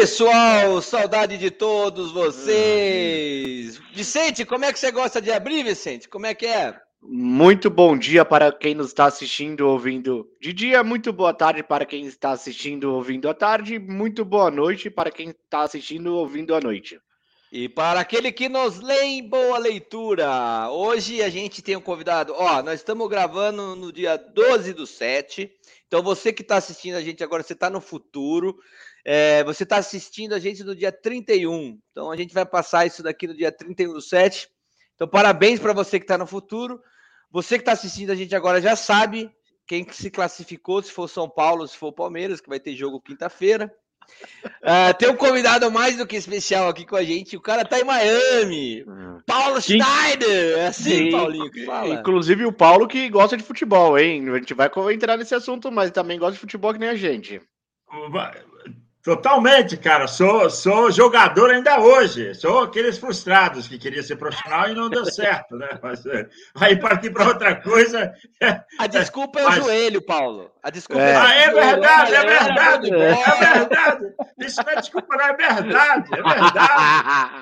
pessoal, saudade de todos vocês. Vicente, como é que você gosta de abrir, Vicente? Como é que é? Muito bom dia para quem nos está assistindo ou ouvindo de dia, muito boa tarde para quem está assistindo ou ouvindo à tarde, muito boa noite para quem está assistindo ou ouvindo à noite. E para aquele que nos lê, boa leitura. Hoje a gente tem um convidado. Nós estamos gravando no dia 12/7. Então você que está assistindo a gente agora, você está no futuro. Você está assistindo a gente no dia 31. Então a gente vai passar isso daqui no dia 31/7. Então parabéns para você que está no futuro. Você que está assistindo a gente agora já sabe quem que se classificou, se for o São Paulo, se for o Palmeiras, que vai ter jogo quinta-feira. Tem um convidado mais do que especial aqui com a gente. O cara tá em Miami. Paulo Schneider. É assim, Paulinho, que fala. Inclusive o Paulo que gosta de futebol, hein? A gente vai entrar nesse assunto, mas também gosta de futebol que nem a gente. Totalmente, cara. Sou jogador ainda hoje. Sou aqueles frustrados que queria ser profissional e não deu certo, né? Mas aí partir para outra coisa. A desculpa é o joelho, Paulo. A desculpa é verdade, é verdade. É verdade. Isso não é desculpa, não, é verdade. É verdade.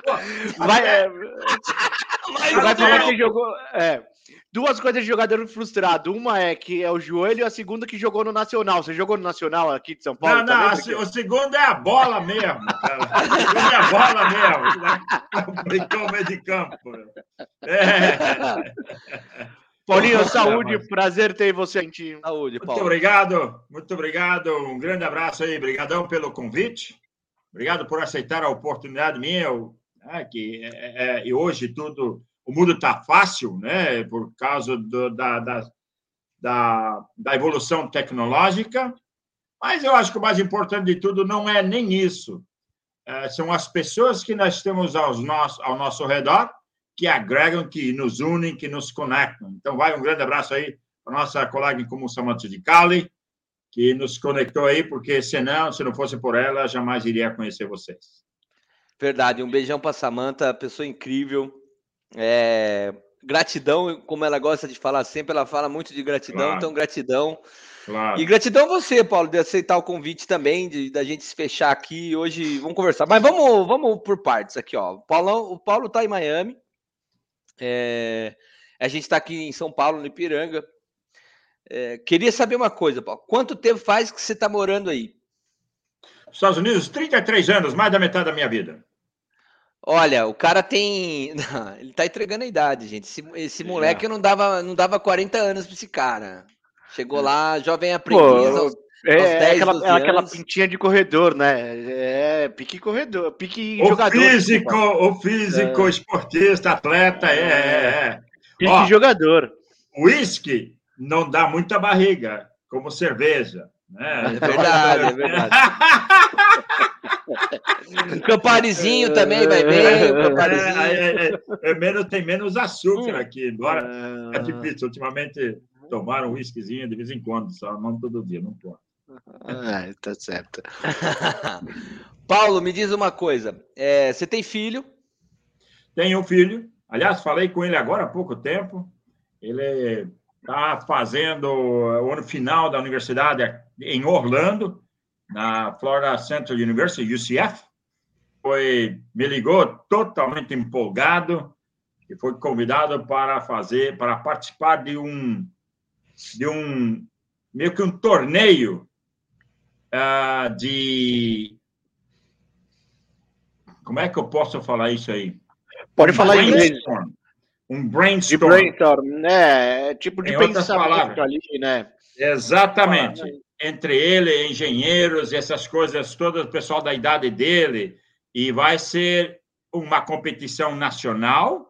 Vai falar que jogou. Duas coisas de jogador frustrado. Uma é que é o joelho e a segunda que jogou no Nacional. Você jogou no Nacional aqui de São Paulo? Não, o segundo é a bola mesmo, cara. O segundo é a bola mesmo. Brincou o meio de campo. Paulinho, saúde, prazer ter você aqui. Saúde, Paulo. Muito obrigado. Um grande abraço aí. Obrigadão pelo convite. Obrigado por aceitar a oportunidade minha. E hoje o mundo está fácil, né? Por causa da evolução tecnológica. Mas eu acho que o mais importante de tudo não é nem isso. São as pessoas que nós temos ao nosso redor que agregam, que nos unem, que nos conectam. Então, um grande abraço aí para a nossa colega em comum, Samantha de Cali, que nos conectou aí, porque se não fosse por ela, jamais iria conhecer vocês. Verdade, um beijão para a Samantha, pessoa incrível. Gratidão, como ela gosta de falar sempre, ela fala muito de gratidão, claro. Então gratidão. Claro. E gratidão a você, Paulo, de aceitar o convite também, da gente se fechar aqui hoje, vamos conversar. Mas vamos por partes aqui, ó. O Paulo tá em Miami, a gente tá aqui em São Paulo, no Ipiranga. Queria saber uma coisa, Paulo, quanto tempo faz que você tá morando aí? Estados Unidos, 33 anos, mais da metade da minha vida. Olha, o cara tem... Ele tá entregando a idade, gente. Esse moleque não dava 40 anos pra esse cara. Chegou lá, jovem aprendiz, aos 10, aquela pintinha de corredor, né? Pique corredor, pique jogador. O físico, esportista, atleta, Pique jogador. Whisky não dá muita barriga, como cerveja. Né? É verdade. Um Camparizinho também vai bem. Tem menos açúcar aqui. Embora é difícil. Ultimamente tomaram um whiskyzinho de vez em quando, só não todo dia, não pode. Tá certo. Paulo, me diz uma coisa. Você tem filho? Tenho um filho. Aliás, falei com ele agora há pouco tempo. Ele está fazendo o ano final da universidade em Orlando, na Florida Central University, UCF. Me ligou totalmente empolgado e foi convidado para participar de um meio que um torneio de... Como é que eu posso falar isso aí? Pode falar em inglês. Um brainstorm. De brainstorm, né? Tipo de pensamento ali, né? Exatamente. Entre ele, engenheiros e essas coisas todas, o pessoal da idade dele. E vai ser uma competição nacional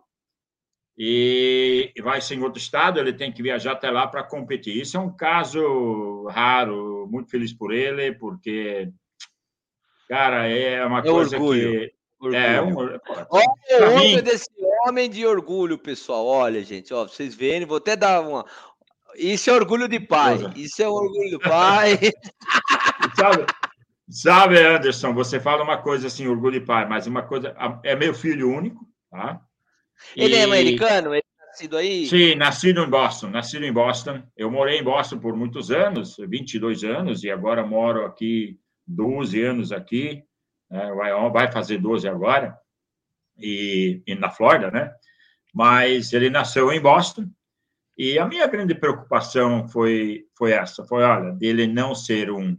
e vai ser em outro estado, ele tem que viajar até lá para competir. Isso é um caso raro, muito feliz por ele, porque, cara, é uma coisa orgulho. que... Olha o orgulho desse homem de orgulho, pessoal. Olha, gente, vocês verem, vou até dar uma... Isso é orgulho de pai. Isso é orgulho do pai. Sabe, Anderson, você fala uma coisa assim, orgulho de pai, mas uma coisa... É meu filho único, tá? Ele é americano? Ele é nascido aí? Sim, nascido em Boston. Eu morei em Boston por muitos anos, 22 anos, e agora moro aqui 12 anos aqui. né? Vai fazer 12 agora, e na Flórida, né? Mas ele nasceu em Boston, e a minha grande preocupação foi essa, olha, dele não ser um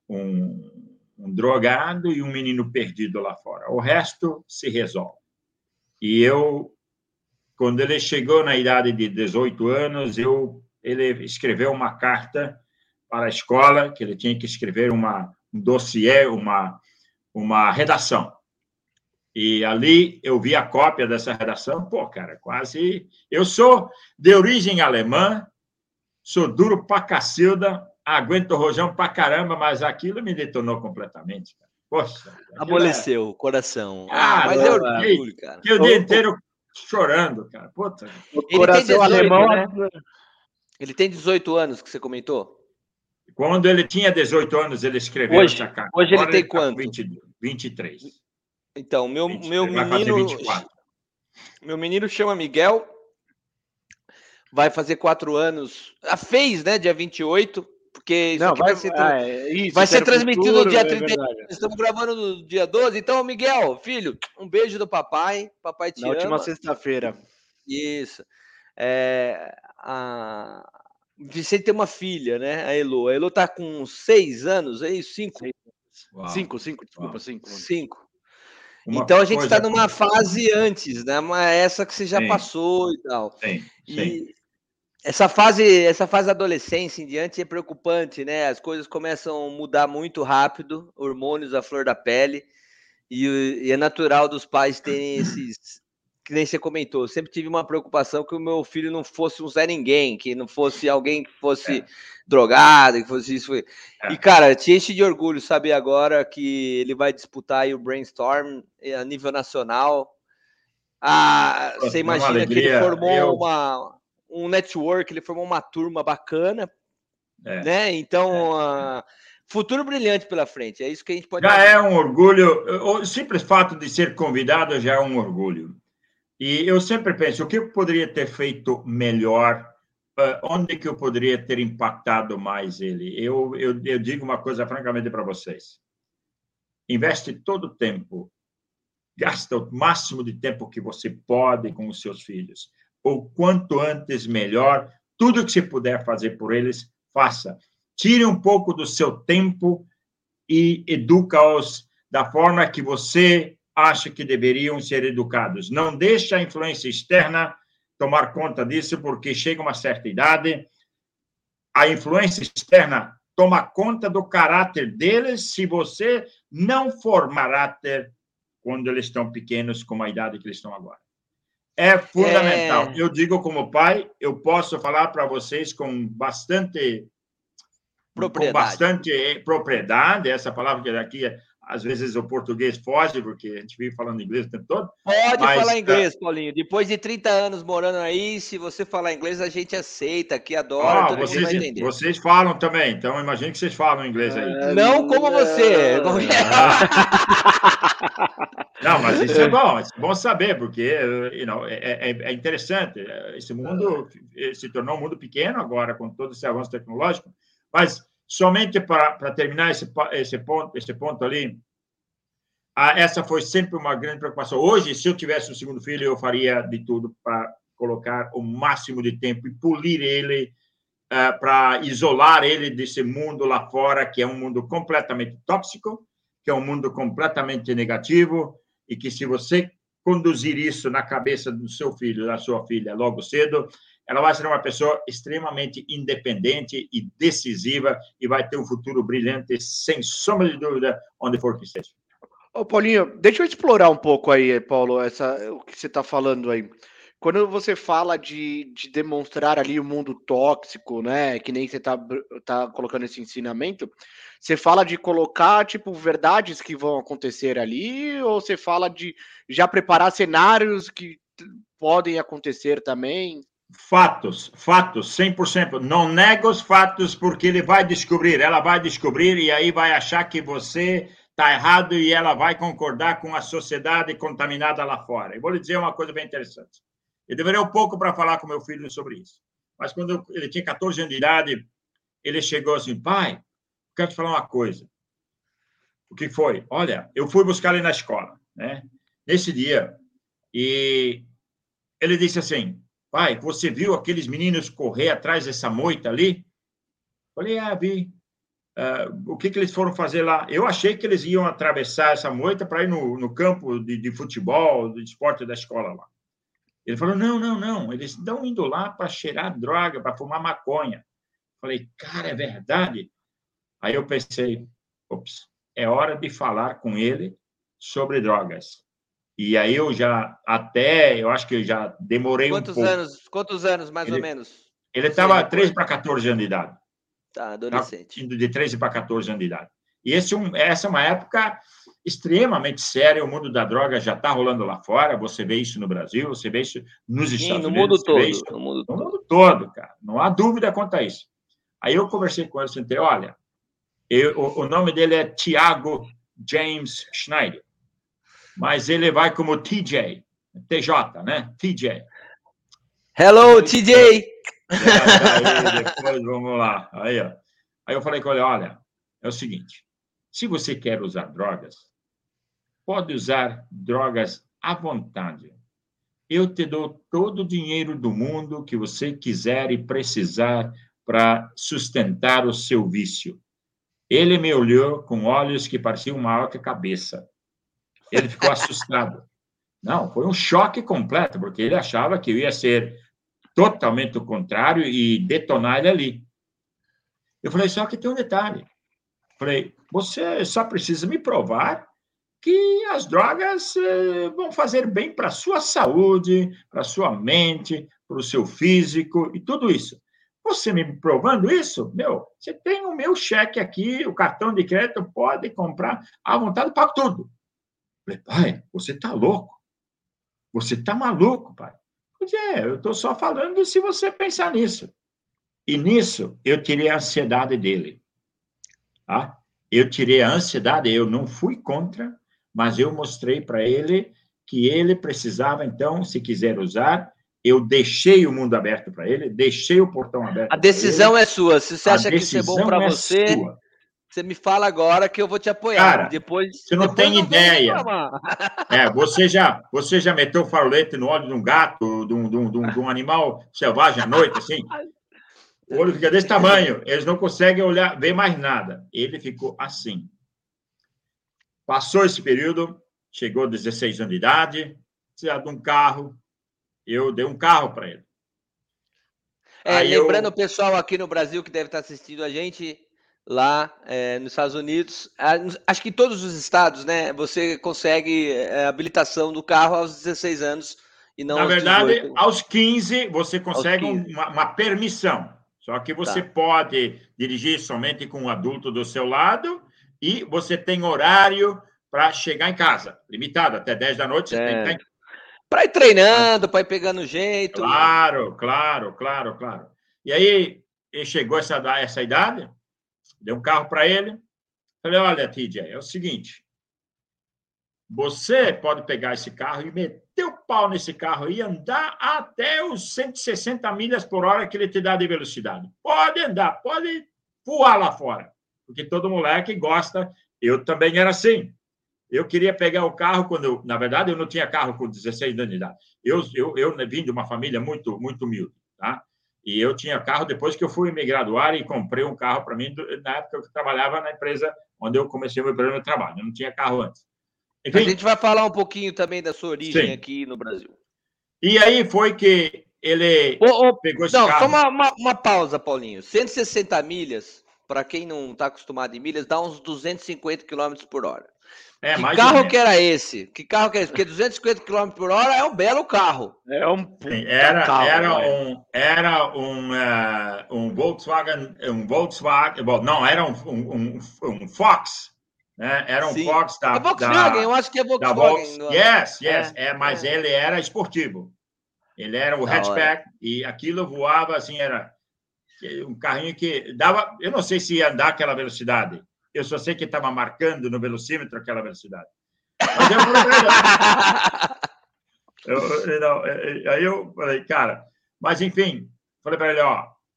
drogado e um menino perdido lá fora. O resto se resolve. E quando ele chegou na idade de 18 anos, ele escreveu uma carta para a escola, que ele tinha que escrever um dossiê, uma redação. E ali eu vi a cópia dessa redação. Pô, cara, quase... Eu sou de origem alemã, sou duro pra cacilda, aguento rojão pra caramba, mas aquilo me detonou completamente, cara. Poxa. Amoleceu o coração. Cara, Mas é orgulho, cara. Fiquei o dia inteiro chorando, cara. Puta. Ele tem 18, alemão, né? Ele tem 18 anos, que você comentou? Quando ele tinha 18 anos, ele escreveu essa carta. Hoje ele tem quanto? 23. Então, meu menino... Vai fazer 24. Meu menino chama Miguel, vai fazer 4 anos. Fez, né? Dia 28, porque isso aqui vai ser transmitido no dia 31. Estamos gravando no dia 12. Então, Miguel, filho, um beijo do papai. Papai te ama. Na última sexta-feira. Isso. Vicente tem uma filha, né? A Elo. A Elo tá com 6 anos, é isso? 5? 5, desculpa, 5. 5. Então a gente está numa fase antes, né? Essa que você já passou e tal. Sim. E essa fase da adolescência em diante é preocupante, né? As coisas começam a mudar muito rápido, hormônios à flor da pele, e é natural dos pais terem esses... Que nem você comentou, eu sempre tive uma preocupação que o meu filho não fosse um Zé Ninguém, que não fosse alguém que fosse drogado, que fosse isso. E, cara, te enche de orgulho saber agora que ele vai disputar aí o Brainstorm a nível nacional. Você imagina que ele formou um network, ele formou uma turma bacana, né? Então, futuro brilhante pela frente, é isso que a gente pode dizer. É um orgulho, o simples fato de ser convidado já é um orgulho. E eu sempre penso, o que eu poderia ter feito melhor? Onde que eu poderia ter impactado mais ele? Eu digo uma coisa francamente para vocês. Investe todo o tempo, gasta o máximo de tempo que você pode com os seus filhos. O quanto antes, melhor. Tudo que você puder fazer por eles, faça. Tire um pouco do seu tempo e educa-os da forma que você acha que deveriam ser educados. Não deixe a influência externa tomar conta disso, porque chega uma certa idade, a influência externa toma conta do caráter deles se você não for caráter quando eles estão pequenos, com a idade que eles estão agora. É fundamental. Eu digo como pai, eu posso falar para vocês com bastante propriedade, essa palavra que aqui às vezes o português foge, porque a gente vive falando inglês o tempo todo. Pode falar inglês, Paulinho. Depois de 30 anos morando aí, se você falar inglês, a gente aceita, aqui, adora. Vocês falam também, então imagino que vocês falam inglês aí. Não como você. Não, mas isso é bom saber, porque é interessante. Esse mundo se tornou um mundo pequeno agora, com todo esse avanço tecnológico, mas somente para terminar esse ponto ali, essa foi sempre uma grande preocupação. Hoje, se eu tivesse um segundo filho, eu faria de tudo para colocar o máximo de tempo e polir ele, para isolar ele desse mundo lá fora, que é um mundo completamente tóxico, que é um mundo completamente negativo, e que se você conduzir isso na cabeça do seu filho, da sua filha, logo cedo, ela vai ser uma pessoa extremamente independente e decisiva e vai ter um futuro brilhante, sem sombra de dúvida, onde for que seja. Ô, Paulinho, deixa eu explorar um pouco aí, Paulo, o que você está falando aí. Quando você fala de demonstrar ali o mundo tóxico, né, que nem você tá colocando esse ensinamento, você fala de colocar, tipo, verdades que vão acontecer ali, ou você fala de já preparar cenários que podem acontecer também? Fatos, 100%. Não nego os fatos, porque ela vai descobrir, e aí vai achar que você está errado e ela vai concordar com a sociedade contaminada lá fora. Eu vou lhe dizer uma coisa bem interessante. Eu demorei um pouco para falar com meu filho sobre isso, mas quando ele tinha 14 anos de idade, ele chegou assim: pai, quero te falar uma coisa. O que foi? Olha, eu fui buscar ele na escola, né? Nesse dia, e ele disse assim, pai, você viu aqueles meninos correr atrás dessa moita ali? Falei, vi. O que eles foram fazer lá? Eu achei que eles iam atravessar essa moita para ir no campo de futebol, de esporte da escola lá. Ele falou, não, eles estão indo lá para cheirar droga, para fumar maconha. Falei, cara, é verdade? Aí eu pensei, ops, é hora de falar com ele sobre drogas. E aí eu acho que eu já demorei um pouco. Quantos anos, mais ou menos? Ele estava 13 para 14 anos de idade. Tá, adolescente. Indo de 13 para 14 anos de idade. E essa é uma época extremamente séria, o mundo da droga já está rolando lá fora, você vê isso no Brasil, você vê isso nos Estados Unidos. No mundo todo, cara. Não há dúvida quanto a isso. Aí eu conversei com ele e falei, olha, o nome dele é Tiago James Schneider, mas ele vai como TJ, né? TJ. Hello, TJ! Aí depois, vamos lá. Aí eu falei com ele, olha, é o seguinte, se você quer usar drogas, pode usar drogas à vontade. Eu te dou todo o dinheiro do mundo que você quiser e precisar para sustentar o seu vício. Ele me olhou com olhos que pareciam maior que a cabeça. Ele ficou assustado. Não, foi um choque completo, porque ele achava que eu ia ser totalmente o contrário e detonar ele ali. Eu falei, só que tem um detalhe. Falei, você só precisa me provar que as drogas vão fazer bem para a sua saúde, para a sua mente, para o seu físico e tudo isso. Você me provando isso, você tem o meu cheque aqui, o cartão de crédito, pode comprar à vontade, pago tudo. Falei, pai, você está louco? Você está maluco, pai? Eu estou só falando se você pensar nisso. E nisso, eu tirei a ansiedade dele. Tá? Eu tirei a ansiedade, eu não fui contra, mas eu mostrei para ele que ele precisava, então, se quiser usar, eu deixei o mundo aberto para ele, deixei o portão aberto. A decisão é sua. Se você acha que isso é bom para você, você me fala agora que eu vou te apoiar. Cara, depois você não tem ideia. Você já meteu farolete no olho de um gato, de um animal selvagem à noite, assim? O olho fica desse tamanho, eles não conseguem olhar, ver mais nada. Ele ficou assim. Passou esse período, chegou a 16 anos de idade, precisava de um carro, eu dei um carro para ele. Lembrando o pessoal aqui no Brasil que deve estar assistindo a gente lá nos Estados Unidos, acho que em todos os estados, né, você consegue habilitação do carro aos 16 anos e não Na aos verdade, 18. aos 15 você consegue uma permissão. Só que você pode dirigir somente com um adulto do seu lado e você tem horário para chegar em casa, limitado, até 10 da noite. Você tem que estar em casa. Para ir treinando, para ir pegando jeito. Claro. E aí, ele chegou essa idade, dei um carro para ele, falei, olha, TJ, é o seguinte, você pode pegar esse carro e meter o pau nesse carro e andar até os 160 milhas por hora que ele te dá de velocidade. Pode andar, pode voar lá fora. Porque todo moleque gosta. Eu também era assim. Eu queria pegar o carro quando... Na verdade, eu não tinha carro com 16 anos de idade. Eu vim de uma família muito, muito humilde, tá? E eu tinha carro depois que eu fui me graduar e comprei um carro para mim na época que eu trabalhava na empresa onde eu comecei o meu primeiro trabalho. Eu não tinha carro antes. Enfim, a gente vai falar um pouquinho também da sua origem aqui no Brasil. E aí foi que ele pegou esse carro. Só uma pausa, Paulinho. 160 milhas, para quem não está acostumado em milhas, dá uns 250 km por hora. Que carro que era esse? Porque 250 km por hora é um belo carro. Era um Volkswagen, não, era um Fox. Né? Era um Fox da... É Volkswagen, eu acho que é Volkswagen. Mas ele era esportivo. Ele era o hatchback e aquilo voava assim, era um carrinho que dava... Eu não sei se ia andar aquela velocidade. Eu só sei que estava marcando no velocímetro aquela velocidade. Mas aí eu falei, cara... Mas, enfim, falei para ele,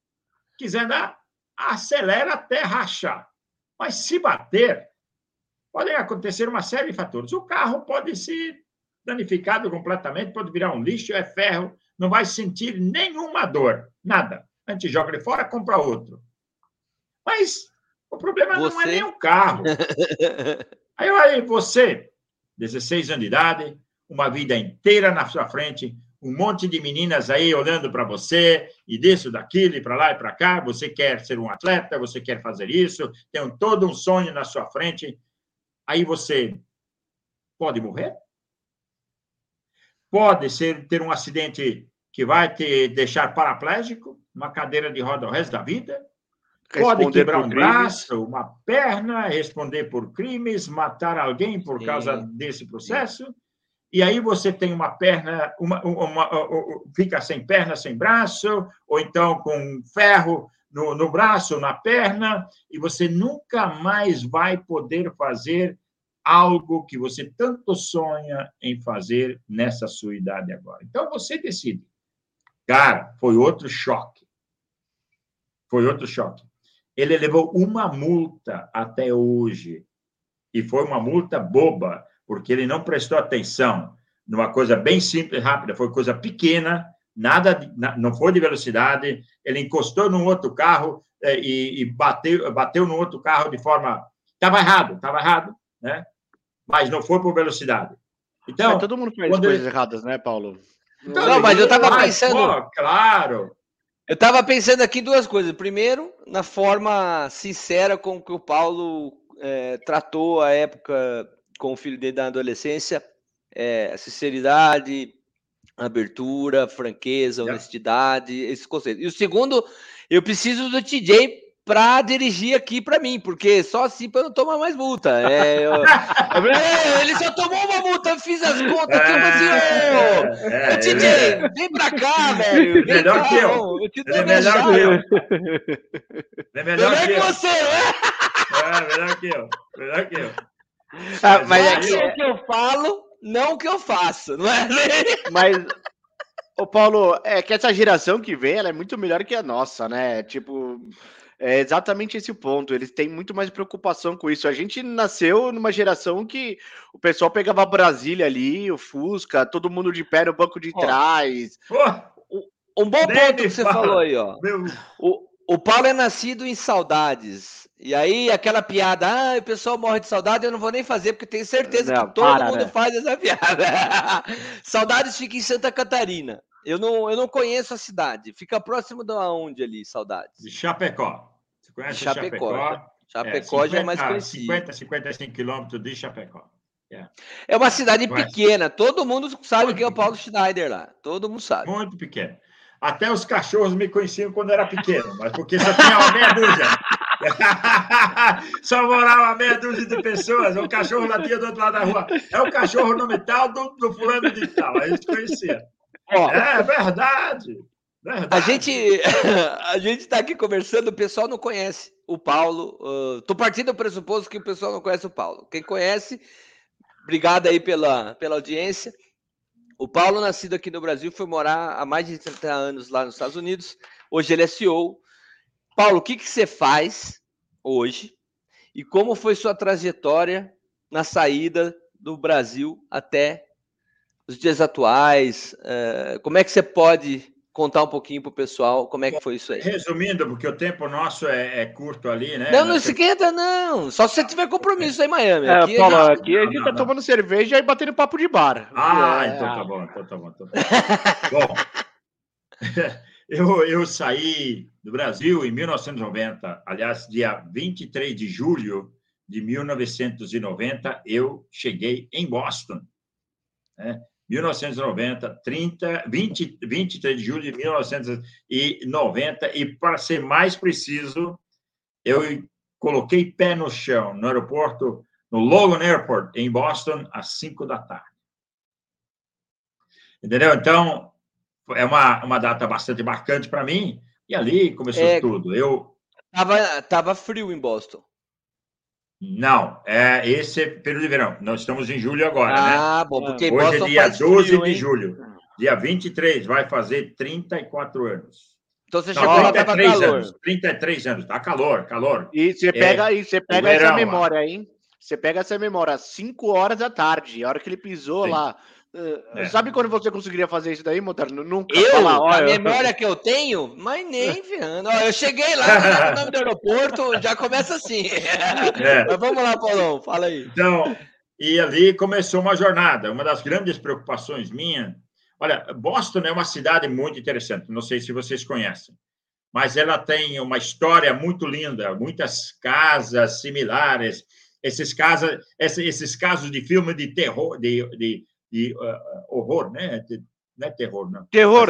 quiser andar, acelera até rachar. Mas se bater... podem acontecer uma série de fatores. O carro pode ser danificado completamente, pode virar um lixo, é ferro, não vai sentir nenhuma dor, nada. A gente joga ele fora, compra outro. Mas o problema não é nem o carro. Aí você, 16 anos de idade, uma vida inteira na sua frente, um monte de meninas aí olhando para você, e disso, daquilo, e para lá e para cá, você quer ser um atleta, você quer fazer isso, tem todo um sonho na sua frente, aí você pode morrer, pode ter um acidente que vai te deixar paraplégico, uma cadeira de roda o resto da vida, pode quebrar um braço, uma perna, responder por crimes, matar alguém por causa desse processo, e aí você tem uma perna, fica sem perna, sem braço, ou então com ferro no braço, na perna, e você nunca mais vai poder fazer algo que você tanto sonha em fazer nessa sua idade agora. Então, você decide. Cara, foi outro choque. Foi outro choque. Ele levou uma multa até hoje, e foi uma multa boba, porque ele não prestou atenção numa coisa bem simples, rápida, foi coisa pequena, não foi de velocidade, ele encostou num outro carro e bateu no outro carro de forma... Estava errado, né? Mas não foi por velocidade. Então, todo mundo faz coisas erradas, né, Paulo? Então, não, mas eu estava pensando... Pô, claro... Eu estava pensando aqui em duas coisas. Primeiro, na forma sincera com que o Paulo tratou a época com o filho dele na adolescência, sinceridade, abertura, franqueza, honestidade, esses conceitos. E o segundo, eu preciso do TJ para dirigir aqui para mim, porque só assim para eu não tomar mais multa. Ele só tomou uma multa, eu fiz as contas aqui, eu falei assim, TJ, vem para cá, velho. Vem melhor cá, que eu. Eu te dou Ele é melhor que eu. É melhor que você, né? Melhor que eu. Melhor que eu. Mas é o que eu falo, não o que eu faço, não é? Mas, ô Paulo, é que essa geração que vem, ela é muito melhor que a nossa, né? Tipo, é exatamente esse o ponto. Eles têm muito mais preocupação com isso. A gente nasceu numa geração que o pessoal pegava a Brasília ali, o Fusca, todo mundo de pé no banco de trás. Um bom ponto que você falou aí, ó. O Paulo é nascido em saudades. E aí, aquela piada, o pessoal morre de saudade, eu não vou nem fazer, porque tenho certeza que todo mundo faz essa piada. Saudades fica em Santa Catarina. Eu não conheço a cidade. Fica próximo de onde ali, Saudades? De Chapecó. Você conhece Chapecó? Chapecó já é mais conhecido. 55 quilômetros de Chapecó. É uma cidade pequena. Todo mundo sabe quem é o Paulo Schneider lá. Todo mundo sabe. Muito pequeno. Até os cachorros me conheciam quando eu era pequeno, mas porque só tinha uma meia dúzia. Só morava uma meia dúzia de pessoas. O cachorro latia do outro lado da rua. É o cachorro nome tal do fulano de tal. A gente conhecia. É verdade. A gente está aqui conversando, o pessoal não conhece o Paulo. Estou partindo do pressuposto que o pessoal não conhece o Paulo. Quem conhece, obrigado aí pela audiência. O Paulo, nascido aqui no Brasil, foi morar há mais de 30 anos lá nos Estados Unidos. Hoje ele é CEO. Paulo, o que você faz hoje e como foi sua trajetória na saída do Brasil até os dias atuais? Como é que você pode contar um pouquinho para o pessoal como é que foi isso aí? Resumindo, porque o tempo nosso é curto ali, né? Não se esquenta, não. Só se você tiver compromisso aí em Miami. Paulo, aqui a gente tá tomando cerveja e batendo papo de bar. Então tá bom. Bom, eu saí do Brasil em 1990. Aliás, dia 23 de julho de 1990, eu cheguei em Boston, né? 1990, 23 de julho de 1990, e para ser mais preciso, eu coloquei pé no chão no aeroporto, no Logan Airport, em Boston, às 5 da tarde. Entendeu? Então, é uma data bastante marcante para mim, e ali começou tudo. Tava frio em Boston. Não, esse é período de verão. Nós estamos em julho agora, né? Bom, porque hoje é dia 12 de julho. Dia 23 vai fazer 34 anos. Então você chegou lá, tava calor. 33 anos, tá calor. E você pega essa memória aí. Você pega essa memória às 5 horas da tarde, a hora que ele pisou lá. Sabe quando você conseguiria fazer isso daí, Montarno? Nunca. A memória que eu tenho, mas nem vendo. Eu cheguei lá, o nome do aeroporto, já começa assim. Mas vamos lá, Paulão, fala aí. Então, e ali começou uma jornada. Uma das grandes preocupações minha... Olha, Boston é uma cidade muito interessante, não sei se vocês conhecem, mas ela tem uma história muito linda, muitas casas similares, esses casos de filme de terror, de horror, né? Não é terror, não. Terror.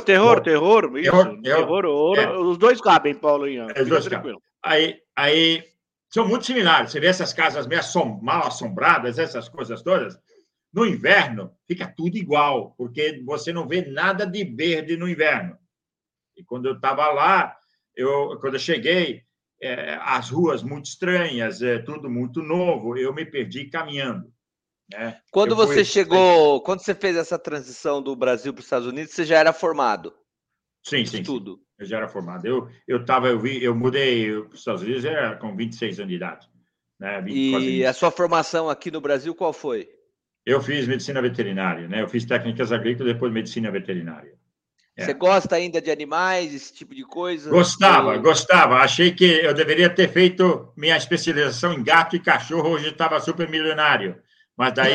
Os dois cabem, Paulo. Os dois cabem. Aí são muito similares. Você vê essas casas meio mal assombradas, essas coisas todas. No inverno, fica tudo igual, porque você não vê nada de verde no inverno. E quando eu estava lá, quando eu cheguei, as ruas muito estranhas, tudo muito novo, eu me perdi caminhando. Né? Quando você chegou, quando você fez essa transição do Brasil para os Estados Unidos, você já era formado? Sim. Tudo. Eu já era formado. Eu mudei para os Estados Unidos com 26 anos de idade. Né? E a sua formação aqui no Brasil, qual foi? Eu fiz medicina veterinária, né? Eu fiz técnicas agrícolas, depois medicina veterinária. Você gosta ainda de animais, esse tipo de coisa? Gostava. Achei que eu deveria ter feito minha especialização em gato e cachorro, hoje estava super milionário. Mas daí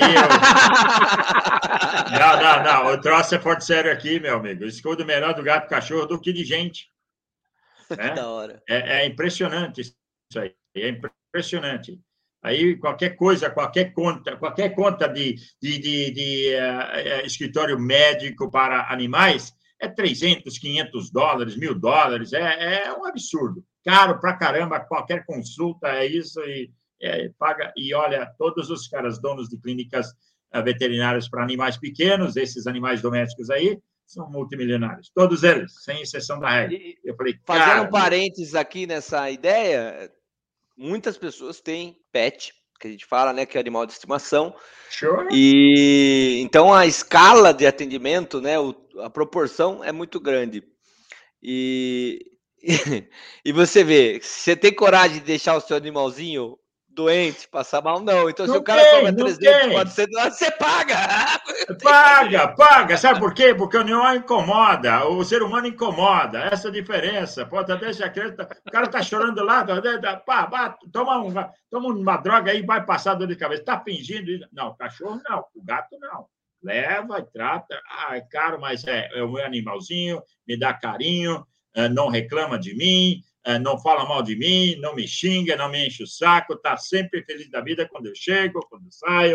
Não, o troço é forte sério aqui, meu amigo. Eu escondo melhor do gato e cachorro do que de gente. Né? Da hora. É impressionante isso aí. É impressionante. Aí qualquer conta de escritório médico para animais é $300, $500, $1.000, é um absurdo. Caro pra caramba, qualquer consulta é isso, e paga. E olha, todos os caras donos de clínicas veterinárias para animais pequenos, esses animais domésticos aí, são multimilionários. Todos eles, sem exceção da regra. Eu falei, fazendo um parênteses aqui nessa ideia... Muitas pessoas têm pet, que a gente fala, né, que é animal de estimação. Sure. E então a escala de atendimento, né, a proporção é muito grande. E você vê, você tem coragem de deixar o seu animalzinho doente, passar mal? Não. Então, se o cara cobra 300, 400, você paga! Paga! Sabe por quê? Porque o animal incomoda, o ser humano incomoda. Essa é a diferença. Pode até se acreditar. O cara tá chorando lá, toma uma droga aí, vai passar dor de cabeça. Tá fingindo? Não, o cachorro não, o gato não. Leva e trata. É caro, mas é o meu animalzinho, me dá carinho, não reclama de mim, não fala mal de mim, não me xinga, não me enche o saco, está sempre feliz da vida quando eu chego, quando eu saio.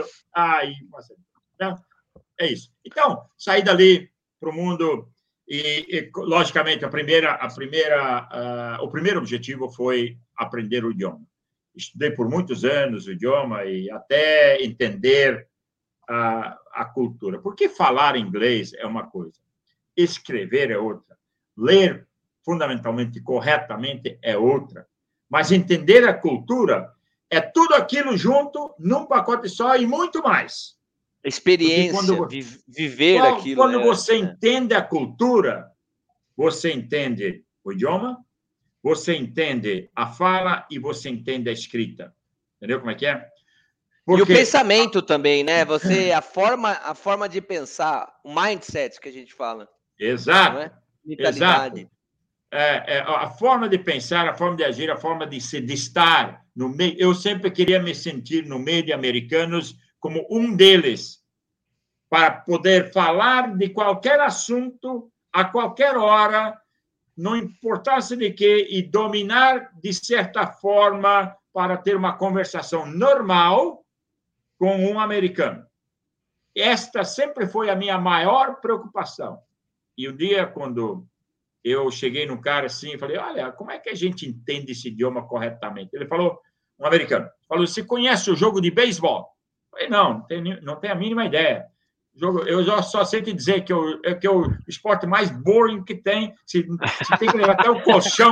É isso. Então, saí dali para o mundo e, logicamente, o primeiro objetivo foi aprender o idioma. Estudei por muitos anos o idioma e até entender a cultura. Porque falar inglês é uma coisa, escrever é outra, ler fundamentalmente, corretamente, é outra. Mas entender a cultura é tudo aquilo junto, num pacote só e muito mais. Experiência, viver aquilo. Quando você entende a cultura, você entende o idioma, você entende a fala e você entende a escrita. Entendeu como é que é? Porque... E o pensamento também, né? A forma de pensar, o mindset que a gente fala. Exato. Não é? Mentalidade. Exato. A forma de pensar, a forma de agir, a forma de estar no meio. Eu sempre queria me sentir no meio de americanos como um deles, para poder falar de qualquer assunto, a qualquer hora, não importasse de quê, e dominar de certa forma para ter uma conversação normal com um americano. Esta sempre foi a minha maior preocupação. E um dia, quando eu cheguei no cara assim e falei, olha, como é que a gente entende esse idioma corretamente? Ele falou, um americano, falou, você conhece o jogo de beisebol? Eu falei, não tenho a mínima ideia. Eu só sei te dizer que é o esporte mais boring que tem. Você tem que levar até o colchão,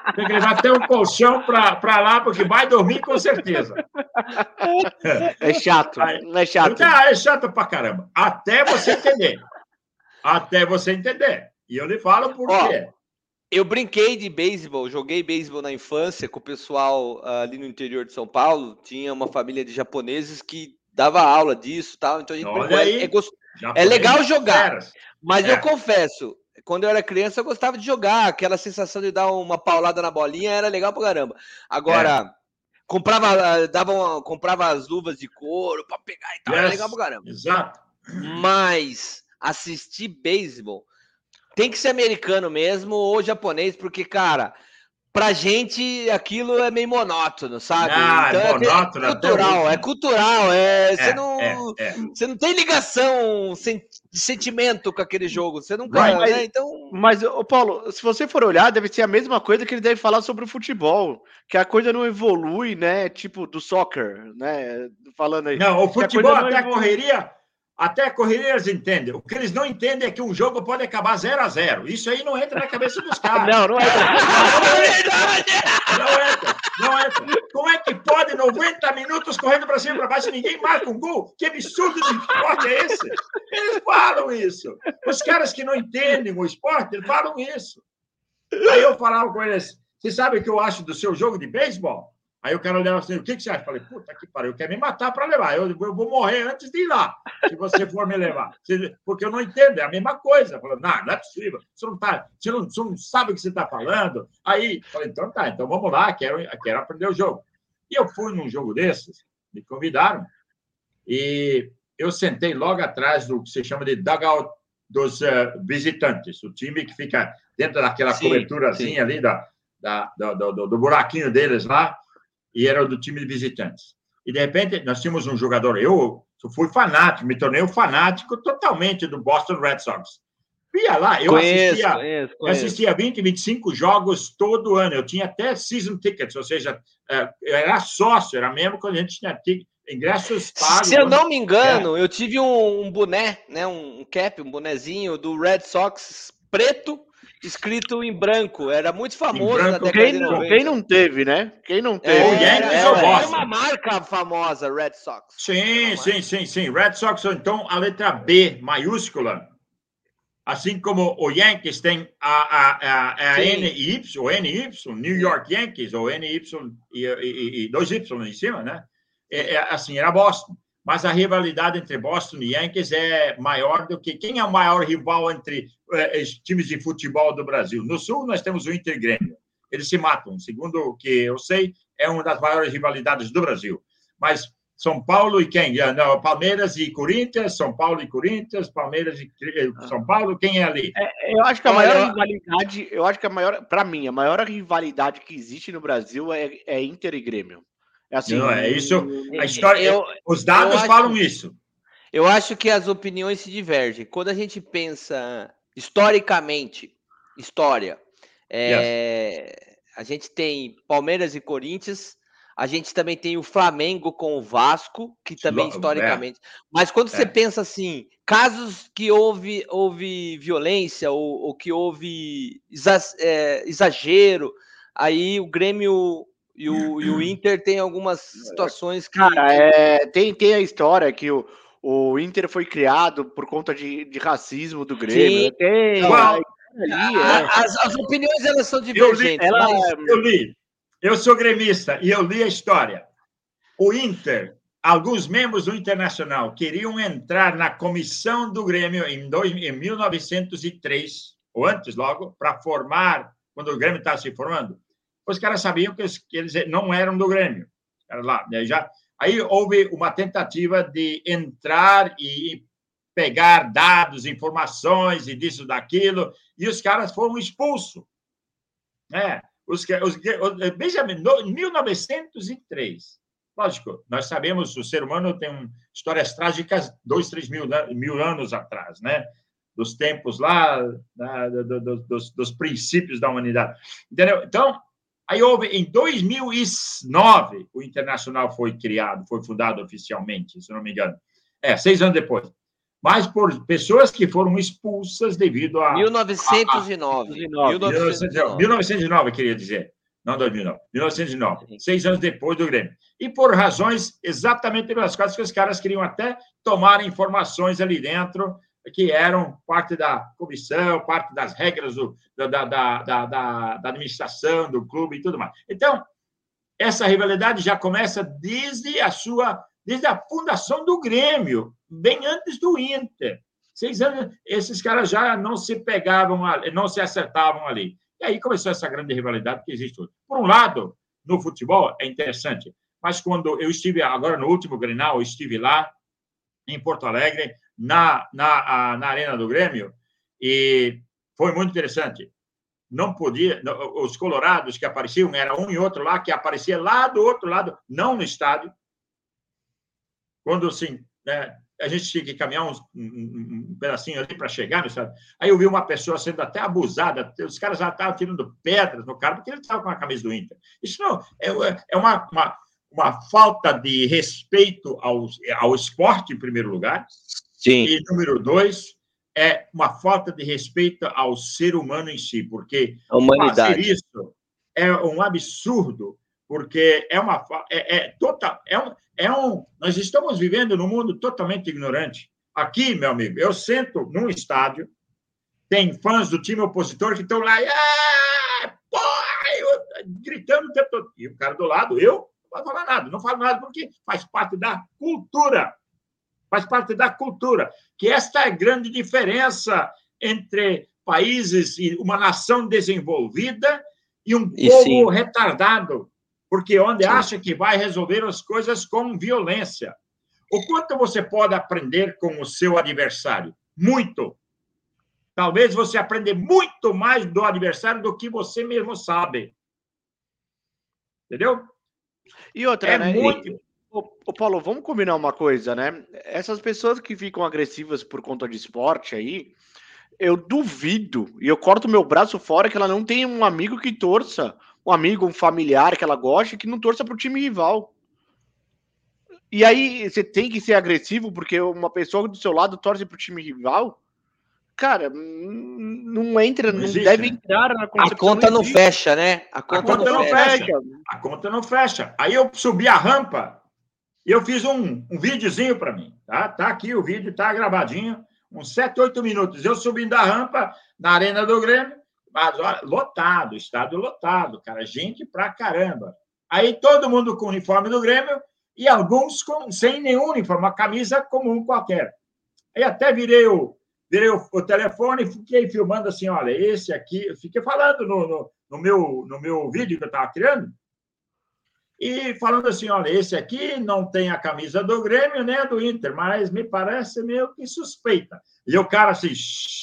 para lá, porque vai dormir com certeza. É chato, não é chato. É chato pra caramba. Até você entender. E eu lhe falo por quê. Eu brinquei de beisebol, joguei beisebol na infância com o pessoal ali no interior de São Paulo. Tinha uma família de japoneses que dava aula disso e tal, então a gente brincou. Olha aí, É legal jogar, feras. mas eu confesso, quando eu era criança eu gostava de jogar, aquela sensação de dar uma paulada na bolinha era legal pra caramba. Agora, comprava as luvas de couro pra pegar e tal, era legal pra caramba. Exato. Mas assistir beisebol tem que ser americano mesmo ou japonês, porque, cara, pra gente aquilo é meio monótono, sabe? Então, é monótono, é cultural. Você não tem ligação de sentimento com aquele jogo. Você nunca. Né? Então... Mas, Paulo, se você for olhar, deve ser a mesma coisa que ele deve falar sobre o futebol, que a coisa não evolui, né? Tipo do soccer, né? Falando aí. Não, o futebol até a correria. Até a correria eles entendem. O que eles não entendem é que um jogo pode acabar 0-0. Isso aí não entra na cabeça dos caras. Não entra. Não entra. Como é que pode 90 minutos correndo para cima e para baixo e ninguém marca um gol? Que absurdo de esporte é esse? Eles falam isso. Os caras que não entendem o esporte, eles falam isso. Aí eu falava com eles, você sabe o que eu acho do seu jogo de beisebol? Aí o cara olhava assim, o que você acha? Eu falei, puta que pariu, quer me matar para levar. Eu vou morrer antes de ir lá, se você for me levar. Porque eu não entendo, é a mesma coisa. Eu falei, não é possível, você não sabe o que você está falando. Aí, eu falei, então vamos lá, quero aprender o jogo. E eu fui num jogo desses, me convidaram, e eu sentei logo atrás do que se chama de dugout dos visitantes, o time que fica dentro daquela coberturazinha ali do buraquinho deles lá, e era do time de visitantes. E, de repente, nós tínhamos um jogador, eu fui fanático, me tornei um fanático totalmente do Boston Red Sox. Ia lá, eu assistia 20, 25 jogos todo ano, eu tinha até season tickets, ou seja, eu era sócio, era mesmo quando a gente tinha ingressos pagos. Se eu não me engano, eu tive um boné, né, um cap, um bonezinho do Red Sox preto, escrito em branco, era muito famoso na década de 90. Quem não teve, né? Quem não teve. Era uma marca famosa, Red Sox. Sim. Red Sox, então a letra B maiúscula, assim como o Yankees tem a NY, o NY, New York Yankees, ou NY e 2Y em cima, né? Assim, era Boston. Mas a rivalidade entre Boston e Yankees é maior do que... Quem é o maior rival entre os times de futebol do Brasil? No Sul, nós temos o Inter e Grêmio. Eles se matam. Segundo o que eu sei, é uma das maiores rivalidades do Brasil. Mas São Paulo e quem? Não, Palmeiras e Corinthians, São Paulo e Corinthians, Palmeiras e São Paulo, quem é ali? Eu acho que a maior rivalidade... Para mim, a maior rivalidade que existe no Brasil é Inter e Grêmio. Assim, não, é isso. A história, os dados falam isso. Eu acho que as opiniões se divergem. Quando a gente pensa historicamente, a gente tem Palmeiras e Corinthians, a gente também tem o Flamengo com o Vasco, que também historicamente. Mas quando você pensa assim, casos que houve violência ou que houve exagero, aí o Grêmio e o Inter tem algumas situações que... Cara, tem a história que o Inter foi criado por conta de racismo do Grêmio. As opiniões, elas são divergentes. Eu li. Eu sou gremista e eu li a história. O Inter, alguns membros do Internacional queriam entrar na comissão do Grêmio em 1903, ou antes logo, para formar, quando o Grêmio estava se formando. Os caras sabiam que eles não eram do Grêmio. Lá, aí houve uma tentativa de entrar e pegar dados, informações e disso, daquilo, e os caras foram expulsos. Veja, em 1903, lógico, nós sabemos que o ser humano tem histórias trágicas 2, 3 mil anos atrás, né? Dos tempos lá, dos princípios da humanidade. Entendeu? Então, aí houve, em 2009, o Internacional foi criado, foi fundado oficialmente, se não me engano. 6 anos depois. Mas por pessoas que foram expulsas devido a... 1909. 1909, queria dizer. Não 2009. 1909. 6 anos depois do Grêmio. E por razões exatamente pelas quais que os caras queriam até tomar informações ali dentro que eram parte da comissão, parte das regras da administração do clube e tudo mais. Então, essa rivalidade já começa desde a fundação do Grêmio, bem antes do Inter. 6 anos, esses caras já não se pegavam, não se acertavam ali. E aí começou essa grande rivalidade que existe hoje. Por um lado, no futebol, é interessante, mas quando eu estive, agora no último Grenal, eu estive lá, em Porto Alegre, na Arena do Grêmio, e foi muito interessante. Não podia, os colorados que apareciam, era um e outro lá, que aparecia lá do outro lado, não no estádio. Quando, assim, né, a gente tinha que caminhar um pedacinho ali para chegar no estádio. Aí eu vi uma pessoa sendo até abusada, os caras já estavam tirando pedras no cara, porque ele estava com a camisa do Inter. Isso não, é uma falta de respeito ao esporte, em primeiro lugar. Sim. E, número 2, é uma falta de respeito ao ser humano em si, porque a humanidade. Fazer isso é um absurdo, porque nós estamos vivendo num mundo totalmente ignorante. Aqui, meu amigo, eu sento num estádio, tem fãs do time opositor que estão lá, gritando o tempo todo. E o cara do lado, eu não vou falar nada, não falo nada, porque faz parte da cultura. Faz parte da cultura. Que esta é a grande diferença entre países e uma nação desenvolvida e um povo retardado, porque onde acha que vai resolver as coisas com violência. O quanto você pode aprender com o seu adversário? Muito. Talvez você aprenda muito mais do adversário do que você mesmo sabe. Entendeu? E outra, né? Ô, Paulo, vamos combinar uma coisa, né? Essas pessoas que ficam agressivas por conta de esporte aí, eu duvido, e eu corto meu braço fora, que ela não tem um amigo que torça, um amigo, um familiar que ela goste, que não torça pro time rival. E aí, você tem que ser agressivo porque uma pessoa do seu lado torce pro time rival? Cara, não entra, não existe, deve entrar na concepção. A conta não fecha, né? A conta não fecha. A conta não fecha. Aí eu subi a rampa e eu fiz um videozinho para mim. Tá aqui o vídeo, tá gravadinho, uns 7, 8 minutos. Eu subindo a rampa na Arena do Grêmio, mas olha, lotado, estádio lotado, cara, gente pra caramba. Aí todo mundo com o uniforme do Grêmio e alguns sem nenhum uniforme, uma camisa comum qualquer. Aí até virei o telefone e fiquei filmando assim, olha, esse aqui, eu fiquei falando no meu vídeo que eu estava criando, e falando assim, olha, esse aqui não tem a camisa do Grêmio nem a do Inter, mas me parece meio que suspeita. E o cara assim,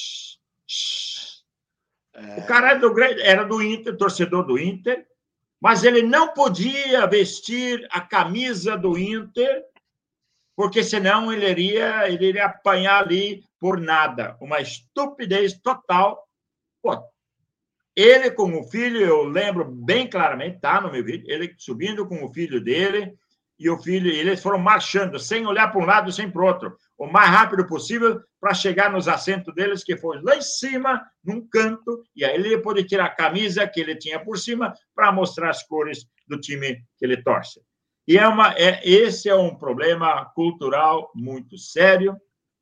O cara era do Inter, torcedor do Inter, mas ele não podia vestir a camisa do Inter, porque senão ele iria apanhar ali por nada. Uma estupidez total. Pô, ele com o filho, eu lembro bem claramente, tá no meu vídeo, ele subindo com o filho dele, e o filho, eles foram marchando, sem olhar para um lado e sem para o outro, o mais rápido possível para chegar nos assentos deles, que foi lá em cima, num canto, e aí ele pôde tirar a camisa que ele tinha por cima para mostrar as cores do time que ele torce. E esse é um problema cultural muito sério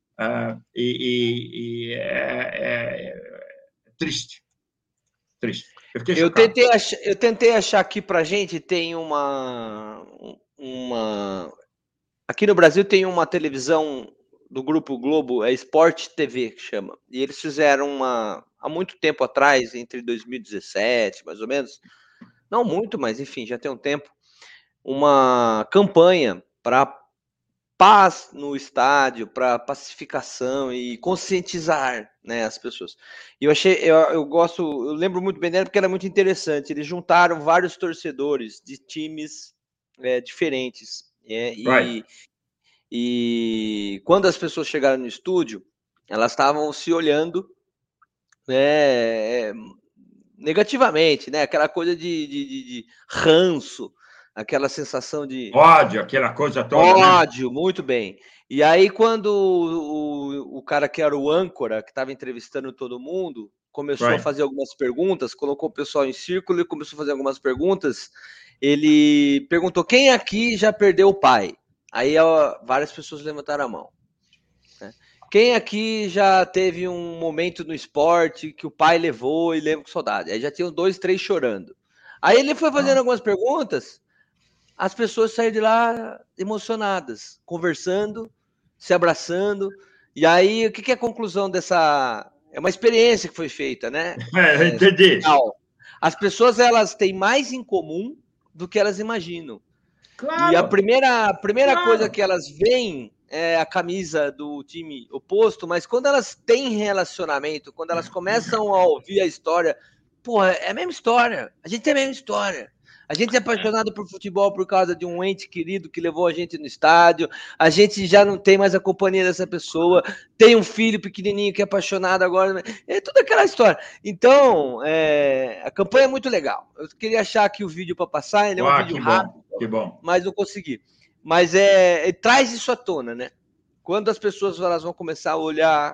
e é triste. Triste. Eu tentei achar aqui para a gente, tem uma... Aqui no Brasil tem uma televisão do Grupo Globo, é Sport TV que chama, e eles fizeram há muito tempo atrás, entre 2017, mais ou menos, não muito, mas enfim, já tem um tempo, uma campanha para paz no estádio, para pacificação e conscientizar, né, as pessoas. E eu lembro muito bem dela porque era muito interessante. Eles juntaram vários torcedores de times diferentes. E quando as pessoas chegaram no estúdio, elas estavam se olhando, né, negativamente, né? Aquela coisa de ranço, aquela sensação de ódio, aquela coisa toda. Ódio, né? Muito bem. E aí, quando o cara que era o âncora, que estava entrevistando todo mundo, começou a fazer algumas perguntas, colocou o pessoal em círculo e começou a fazer algumas perguntas, ele perguntou: quem aqui já perdeu o pai? Aí várias pessoas levantaram a mão. Né? Quem aqui já teve um momento no esporte que o pai levou e lembra com saudade? Aí já tinham 2, 3 chorando. Aí ele foi fazendo algumas perguntas, as pessoas saíram de lá emocionadas, conversando, se abraçando. E aí, o que é a conclusão dessa... É uma experiência que foi feita, né? Entendi. As pessoas, elas têm mais em comum do que elas imaginam. Claro. E a primeira coisa que elas veem é a camisa do time oposto, mas quando elas têm relacionamento, quando elas começam a ouvir a história, porra, é a mesma história. A gente tem a mesma história. A gente é apaixonado por futebol por causa de um ente querido que levou a gente no estádio. A gente já não tem mais a companhia dessa pessoa. Tem um filho pequenininho que é apaixonado agora. É toda aquela história. Então, a campanha é muito legal. Eu queria achar aqui o vídeo para passar. Ele é um vídeo rápido, que bom. mas não consegui. Mas traz isso à tona, né? Quando as pessoas elas vão começar a olhar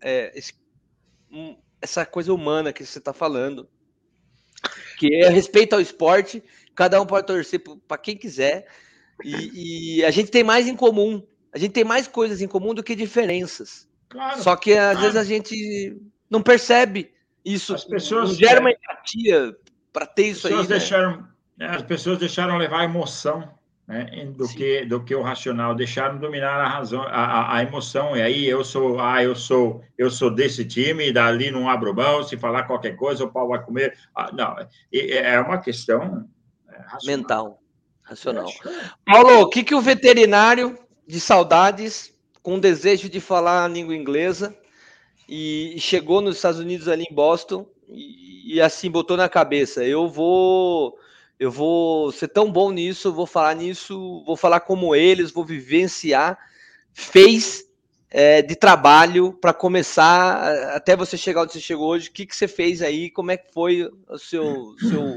essa coisa humana que você está falando, que é respeito ao esporte, cada um pode torcer para quem quiser, e a gente tem mais em comum, a gente tem mais coisas em comum do que diferenças. Claro, só que às vezes a gente não percebe isso, as pessoas, não gera uma empatia para ter isso aí. As pessoas deixaram levar a emoção, né, do que o racional, deixaram dominar a razão, a emoção. E aí eu sou desse time, e dali não abro mão, se falar qualquer coisa o pau vai comer. Não, é uma questão racional. Mental, racional. Paulo, o que o veterinário de saudades, com desejo de falar a língua inglesa, e chegou nos Estados Unidos ali em Boston e assim botou na cabeça, eu vou ser tão bom nisso, vou falar como eles, vou vivenciar, fez de trabalho para começar, até você chegar onde você chegou hoje, o que você fez aí, como é que foi o seu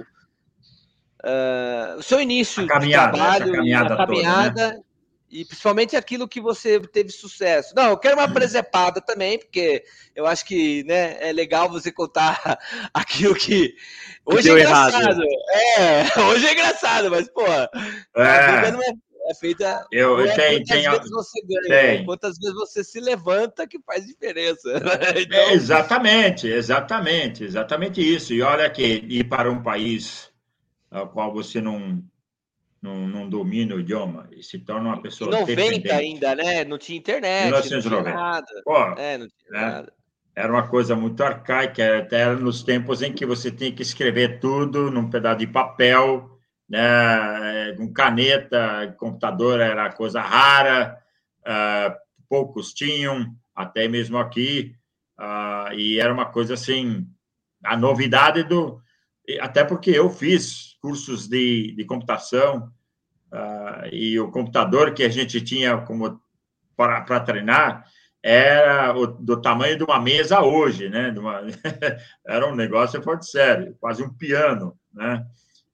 início de trabalho, a caminhada, toda, né? E principalmente aquilo que você teve sucesso. Não, eu quero uma presepada também, porque eu acho que, né, é legal você contar aquilo que... Hoje é engraçado. Hoje é engraçado, mas, pô, a vida não é feita... Quantas vezes você ganha, quantas vezes você se levanta que faz diferença. Então... Exatamente isso. E olha que ir para um país ao qual você não domina o idioma e se torna uma pessoa dependente. 90 ainda, né? Não tinha internet, 1990. não tinha nada. Não tinha nada. Era uma coisa muito arcaica, até nos tempos em que você tinha que escrever tudo num pedaço de papel, né? Com caneta, computador era coisa rara, poucos tinham, até mesmo aqui, e era uma coisa assim, a novidade até porque eu fiz cursos de computação, e o computador que a gente tinha como para treinar era do tamanho de uma mesa hoje, né? Era um negócio forte sério, quase um piano, né?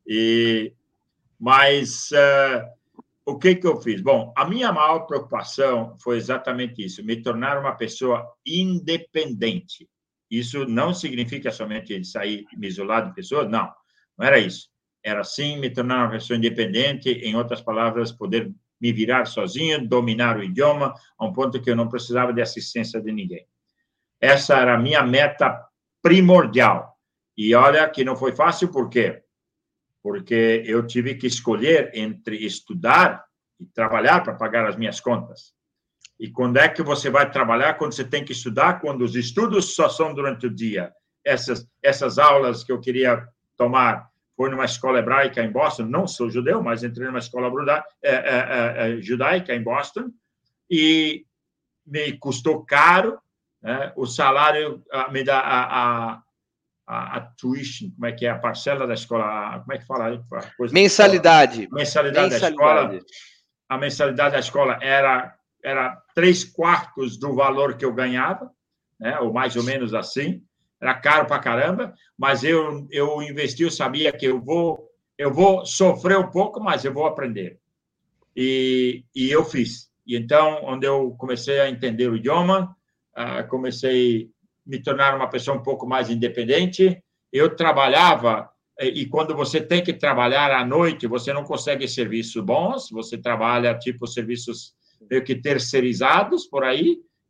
Mas o que eu fiz? Bom, a minha maior preocupação foi exatamente isso, me tornar uma pessoa independente. Isso não significa somente sair me isolar de pessoas, não era isso. Era sim me tornar uma pessoa independente, em outras palavras, poder me virar sozinho, dominar o idioma, a um ponto que eu não precisava de assistência de ninguém. Essa era a minha meta primordial. E olha que não foi fácil, por quê? Porque eu tive que escolher entre estudar e trabalhar para pagar as minhas contas. E quando é que você vai trabalhar? Quando você tem que estudar, quando os estudos só são durante o dia. Essas aulas que eu queria tomar foi numa escola hebraica em Boston, não sou judeu, mas entrei numa escola judaica em Boston, e me custou caro, né? O salário me dá a tuition, como é que é? A parcela da escola, como é que fala? Mensalidade. Mensalidade da escola. A mensalidade da escola era 3/4 do valor que eu ganhava, né? Ou mais ou menos assim. Era caro pra caramba, mas eu investi, eu sabia que eu vou sofrer um pouco, mas eu vou aprender. E eu fiz. E então, onde eu comecei a entender o idioma, comecei a me tornar uma pessoa um pouco mais independente. Eu trabalhava, e quando você tem que trabalhar à noite, você não consegue serviços bons, você trabalha tipo serviços meio que terceirizados por aí,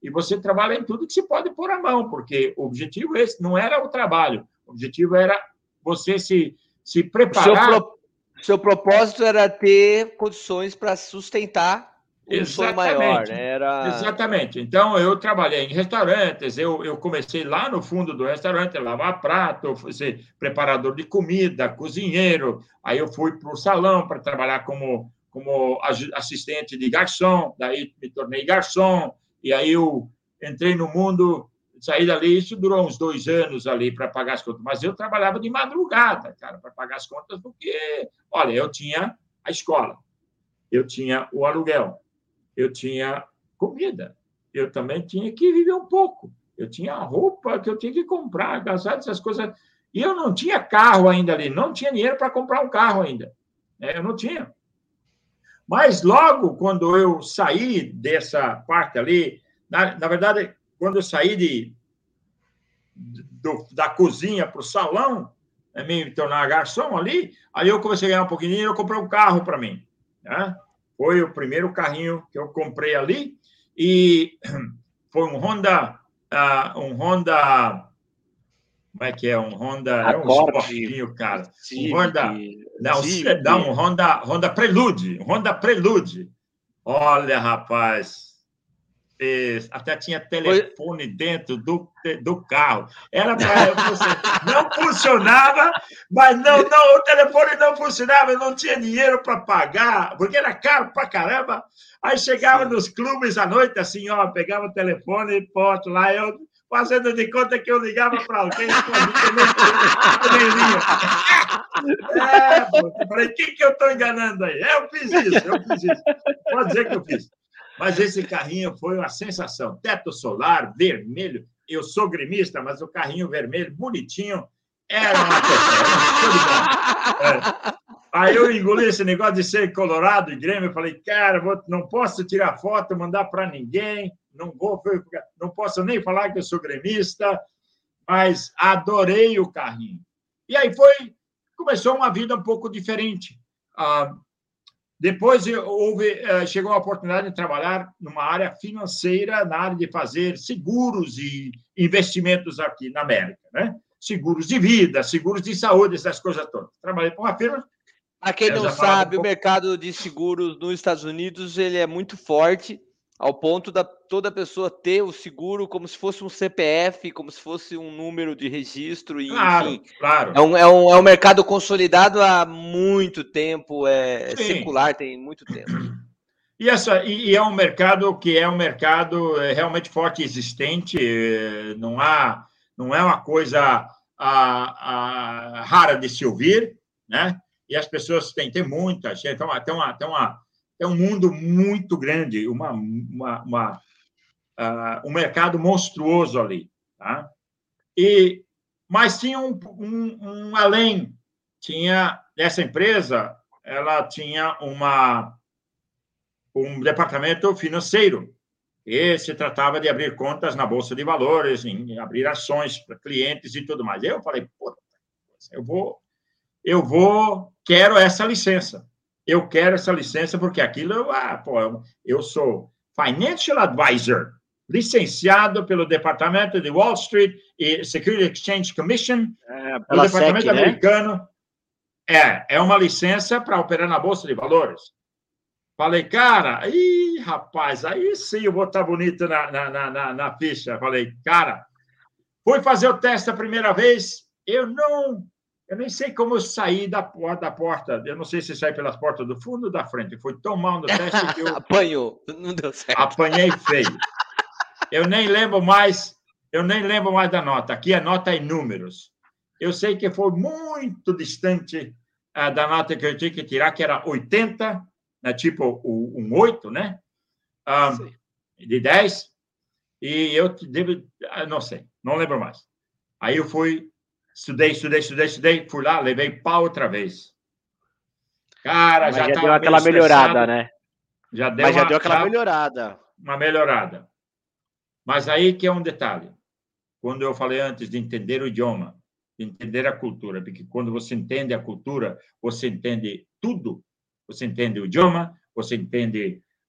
e você trabalha em tudo que se pode pôr a mão, porque o objetivo esse não era o trabalho, o objetivo era você se preparar. Seu propósito era ter condições para sustentar um sonho maior, né? Exatamente. Então, eu trabalhei em restaurantes, eu comecei lá no fundo do restaurante, lavar prato, ser preparador de comida, cozinheiro, aí eu fui para o salão para trabalhar como assistente de garçom, daí me tornei garçom, e aí eu entrei no mundo, saí dali, isso durou uns 2 anos ali para pagar as contas, mas eu trabalhava de madrugada, cara, para pagar as contas, porque, olha, eu tinha a escola, eu tinha o aluguel, eu tinha comida, eu também tinha que viver um pouco, eu tinha roupa que eu tinha que comprar, gastar essas coisas, e eu não tinha carro ainda ali, não tinha dinheiro para comprar um carro ainda, eu não tinha. Mas logo quando eu saí dessa parte ali, na verdade, quando eu saí da cozinha para o salão, me tornar garçom ali, aí eu comecei a ganhar um pouquinho de dinheiro, eu comprei um carro para mim, né? Foi o primeiro carrinho que eu comprei ali e foi um Honda, como é que é? Um Honda, é um esportinho, cara. Um Honda, não, um Honda Prelude, um Honda Prelude. Olha, rapaz, até tinha telefone dentro do carro. Era para você. Não funcionava, mas o telefone não funcionava, eu não tinha dinheiro para pagar, porque era caro para caramba. Aí chegava nos clubes à noite, assim, ó, pegava o telefone e pronto, lá eu fazendo de conta que eu ligava para alguém, eu nem linha. Falei, quem que eu estou enganando aí? Eu fiz isso. Pode dizer que eu fiz. Mas esse carrinho foi uma sensação. Teto solar, vermelho. Eu sou gremista, mas o carrinho vermelho, bonitinho, era uma coisa. Aí eu engoli esse negócio de ser colorado e Grêmio. Eu falei, cara, não posso tirar foto, mandar para ninguém. Não posso nem falar que eu sou gremista, mas adorei o carrinho. E aí começou uma vida um pouco diferente. Depois chegou a oportunidade de trabalhar numa área financeira, na área de fazer seguros e investimentos aqui na América, né? Seguros de vida, seguros de saúde, essas coisas todas. Trabalhei para uma firma. Para quem não sabe, o mercado de seguros nos Estados Unidos ele é muito forte, ao ponto da toda pessoa ter o seguro como se fosse um CPF, como se fosse um número de registro, e enfim. Claro. É um mercado consolidado há muito tempo, secular, tem muito tempo. E é um mercado que é um mercado realmente forte e existente, não é uma coisa rara de se ouvir, né? E as pessoas têm muita gente, tem um mundo muito grande, um mercado monstruoso ali, tá? Mas tinha um além, essa empresa, ela tinha um departamento financeiro, e se tratava de abrir contas na Bolsa de Valores, em abrir ações para clientes e tudo mais. Eu falei, pô, quero essa licença. Eu quero essa licença porque aquilo, eu sou Financial Advisor, licenciado pelo Departamento de Wall Street e Securities Exchange Commission, do Departamento americano. É uma licença para operar na Bolsa de Valores. Falei, cara, rapaz, aí sim eu vou estar bonito na ficha. Falei, cara, fui fazer o teste a primeira vez, eu nem sei como eu saí da porta. Eu não sei se saí pelas portas do fundo ou da frente. Foi tão mal no teste que eu... Apanhou, não deu certo. Apanhei feio. Eu nem lembro mais da nota. Aqui a nota é em números. Eu sei que foi muito distante da nota que eu tinha que tirar, que era 80, né, tipo um 8, né? De 10. E eu não sei, não lembro mais. Aí eu fui... Estudei, fui lá, levei pau outra vez. Cara, já deu aquela melhorada, né? Já deu aquela melhorada. Uma melhorada. Mas aí que é um detalhe. Quando eu falei antes de entender o idioma, de entender a cultura, porque quando você entende a cultura, você entende tudo. Você entende o idioma, você entende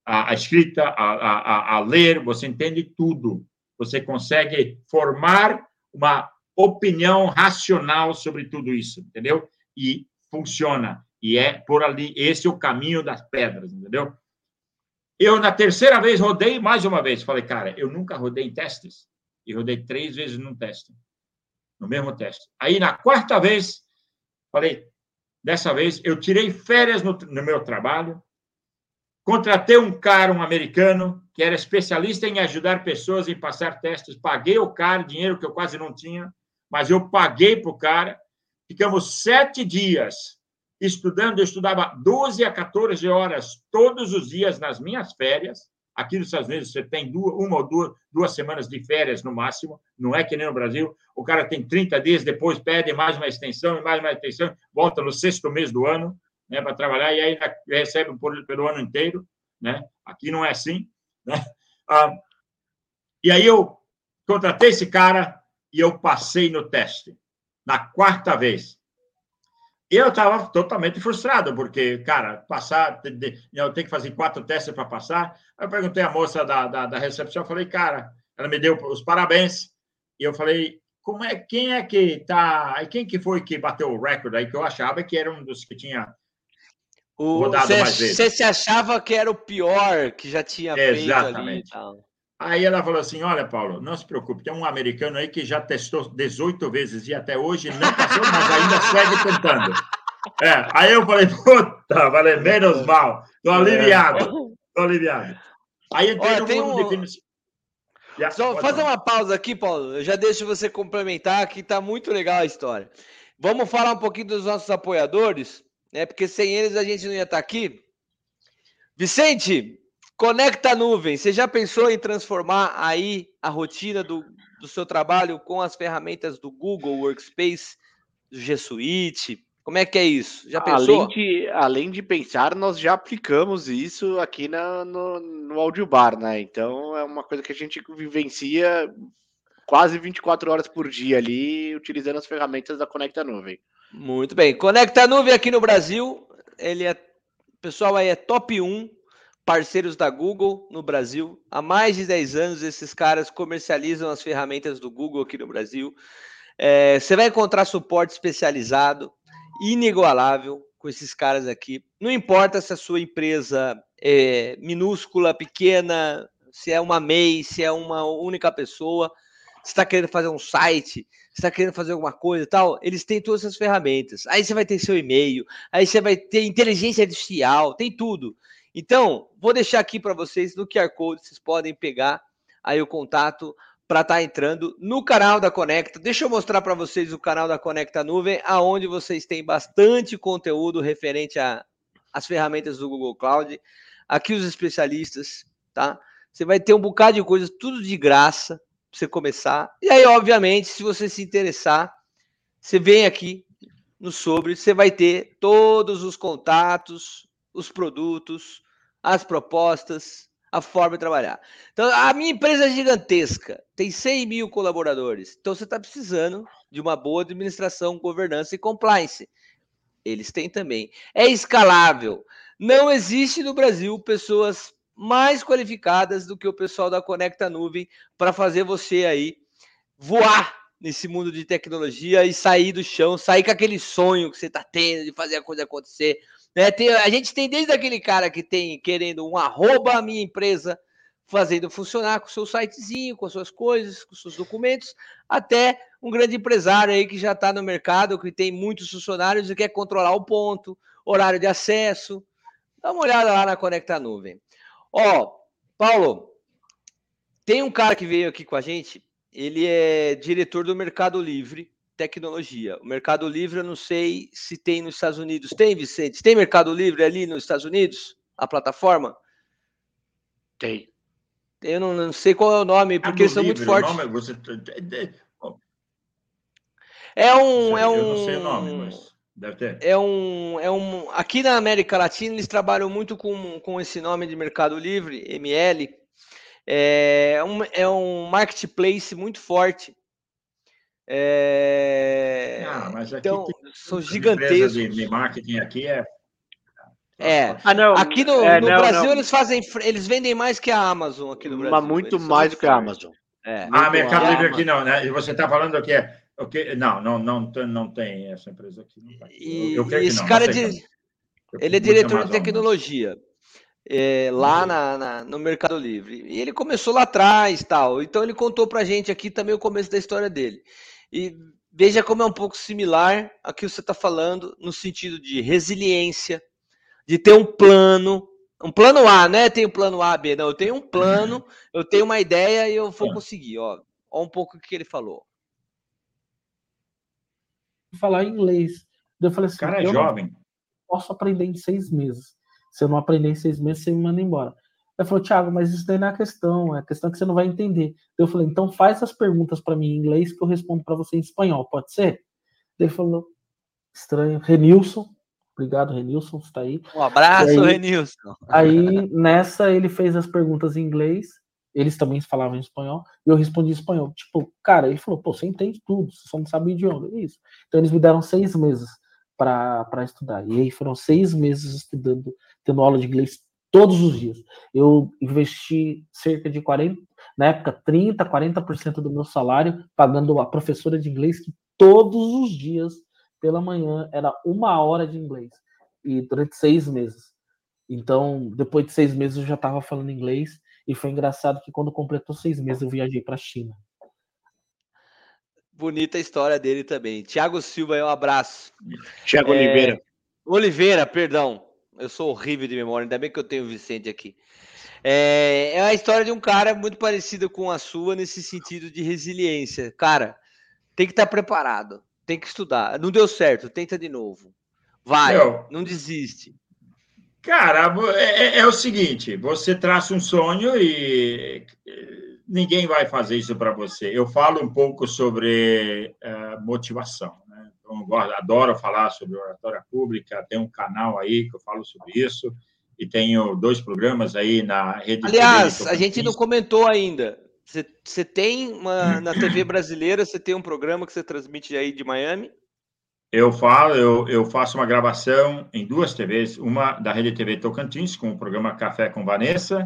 a escrita, a ler, você entende tudo. Você consegue formar uma opinião racional sobre tudo isso, entendeu? E funciona. E é por ali, esse é o caminho das pedras, entendeu? Eu, na terceira vez, rodei mais uma vez. Falei, cara, eu nunca rodei em testes. E rodei 3 vezes num teste, no mesmo teste. Aí, na quarta vez, falei, dessa vez, eu tirei férias no meu trabalho, contratei um cara, um americano, que era especialista em ajudar pessoas em passar testes. Paguei o cara, dinheiro que eu quase não tinha, mas eu paguei para o cara. Ficamos 7 dias estudando. Eu estudava 12 a 14 horas todos os dias nas minhas férias. Aqui nos Estados Unidos, você tem uma ou duas semanas de férias no máximo. Não é que nem no Brasil. O cara tem 30 dias, depois pede mais uma extensão, e mais uma extensão, volta no 6º mês do ano, né, para trabalhar, e aí recebe pelo ano inteiro, né? Aqui não é assim, né? E aí eu contratei esse cara e eu passei no teste, na quarta vez. Eu estava totalmente frustrado, porque, cara, passar, eu tenho que fazer 4 testes para passar. Aí eu perguntei à moça da recepção, falei, cara, ela me deu os parabéns, e eu falei, quem é que tá, quem que foi que bateu o recorde aí, que eu achava que era um dos que tinha rodado mais vezes. Você se achava que era o pior que já tinha feito ali e tal. Aí ela falou assim, olha, Paulo, não se preocupe, tem um americano aí que já testou 18 vezes e até hoje não passou, mas ainda segue tentando. Aí eu falei, puta, falei, menos mal, tô aliviado. Aí entrei no mundo de definição. Só fazer uma pausa aqui, Paulo, eu já deixo você complementar, que tá muito legal a história. Vamos falar um pouquinho dos nossos apoiadores, né? Porque sem eles a gente não ia estar aqui. Vicente, Conecta Nuvem. Você já pensou em transformar aí a rotina do seu trabalho com as ferramentas do Google Workspace, do G Suite? Como é que é isso? Já pensou? Além de pensar, nós já aplicamos isso aqui no Audiobar, né? Então é uma coisa que a gente vivencia quase 24 horas por dia ali, utilizando as ferramentas da Conecta Nuvem. Muito bem. Conecta Nuvem aqui no Brasil, pessoal aí é top 1 parceiros da Google no Brasil. Há mais de 10 anos esses caras comercializam as ferramentas do Google aqui no Brasil. Você vai encontrar suporte especializado, inigualável com esses caras aqui. Não importa se a sua empresa é minúscula, pequena, se é uma MEI, se é uma única pessoa, se está querendo fazer um site, se está querendo fazer alguma coisa e tal, eles têm todas essas ferramentas. Aí você vai ter seu e-mail, aí você vai ter inteligência artificial, tem tudo. Então, vou deixar aqui para vocês no QR Code, vocês podem pegar aí o contato para estar entrando no canal da Conecta. Deixa eu mostrar para vocês o canal da Conecta Nuvem, aonde vocês têm bastante conteúdo referente às ferramentas do Google Cloud. Aqui os especialistas, tá? Você vai ter um bocado de coisas, tudo de graça, para você começar. E aí, obviamente, se você se interessar, você vem aqui no Sobre, você vai ter todos os contatos, os produtos, as propostas, a forma de trabalhar. Então, a minha empresa é gigantesca, tem 100 mil colaboradores. Então, você está precisando de uma boa administração, governança e compliance. Eles têm também. É escalável. Não existe no Brasil pessoas mais qualificadas do que o pessoal da Conecta Nuvem para fazer você aí voar nesse mundo de tecnologia e sair do chão, sair com aquele sonho que você está tendo de fazer a coisa acontecer. Né? A gente tem desde aquele cara que tem querendo um @ minha empresa, fazendo funcionar com o seu sitezinho, com as suas coisas, com os seus documentos, até um grande empresário aí que já está no mercado, que tem muitos funcionários e quer controlar o ponto, horário de acesso. Dá uma olhada lá na Conecta Nuvem. Paulo, tem um cara que veio aqui com a gente, ele é diretor do Mercado Livre Tecnologia. O Mercado Livre, eu não sei se tem nos Estados Unidos. Tem, Vicente? Tem Mercado Livre ali nos Estados Unidos? A plataforma? Tem. Eu não sei qual é o nome, porque são muito fortes. O nome, você... Eu não sei o nome, mas deve ter. Aqui na América Latina, eles trabalham muito com esse nome de Mercado Livre, ML. É um marketplace muito forte. Mas aqui então, tem são gigantescos. Empresas de marketing aqui Não. Aqui no Brasil eles vendem mais que a Amazon aqui no Brasil. Mas muito mais do que a Amazon. Mercado Livre aqui não, né? E você está falando que é o que? Não tem essa empresa aqui. Não tá aqui. Eu creio esse que não. cara ele é diretor de tecnologia lá no Mercado Livre. E ele começou lá atrás, tal. Então ele contou pra gente aqui também o começo da história dele. E veja como é um pouco similar ao que você está falando no sentido de resiliência, de ter um plano A, né? Tem o plano A, B, não. Eu tenho um plano, eu tenho uma ideia e eu vou conseguir, ó um pouco o que ele falou. Falar inglês. Eu falei assim, o cara é jovem. Não posso aprender em 6 meses. Se eu não aprender em 6 meses, você me manda embora. Ele falou, Thiago, mas isso daí não é a questão. É a questão que você não vai entender. Eu falei, então faz as perguntas para mim em inglês que eu respondo para você em espanhol, pode ser? Ele falou, estranho. Renilson. Obrigado, Renilson, você está aí. Um abraço, Renilson. Aí, nessa, ele fez as perguntas em inglês, eles também falavam em espanhol, e eu respondi em espanhol. Tipo, cara, ele falou, você entende tudo, você só não sabe o idioma. Isso. Então, eles me deram 6 meses para estudar. E aí foram 6 meses estudando, tendo aula de inglês todos os dias. Eu investi cerca de 40%, na época, 30%, 40% do meu salário, pagando a professora de inglês, que todos os dias, pela manhã, era 1 hora de inglês. E durante 6 meses. Então, depois de 6 meses, eu já estava falando inglês. E foi engraçado que quando completou 6 meses, eu viajei para a China. Bonita a história dele também. Thiago Silva, um abraço. Thiago Oliveira. Oliveira, perdão. Eu sou horrível de memória, ainda bem que eu tenho o Vicente aqui. É a história de um cara muito parecido com a sua, nesse sentido de resiliência. Cara, tem que estar preparado, tem que estudar. Não deu certo, tenta de novo. Vai, não desiste. Cara, é o seguinte, você traça um sonho e ninguém vai fazer isso para você. Eu falo um pouco sobre motivação, né? Eu adoro falar sobre oratória pública, tem um canal aí que eu falo sobre isso, e tenho 2 programas aí na rede. Aliás, a gente não comentou ainda. Você tem na TV brasileira, você tem um programa que você transmite aí de Miami? Eu faço uma gravação em 2 TVs, uma da Rede TV Tocantins, com o programa Café com Vanessa,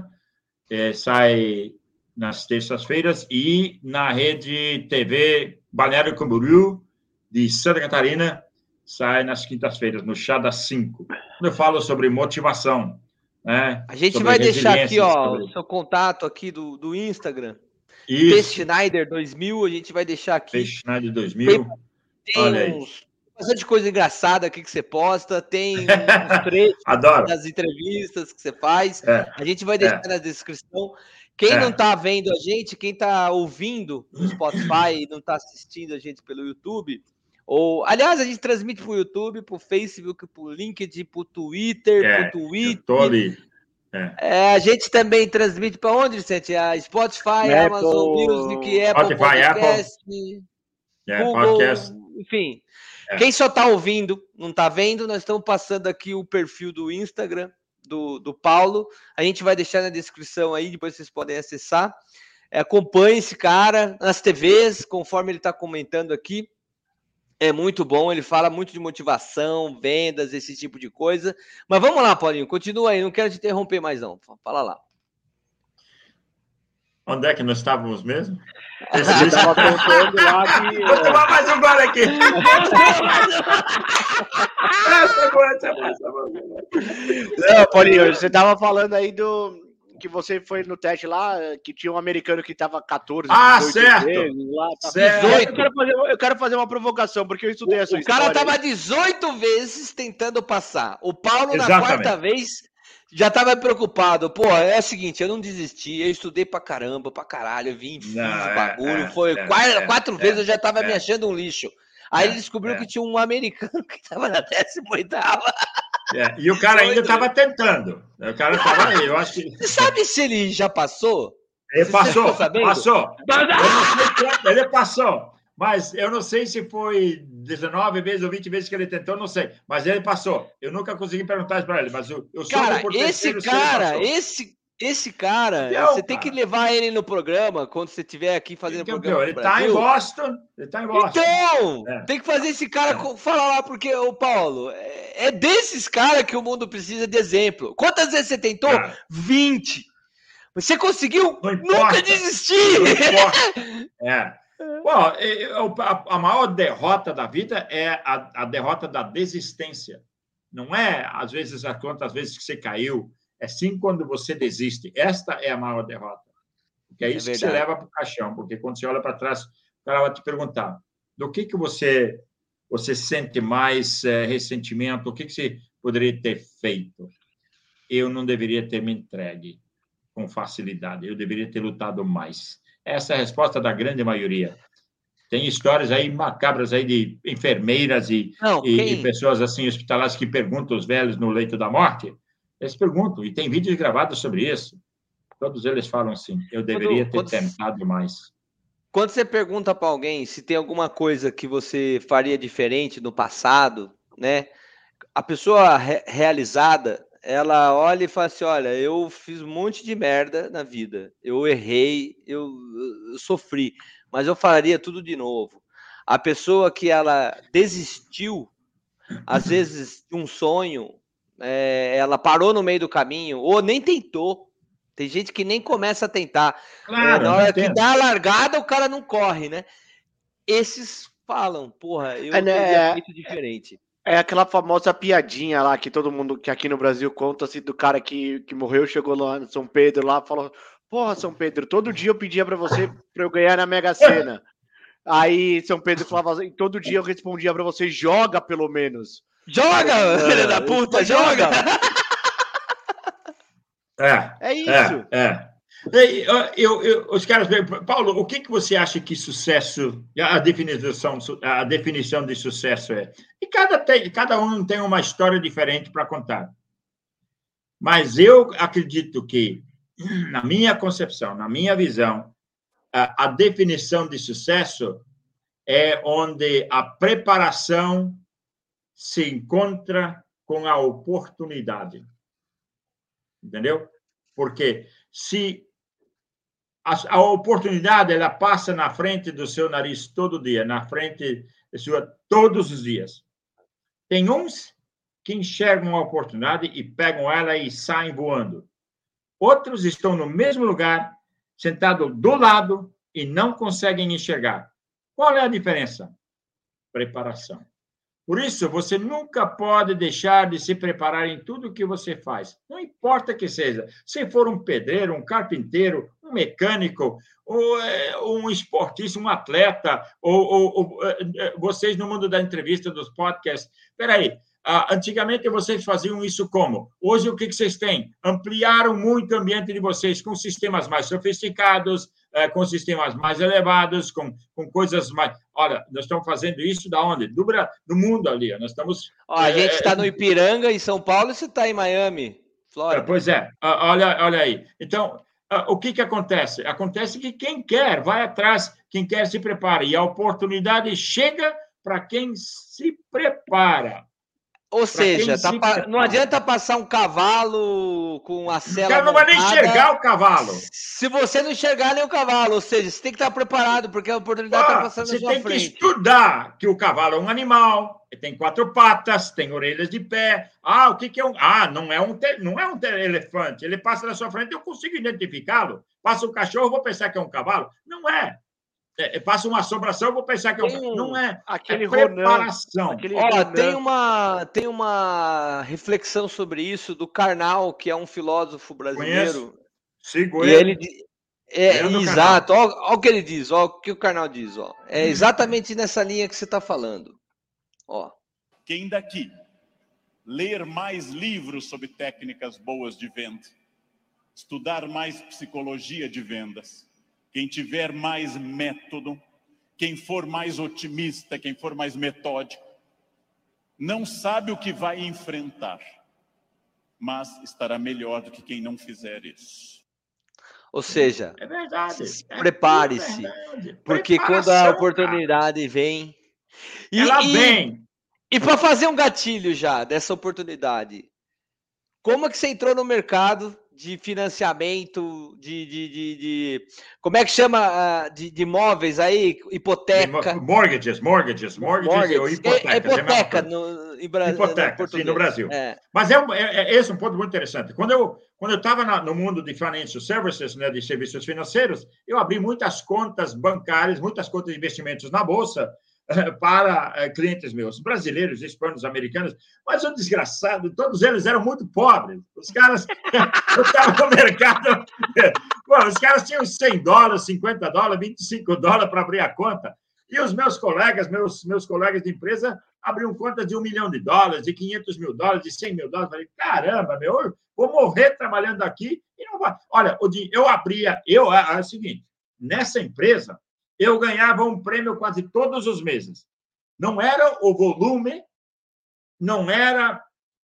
sai nas terças-feiras, e na Rede TV Balneário Camboriú, de Santa Catarina, sai nas quintas-feiras, no Chá das 5. Eu falo sobre motivação. Né? A gente vai deixar aqui o seu contato aqui do Instagram. Schneider 2000, a gente vai deixar aqui. Schneider 2000. Tem bastante coisa engraçada aqui que você posta, tem uns trechos das entrevistas que você faz. A gente vai deixar na descrição. Quem não está vendo a gente, quem está ouvindo no Spotify e não está assistindo a gente pelo YouTube, aliás, a gente transmite para o YouTube, para o Facebook, para o LinkedIn, para o Twitter, para o Twitch. Estou ali. A gente também transmite para onde, Vicente? A Spotify, Amazon Music, Apple Podcast, Google, podcast. Enfim. Quem só está ouvindo, não está vendo, nós estamos passando aqui o perfil do Instagram do Paulo. A gente vai deixar na descrição aí, depois vocês podem acessar. Acompanhe esse cara nas TVs, conforme ele está comentando aqui. É muito bom, ele fala muito de motivação, vendas, esse tipo de coisa. Mas vamos lá, Paulinho, continua aí, não quero te interromper mais não. Fala lá. Onde é que nós estávamos mesmo? Você estava contando lá que... Vou tomar mais um gole aqui. Não, Paulinho, você estava falando aí que você foi no teste lá, que tinha um americano que estava 14, 18 certo. Vezes, lá, tá... certo. Eu quero fazer uma provocação, porque eu estudei essa história. O cara estava 18 vezes tentando passar. O Paulo, na quarta vez... Já tava preocupado. Pô, é o seguinte, eu não desisti, eu estudei pra caralho, eu vim, fiz o bagulho, quatro vezes eu já tava me achando um lixo. Aí ele descobriu que tinha um americano que tava na 18ª. E o cara ainda tava tentando. O cara tava aí, eu acho que... Você sabe se ele já passou? Ele passou. Ele passou. Mas eu não sei se foi 19 vezes ou 20 vezes que ele tentou, não sei. Mas ele passou. Eu nunca consegui perguntar isso para ele, mas eu soube por terceiro se ele passou. Esse cara, Campeão, você tem que cara. levar ele no programa, quando você estiver aqui fazendo Campeão. programa Ele no está em Brasil. Boston. Ele tá em Boston. Então, tem que fazer esse cara falar lá, porque, ô Paulo, é desses caras que o mundo precisa de exemplo. Quantas vezes você tentou? Cara. 20. Você conseguiu Não importa. nunca desistir. Não importa. Bom, a maior derrota da vida é a derrota da desistência. Não é, às vezes, a quantas vezes que você caiu, é sim quando você desiste. Esta é a maior derrota. Porque é isso que você leva para o caixão. Porque quando você olha para trás, o cara vai te perguntar do que você sente mais ressentimento, o que você poderia ter feito? Eu não deveria ter me entregue com facilidade, eu deveria ter lutado mais. Essa é a resposta da grande maioria. Tem histórias aí macabras aí de enfermeiras e pessoas assim hospitalares que perguntam aos velhos no leito da morte. Eles perguntam, e tem vídeos gravados sobre isso. Todos eles falam assim, eu deveria ter tentado mais. Quando você pergunta para alguém se tem alguma coisa que você faria diferente no passado, né? A pessoa realizada, ela olha e fala assim, olha, eu fiz um monte de merda na vida, eu errei, eu sofri, mas eu faria tudo de novo. A pessoa que ela desistiu, às vezes, de um sonho, ela parou no meio do caminho, ou nem tentou. Tem gente que nem começa a tentar. Claro, na hora que dá a largada, o cara não corre, né? Esses falam, porra, eu teria feito diferente. É aquela famosa piadinha lá que todo mundo que aqui no Brasil conta assim, do cara que morreu, chegou lá no São Pedro lá, falou: porra, São Pedro, todo dia eu pedia pra você pra eu ganhar na Mega Sena. Aí São Pedro falava assim, todo dia eu respondia pra você, joga pelo menos. Joga, filha da puta, joga! É isso. Os caras perguntam, Paulo, o que você acha que sucesso, a definição de sucesso é? E cada um tem uma história diferente para contar. Mas eu acredito que, na minha concepção, na minha visão, a definição de sucesso é onde a preparação se encontra com a oportunidade. Entendeu? Porque se a oportunidade ela passa na frente do seu nariz todo dia, na frente sua todos os dias. Tem uns que enxergam a oportunidade e pegam ela e saem voando. Outros estão no mesmo lugar, sentados do lado e não conseguem enxergar. Qual é a diferença? Preparação. Por isso, você nunca pode deixar de se preparar em tudo que você faz. Não importa que seja. Se for um pedreiro, um carpinteiro, um mecânico, ou um esportista, um atleta, ou vocês no mundo da entrevista, dos podcasts. Espera aí. Antigamente, vocês faziam isso como? Hoje, o que vocês têm? Ampliaram muito o ambiente de vocês com sistemas mais sofisticados, com sistemas mais elevados, com coisas mais... Olha, nós estamos fazendo isso da onde? Do mundo ali. Nós estamos... a gente está no Ipiranga, em São Paulo, e você está em Miami, Flórida. Pois é. Olha aí. Então, o que acontece? Acontece que quem quer vai atrás, quem quer se prepara. E a oportunidade chega para quem se prepara. Ou seja, não adianta passar um cavalo com a sela. O cara não vai nem enxergar o cavalo. Se você não enxergar nem o cavalo, ou seja, você tem que estar preparado, porque a oportunidade está passando na sua frente. Você tem que estudar que o cavalo é um animal, tem 4 patas, tem orelhas de pé. O que é um... não é um elefante. Ele passa na sua frente, eu consigo identificá-lo. Passa um cachorro, vou pensar que é um cavalo. Não é. Passa uma assombração, vou pensar que não é. Aquele preparação. Tem uma reflexão sobre isso do Karnal, que é um filósofo brasileiro. Sigo ele. Exato. Olha o que ele diz, olha o que o Karnal diz. É exatamente nessa linha que você está falando. Quem daqui ler mais livros sobre técnicas boas de venda, estudar mais psicologia de vendas, quem tiver mais método, quem for mais otimista, quem for mais metódico, não sabe o que vai enfrentar, mas estará melhor do que quem não fizer isso. Ou seja, é verdade. Prepare-se, porque quando a oportunidade vem... Ela vem! E para fazer um gatilho já dessa oportunidade, como é que você entrou no mercado de financiamento, como é que chama, de imóveis aí, hipoteca. Mortgages ou hipotecas. Hipoteca no Brasil. Mas esse é um ponto muito interessante. Quando eu estava no mundo de financial services, né, de serviços financeiros, eu abri muitas contas bancárias, muitas contas de investimentos na Bolsa, para clientes meus, brasileiros, hispanos, americanos, mas o desgraçado, todos eles eram muito pobres. Os caras, eu estava no mercado, os caras tinham $100, $50, $25 para abrir a conta, e os meus colegas, meus colegas de empresa abriam contas de $1 milhão, de $500 mil, de $100 mil. Falei, caramba, eu vou morrer trabalhando aqui e não vai. Olha, é o seguinte, nessa empresa, eu ganhava um prêmio quase todos os meses. Não era o volume, não era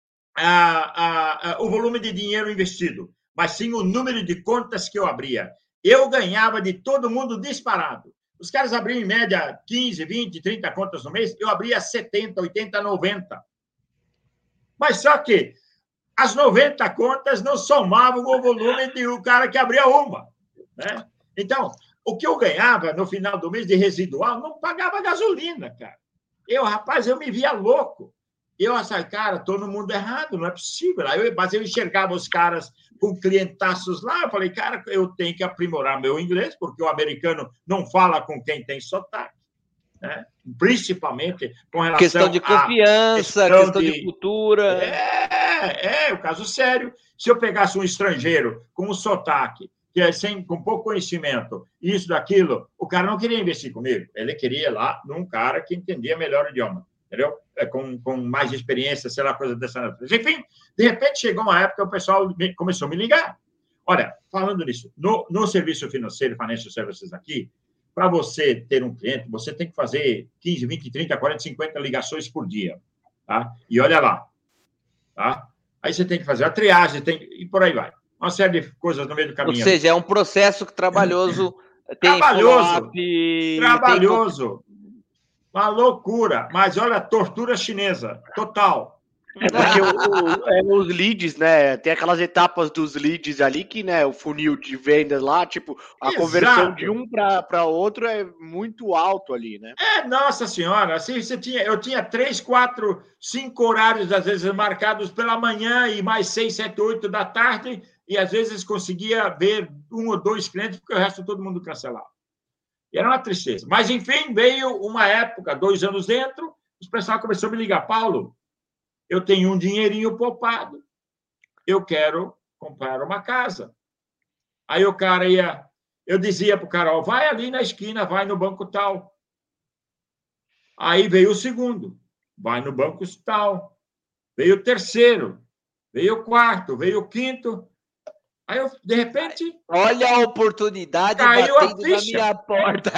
o volume de dinheiro investido, mas sim o número de contas que eu abria. Eu ganhava de todo mundo disparado. Os caras abriam, em média, 15, 20, 30 contas no mês, eu abria 70, 80, 90. Mas só que as 90 contas não somavam o volume do cara que abria uma, né? Então, o que eu ganhava no final do mês de residual não pagava gasolina, cara. Eu me via louco. Eu achava, cara, estou no mundo errado, não é possível. Mas eu enxergava os caras com clientaços lá, eu falei, cara, eu tenho que aprimorar meu inglês, porque o americano não fala com quem tem sotaque, né? Principalmente com relação questão de confiança, questão de cultura. O caso sério. Se eu pegasse um estrangeiro com um sotaque, que é com pouco conhecimento, isso, daquilo, o cara não queria investir comigo. Ele queria ir lá num cara que entendia melhor o idioma, entendeu? Com mais experiência, sei lá, coisa dessa natureza. Enfim, de repente chegou uma época que o pessoal começou a me ligar. Olha, falando nisso, no serviço financeiro, Financial Services aqui, para você ter um cliente, você tem que fazer 15, 20, 30, 40, 50 ligações por dia, tá? E olha lá, tá? Aí você tem que fazer a triagem, e por aí vai. Uma série de coisas no meio do caminho. Ou seja, é um processo trabalhoso. Trabalhoso. Uma loucura. Mas, olha, tortura chinesa. Total. Porque os leads, né? Tem aquelas etapas dos leads ali que, né? O funil de vendas lá, tipo, a conversão de um para outro é muito alto ali, né? Nossa senhora. Assim, eu tinha 3, 4, 5 horários, às vezes, marcados pela manhã e mais 6, 7, 8 da tarde, e às vezes conseguia ver 1 ou 2 clientes, porque o resto todo mundo cancelava. E era uma tristeza. Mas, enfim, veio uma época, 2 anos dentro, o pessoal começou a me ligar, Paulo, eu tenho um dinheirinho poupado, eu quero comprar uma casa. Aí o cara eu dizia para o cara, vai ali na esquina, vai no banco tal. Aí veio o segundo, vai no banco tal. Veio o terceiro, veio o quarto, veio o quinto. Aí eu, de repente... Olha a oportunidade batendo na minha porta.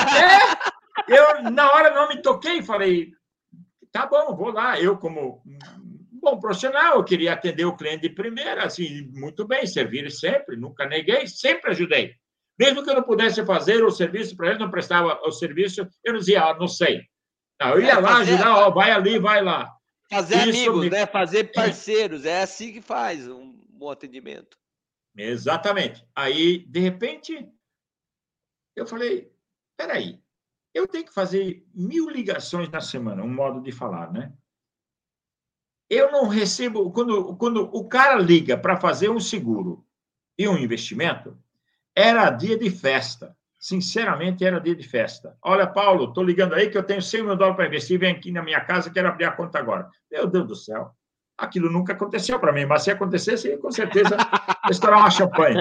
Eu, na hora, não me toquei, falei, tá bom, vou lá. Eu, como um bom profissional, eu queria atender o cliente de primeira, assim, muito bem, servir sempre, nunca neguei, sempre ajudei. Mesmo que eu não pudesse fazer o serviço para ele, não prestava o serviço, eu não dizia, não sei. Não, eu ia lá ajudar, vai ali, vai lá. Fazer amigos, né? Fazer parceiros, é assim que faz um bom atendimento. Exatamente. Aí, de repente, eu falei, peraí, eu tenho que fazer 1000 ligações na semana, um modo de falar, né? Eu não recebo... Quando o cara liga para fazer um seguro e um investimento, era dia de festa. Sinceramente, era dia de festa. Olha, Paulo, estou ligando aí que eu tenho $100 mil para investir, vem aqui na minha casa, quero abrir a conta agora. Meu Deus do céu. Aquilo nunca aconteceu para mim, mas se acontecesse, com certeza, estourar uma champanhe.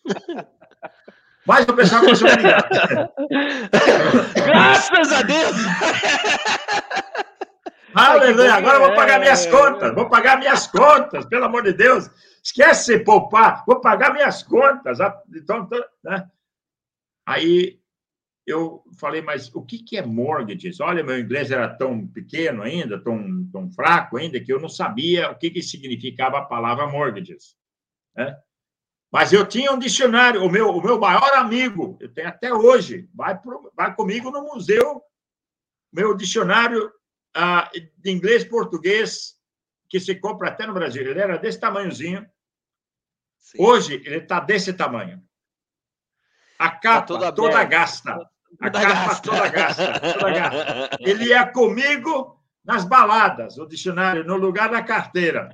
Mas o pessoal começou a ligar. Graças a Deus! Aleluia! Agora eu vou pagar minhas contas, pelo amor de Deus. Esquece de poupar, vou pagar minhas contas. Então, né? Aí eu falei, mas o que é mortgages? Olha, meu inglês era tão pequeno ainda, tão fraco ainda, que eu não sabia o que significava a palavra mortgages, né? Mas eu tinha um dicionário, o meu maior amigo, eu tenho até hoje, vai comigo no museu, meu dicionário de inglês e português, que se compra até no Brasil. Ele era desse tamanhozinho. Sim. Hoje, ele está desse tamanho. A capa toda gasta. A capa toda gasta. Ele é comigo nas baladas, o dicionário, no lugar da carteira.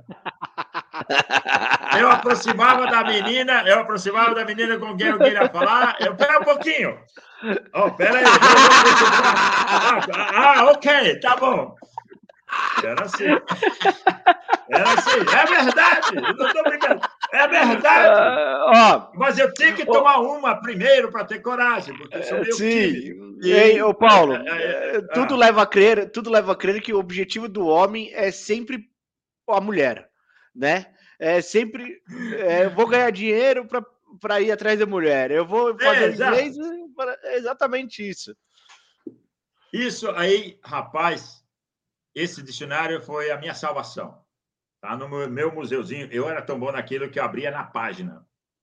Eu aproximava da menina com quem eu queria falar. Pera um pouquinho. Pera aí. Ok, tá bom. Era assim. É verdade. Eu não estou brincando. É verdade. Mas eu tenho que tomar uma primeiro para ter coragem, porque eu sou meio tímido. Ô, Paulo, tudo leva a crer que o objetivo do homem é sempre a mulher, né? É sempre, eu vou ganhar dinheiro para ir atrás da mulher. Eu vou fazer inglês, é exatamente isso. Isso aí, rapaz, esse dicionário foi a minha salvação. Tá no meu museuzinho. Eu era tão bom naquilo que eu abria na página.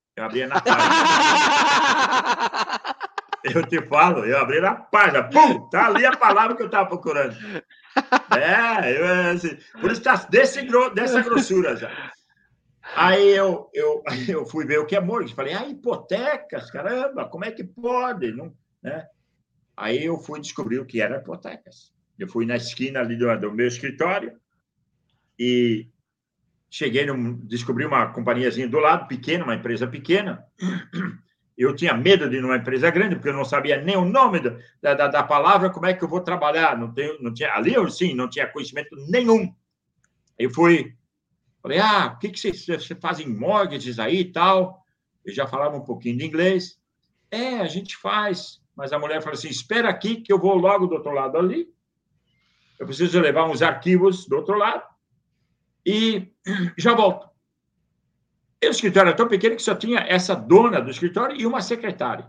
Eu te falo, eu abri na página. Pum! Tá ali a palavra que eu estava procurando. Assim, por isso está dessa grossura já. Aí eu fui ver o que é mortgage. Falei, hipotecas, caramba, como é que pode? Não, né? Aí eu fui descobrir o que era hipotecas. Eu fui na esquina ali do meu escritório e descobri uma companhiazinha do lado, pequena, uma empresa pequena. Eu tinha medo de ir numa empresa grande, porque eu não sabia nem o nome da palavra, como é que eu vou trabalhar. Ali eu, sim, não tinha conhecimento nenhum. Eu falei, o que vocês fazem mortgages aí e tal? Eu já falava um pouquinho de inglês. A gente faz. Mas a mulher falou assim, espera aqui que eu vou logo do outro lado ali. Eu preciso levar uns arquivos do outro lado e já volto. E o escritório era tão pequeno que só tinha essa dona do escritório e uma secretária.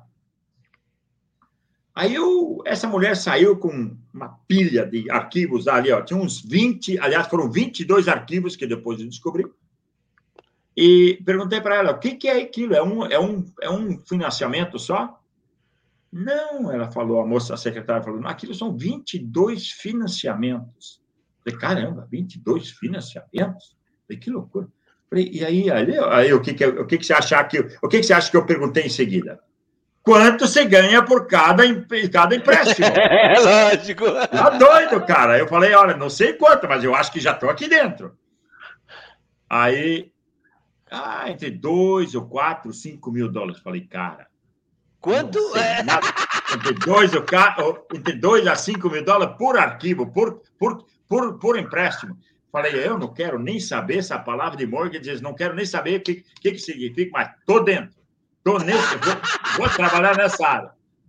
Aí essa mulher saiu com uma pilha de arquivos ali, tinha uns 20, aliás, foram 22 arquivos que depois eu descobri. E perguntei para ela, o que é aquilo? É um financiamento só? Não, ela falou, a secretária falou, não, aquilo são 22 financiamentos. Falei, caramba, 22 financiamentos? Falei, que loucura. Falei, e aí o que você acha que eu perguntei em seguida? Quanto você ganha por cada empréstimo? É lógico. Tá doido, cara. Eu falei, olha, não sei quanto, mas eu acho que já estou aqui dentro. Aí, entre 2 ou 4, 5 mil dólares. Falei, cara. Quanto? Entre 2 a 5 mil dólares por arquivo, por empréstimo. Falei, eu não quero nem saber essa palavra de mortgages, não quero nem saber o que significa, mas estou dentro. Vou trabalhar nessa área.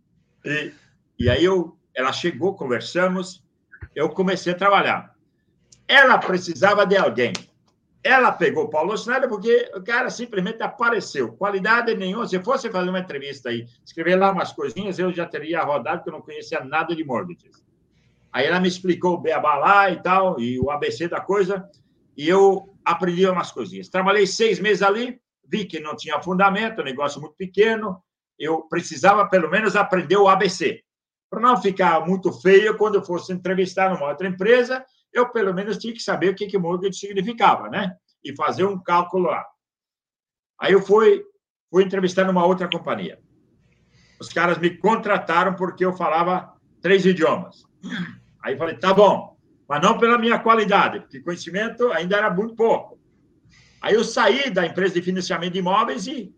E aí ela chegou, conversamos, eu comecei a trabalhar. Ela precisava de alguém. Ela pegou o Paulo Schneider porque o cara simplesmente apareceu. Qualidade nenhuma. Se fosse fazer uma entrevista aí, escrever lá umas coisinhas, eu já teria rodado, porque eu não conhecia nada de mortgages. Aí ela me explicou o beabá lá e tal, e o ABC da coisa, e eu aprendi umas coisinhas. Trabalhei 6 meses ali, vi que não tinha fundamento, negócio muito pequeno, eu precisava pelo menos aprender o ABC. Para não ficar muito feio, quando eu fosse entrevistar numa outra empresa, eu pelo menos tinha que saber o que mortgage significava, né? E fazer um cálculo lá. Aí eu fui entrevistar numa outra companhia. Os caras me contrataram porque eu falava 3 idiomas. Aí eu falei, tá bom, mas não pela minha qualidade, porque conhecimento ainda era muito pouco. Aí eu saí da empresa de financiamento de imóveis de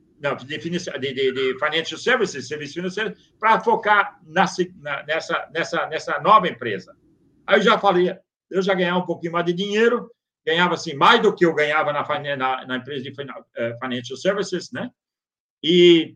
financial services, serviços financeiros, para focar nessa nova empresa. Aí eu já falei, eu já ganhava um pouquinho mais de dinheiro, ganhava assim, mais do que eu ganhava na empresa de financial services, né? E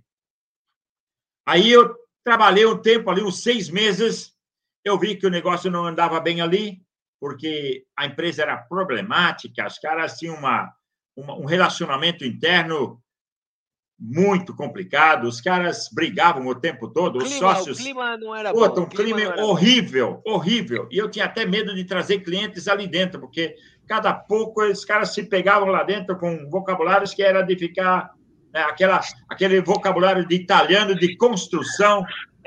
aí eu trabalhei um tempo ali, uns 6 meses, eu vi que o negócio não andava bem ali, porque a empresa era problemática, os caras tinham um relacionamento interno muito complicado, os caras brigavam o tempo todo, os sócios... O clima não era bom. Um clima horrível. E eu tinha até medo de trazer clientes ali dentro, porque cada pouco os caras se pegavam lá dentro com vocabulários que era de ficar... Né, aquele vocabulário de italiano, de construção...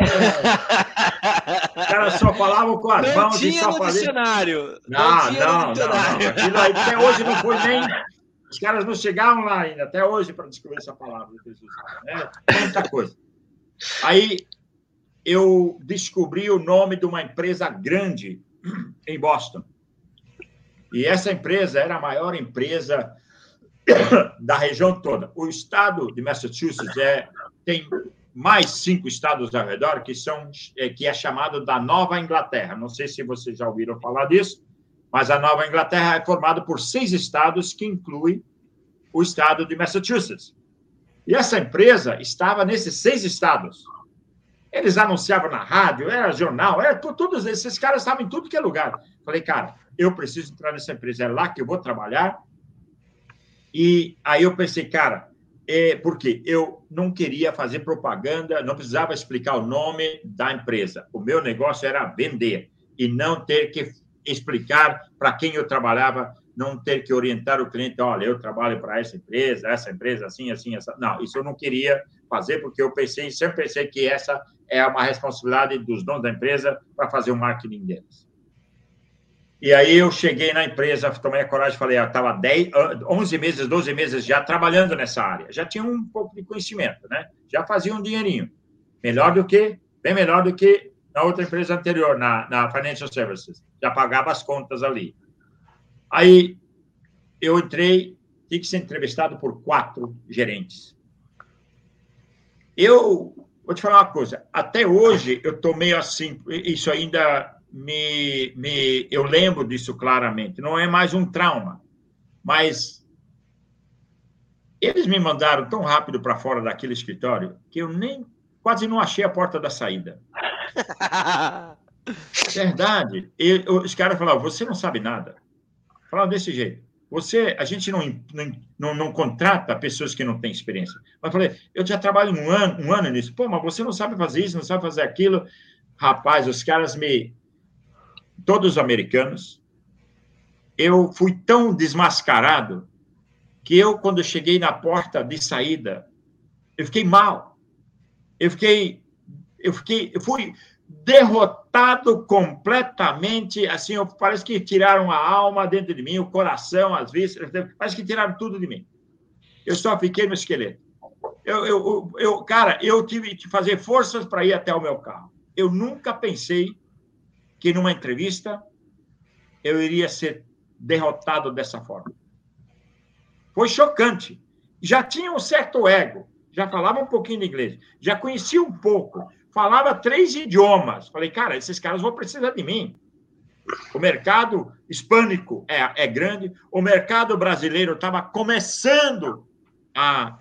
Os caras só falavam com as mãos e só falavam... Dicionário. Não. Aquilo aí até hoje não foi nem Os caras não chegaram lá ainda, até hoje, para descobrir essa palavra que eles usaram, né? Muita coisa. Aí eu descobri o nome de uma empresa grande em Boston. E essa empresa era a maior empresa da região toda. O estado de Massachusetts tem mais 5 estados ao redor que é chamado da Nova Inglaterra. Não sei se vocês já ouviram falar disso, mas a Nova Inglaterra é formada por 6 estados, que inclui o estado de Massachusetts. E essa empresa estava nesses 6 estados. Eles anunciavam na rádio, era jornal, todos esses caras estavam em tudo que é lugar. Falei, cara, eu preciso entrar nessa empresa, é lá que eu vou trabalhar. E aí eu pensei, cara, porque eu não queria fazer propaganda, não precisava explicar o nome da empresa. O meu negócio era vender e não ter que explicar para quem eu trabalhava, não ter que orientar o cliente, olha, eu trabalho para essa empresa assim, assim, essa. Não, isso eu não queria fazer, porque eu sempre pensei que essa é uma responsabilidade dos donos da empresa para fazer o marketing deles. E aí eu cheguei na empresa, tomei a coragem e falei, eu estava 11 meses, 12 meses já trabalhando nessa área, já tinha um pouco de conhecimento, né? Já fazia um dinheirinho, bem melhor do que na outra empresa anterior, na Financial Services, já pagava as contas ali. Aí eu entrei, tive que ser entrevistado por 4 gerentes. Eu vou te falar uma coisa, até hoje eu estou meio assim, isso ainda eu lembro disso claramente, não é mais um trauma, mas eles me mandaram tão rápido para fora daquele escritório que eu quase não achei a porta da saída. Verdade. Os caras falavam, você não sabe nada. Falavam desse jeito. A gente não contrata pessoas que não têm experiência. Mas eu falei, eu já trabalho um ano nisso. Pô, mas você não sabe fazer isso, não sabe fazer aquilo. Rapaz, os caras todos os americanos, eu fui tão desmascarado que quando eu cheguei na porta de saída, eu fiquei mal. Eu fui derrotado completamente, assim, parece que tiraram a alma dentro de mim, o coração, as vísceras, parece que tiraram tudo de mim. Eu só fiquei no esqueleto. Cara, eu tive que fazer forças para ir até o meu carro. Eu nunca pensei que numa entrevista eu iria ser derrotado dessa forma. Foi chocante. Já tinha um certo ego, já falava um pouquinho de inglês, já conhecia um pouco, falava 3 idiomas. Falei, cara, esses caras vão precisar de mim. O mercado hispânico é grande, o mercado brasileiro estava começando a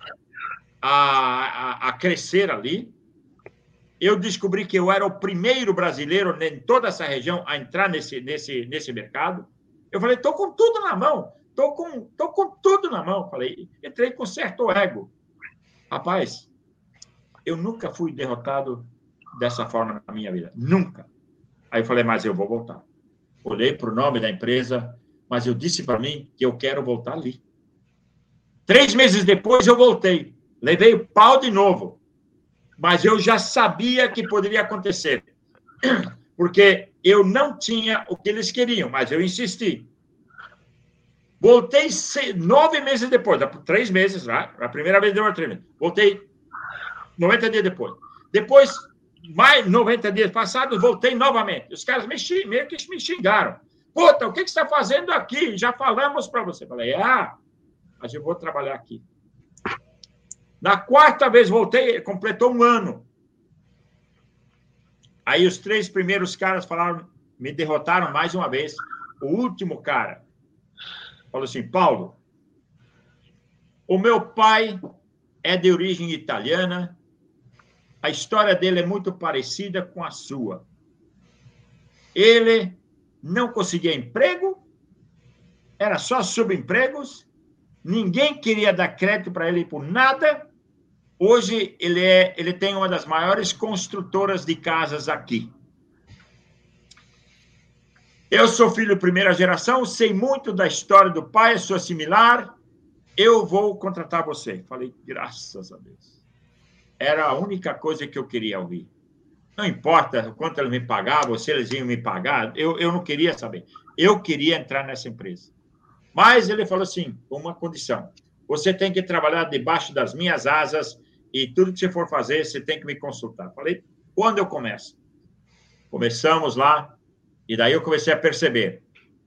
crescer ali. Eu descobri que eu era o primeiro brasileiro em toda essa região a entrar nesse mercado. Eu falei, estou com tudo na mão. Estou com tudo na mão. Falei, entrei com certo ego. Rapaz, eu nunca fui derrotado dessa forma na minha vida. Nunca. Aí eu falei, mas eu vou voltar. Olhei para o nome da empresa, mas eu disse para mim que eu quero voltar ali. 3 meses depois eu voltei. Levei o pau de novo. Mas eu já sabia que poderia acontecer, porque eu não tinha o que eles queriam, mas eu insisti. Voltei 9 meses depois, 3 meses, né? A primeira vez deu 3 meses. Voltei 90 dias depois. Depois, mais 90 dias passados, voltei novamente. Os caras meio que me xingaram. Puta, o que você está fazendo aqui? Já falamos para você. Falei, mas eu vou trabalhar aqui. Na 4ª vez voltei, completou 1 ano. Aí os 3 primeiros caras me derrotaram mais uma vez. O último cara falou assim, Paulo, o meu pai é de origem italiana, a história dele é muito parecida com a sua. Ele não conseguia emprego, era só subempregos, ninguém queria dar crédito para ele por nada. Hoje, ele tem uma das maiores construtoras de casas aqui. Eu sou filho de primeira geração, sei muito da história do pai, sou similar, eu vou contratar você. Falei, graças a Deus. Era a única coisa que eu queria ouvir. Não importa quanto eles me pagavam, se eles iam me pagar, eu não queria saber. Eu queria entrar nessa empresa. Mas ele falou assim, uma condição. Você tem que trabalhar debaixo das minhas asas e tudo que você for fazer, você tem que me consultar. Falei, quando eu começo? Começamos lá e daí eu comecei a perceber,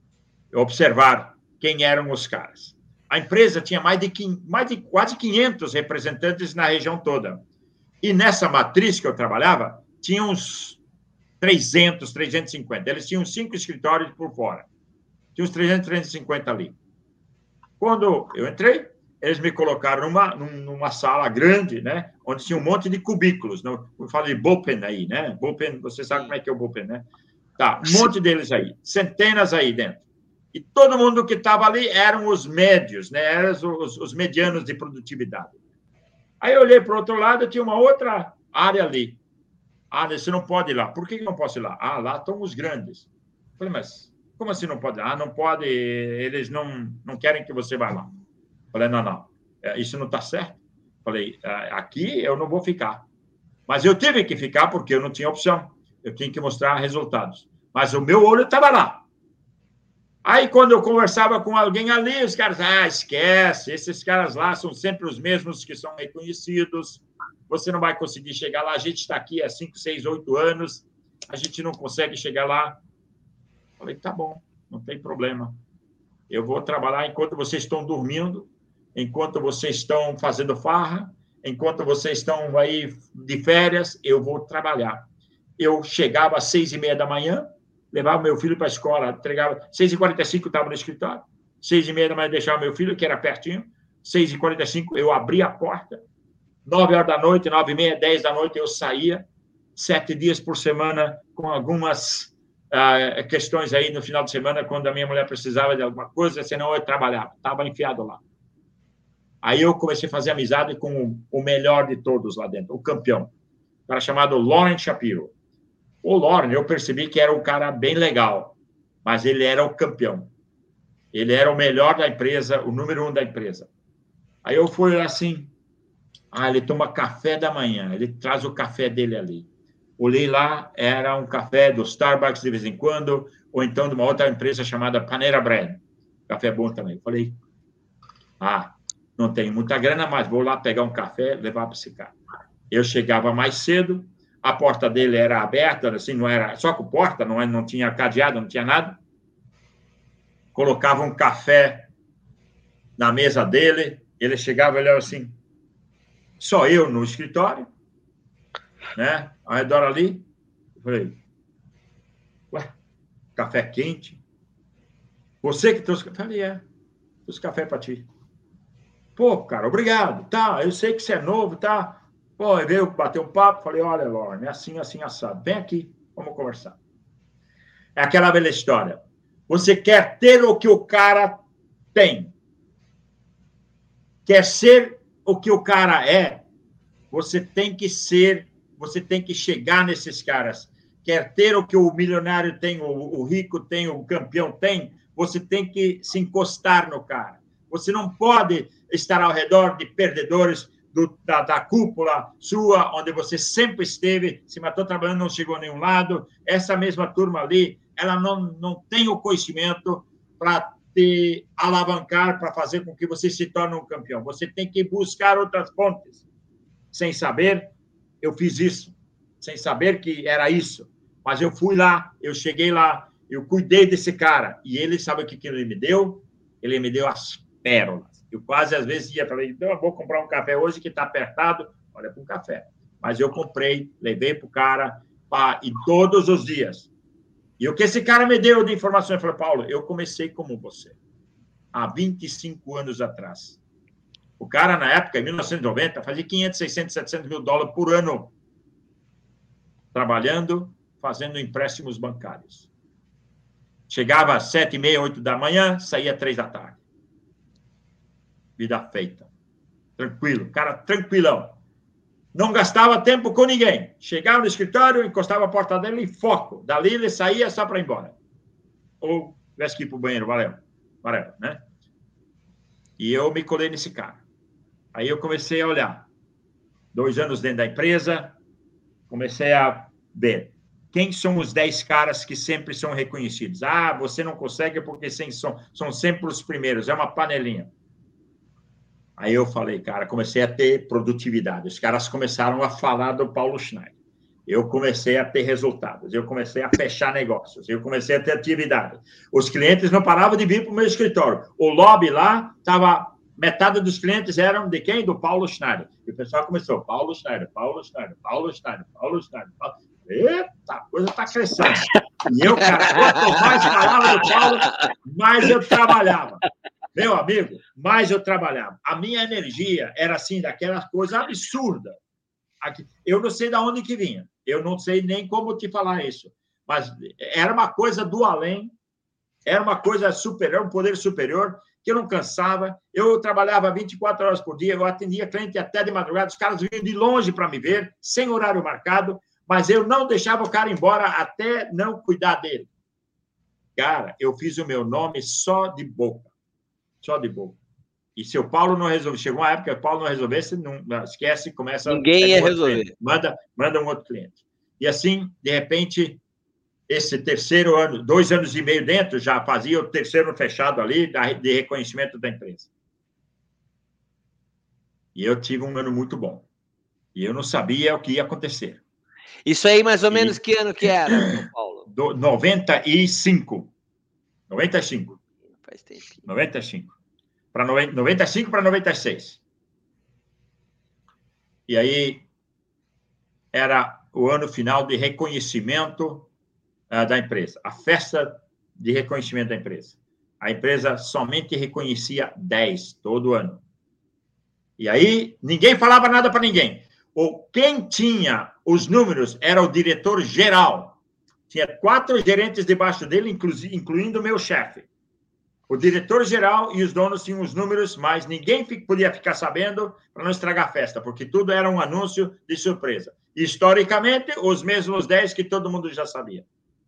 observar quem eram os caras. A empresa tinha mais de quase 500 representantes na região toda. E nessa matriz que eu trabalhava, tinha uns 300, 350. Eles tinham 5 escritórios por fora. Tinha uns 300, 350 ali. Quando eu entrei, eles me colocaram numa sala grande, né? Onde tinha um monte de cubículos. Eu falo de bullpen aí, né? Bullpen, você sabe como é que é o bullpen, né? Tá, um monte deles aí. Centenas aí dentro. E todo mundo que estava ali eram os médios, né? Eram os medianos de produtividade. Aí eu olhei para o outro lado, tinha uma outra área ali. Ah, você não pode ir lá. Por que não posso ir lá? Ah, lá estão os grandes. Eu falei, mas como assim não pode? Ah, não pode, eles não querem que você vá lá. Eu falei, não, isso não está certo. Eu falei, aqui eu não vou ficar. Mas eu tive que ficar porque eu não tinha opção. Eu tinha que mostrar resultados. Mas o meu olho estava lá. Aí, quando eu conversava com alguém ali, os caras, esquece, esses caras lá são sempre os mesmos que são reconhecidos, você não vai conseguir chegar lá, a gente está aqui há 5, 6, 8 anos, a gente não consegue chegar lá. Falei, tá bom, não tem problema. Eu vou trabalhar enquanto vocês estão dormindo, enquanto vocês estão fazendo farra, enquanto vocês estão aí de férias, eu vou trabalhar. Eu chegava às 6:30 da manhã, levava meu filho para a escola, entregava 6h45, estava no escritório, 6:30 da manhã deixava meu filho, que era pertinho, 6h45 eu abria a porta, 9 horas da noite, 9:30, 10 da noite eu saía, 7 dias por semana, com algumas questões aí no final de semana, quando a minha mulher precisava de alguma coisa, senão eu trabalhava, estava enfiado lá. Aí eu comecei a fazer amizade com o melhor de todos lá dentro, o campeão, um cara chamado Lawrence Shapiro. O Lawrence, eu percebi que era um cara bem legal, mas ele era o campeão. Ele era o melhor da empresa, o número 1 da empresa. Aí eu fui assim, ele toma café da manhã, ele traz o café dele ali. Olhei lá, era um café do Starbucks de vez em quando, ou então de uma outra empresa chamada Panera Bread. Café bom também. Eu falei, não tenho muita grana, mas vou lá pegar um café, levar para esse cara. Eu chegava mais cedo, a porta dele era aberta, assim, não era só com porta, não tinha cadeado, não tinha nada. Colocava um café na mesa dele, ele chegava e olhava assim, só eu no escritório, né? Ao redor ali. Eu falei, café quente? Você que trouxe café? Eu falei, trouxe café para ti. Pô, cara, obrigado, tá, eu sei que você é novo, tá? Pô, veio bater um papo, falei, olha, Lawrence, é assim, assim, assado. Vem aqui, vamos conversar. É aquela velha história. Você quer ter o que o cara tem. Quer ser o que o cara é. Você tem que ser, você tem que chegar nesses caras. Quer ter o que o milionário tem, o rico tem, o campeão tem, você tem que se encostar no cara. Você não pode estar ao redor de perdedores da cúpula sua, onde você sempre esteve, se matou trabalhando, não chegou a nenhum lado. Essa mesma turma ali, ela não tem o conhecimento para te alavancar, para fazer com que você se torne um campeão. Você tem que buscar outras fontes. Sem saber, eu fiz isso. Sem saber que era isso. Mas eu fui lá, eu cheguei lá, eu cuidei desse cara. E ele, sabe o que ele me deu? Ele me deu as pérolas. Eu quase, às vezes, ia para ele, então, eu vou comprar um café hoje que está apertado, olha para um café. Mas eu comprei, levei para o cara, e todos os dias. E o que esse cara me deu de informação, ele falou, Paulo, eu comecei como você, há 25 anos atrás. O cara, na época, em 1990, fazia 500, 600, 700 mil dólares por ano, trabalhando, fazendo empréstimos bancários. Chegava às 7:30, 8 da manhã, saía às 3 da tarde. Vida feita. Tranquilo. Cara tranquilão. Não gastava tempo com ninguém. Chegava no escritório, encostava a porta dele e foco. Dali ele saía só para ir embora. Ou tivesse que ir para o banheiro, valeu, né? E eu me colei nesse cara. Aí eu comecei a olhar. 2 anos dentro da empresa, comecei a ver. quem são os 10 caras que sempre são reconhecidos? Ah, você não consegue porque são sempre os primeiros, é uma panelinha. Aí eu falei, cara, comecei a ter produtividade. Os caras começaram a falar do Paulo Schneider. Eu comecei a ter resultados, eu comecei a fechar negócios, eu comecei a ter atividade. Os clientes não paravam de vir para o meu escritório. O lobby lá estava... Metade dos clientes eram de quem? Do Paulo Schneider. E o pessoal começou, Paulo Schneider, Paulo Schneider, Paulo Schneider, Paulo Schneider. Paulo... Eita, a coisa está crescendo. E eu, cara, quanto mais falava do Paulo, mais eu trabalhava. Meu amigo, mais eu trabalhava. A minha energia era assim, daquela coisa absurda. Eu não sei de onde que vinha. Eu não sei nem como te falar isso. Mas era uma coisa do além, era uma coisa superior, um poder superior, que eu não cansava. Eu trabalhava 24 horas por dia, eu atendia cliente até de madrugada, os caras vinham de longe para me ver, sem horário marcado, mas eu não deixava o cara embora até não cuidar dele. Cara, eu fiz o meu nome só de boca. Só de boca. E se o Paulo não resolver, chegou uma época que o Paulo não resolvesse, não esquece, começa... Ninguém ia resolver. Cliente, manda um outro cliente. E assim, de repente... Esse terceiro ano, 2 anos e meio dentro, já fazia o terceiro fechado ali de reconhecimento da empresa. E eu tive um ano muito bom. E eu não sabia o que ia acontecer. Isso aí, mais ou menos, que ano que era, Paulo? 95. 95. Faz tempinho. 95. 95 para 96. E aí, era o ano final de reconhecimento da empresa, a festa de reconhecimento da empresa. A empresa somente reconhecia 10 todo ano. E aí, ninguém falava nada para ninguém. Quem tinha os números era o diretor-geral. Tinha 4 gerentes debaixo dele, incluindo o meu chefe. O diretor-geral e os donos tinham os números, mas ninguém podia ficar sabendo para não estragar a festa, porque tudo era um anúncio de surpresa. Historicamente, os mesmos 10 que todo mundo já sabia.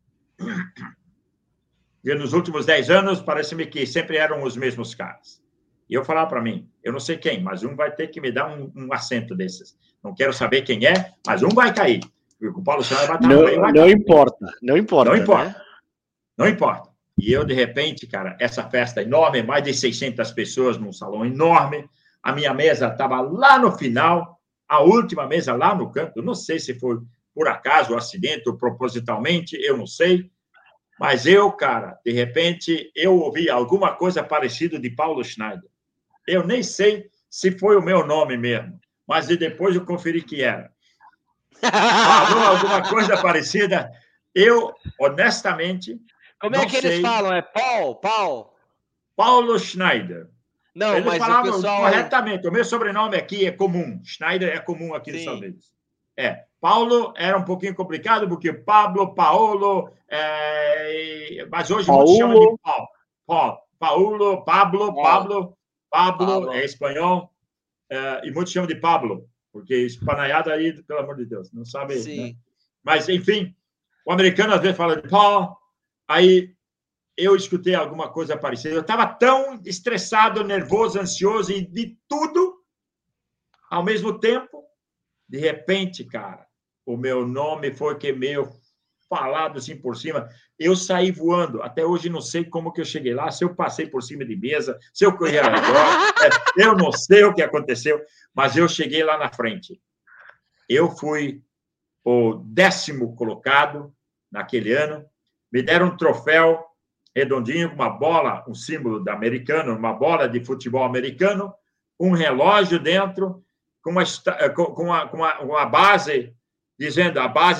E nos últimos 10 anos, parece-me que sempre eram os mesmos caras. E eu falava para mim, eu não sei quem, mas um vai ter que me dar um assento desses. Não quero saber quem é, mas um vai cair. O Paulo Schneider vai estar no meio. Não importa, não importa. Não importa. Né? Não importa. E eu, de repente, cara, essa festa enorme, mais de 600 pessoas num salão enorme, a minha mesa estava lá no final, a última mesa lá no canto, eu não sei se foi por acaso, acidente ou propositalmente, eu não sei. Mas eu, cara, de repente, eu ouvi alguma coisa parecida de Paulo Schneider. Eu nem sei se foi o meu nome mesmo, mas depois eu conferi que era. Falou alguma coisa parecida. Eu, honestamente, como é que eles falam? É Paulo Schneider. Não, eles mas falavam o pessoal... corretamente. O meu sobrenome aqui é comum. Schneider é comum aqui nos Estados Unidos. Paulo era um pouquinho complicado, porque Pablo, Paolo, mas hoje muitos chamam de Paulo, Pablo é espanhol, e muitos chamam de Pablo, porque espanaiado aí, pelo amor de Deus, não sabe. Sim. Né? Mas, enfim, o americano às vezes fala de Paul, aí eu escutei alguma coisa parecida. Eu estava tão estressado, nervoso, ansioso e de tudo, ao mesmo tempo, de repente, cara, o meu nome foi que meio falado assim por cima. Eu saí voando. Até hoje não sei como que eu cheguei lá, se eu passei por cima de mesa, se eu corri ao redor. Eu não sei o que aconteceu, mas eu cheguei lá na frente. Eu fui o 10º colocado naquele ano. Me deram um troféu redondinho com uma bola, um símbolo da americano, uma bola de futebol americano, um relógio dentro, com uma base dizendo,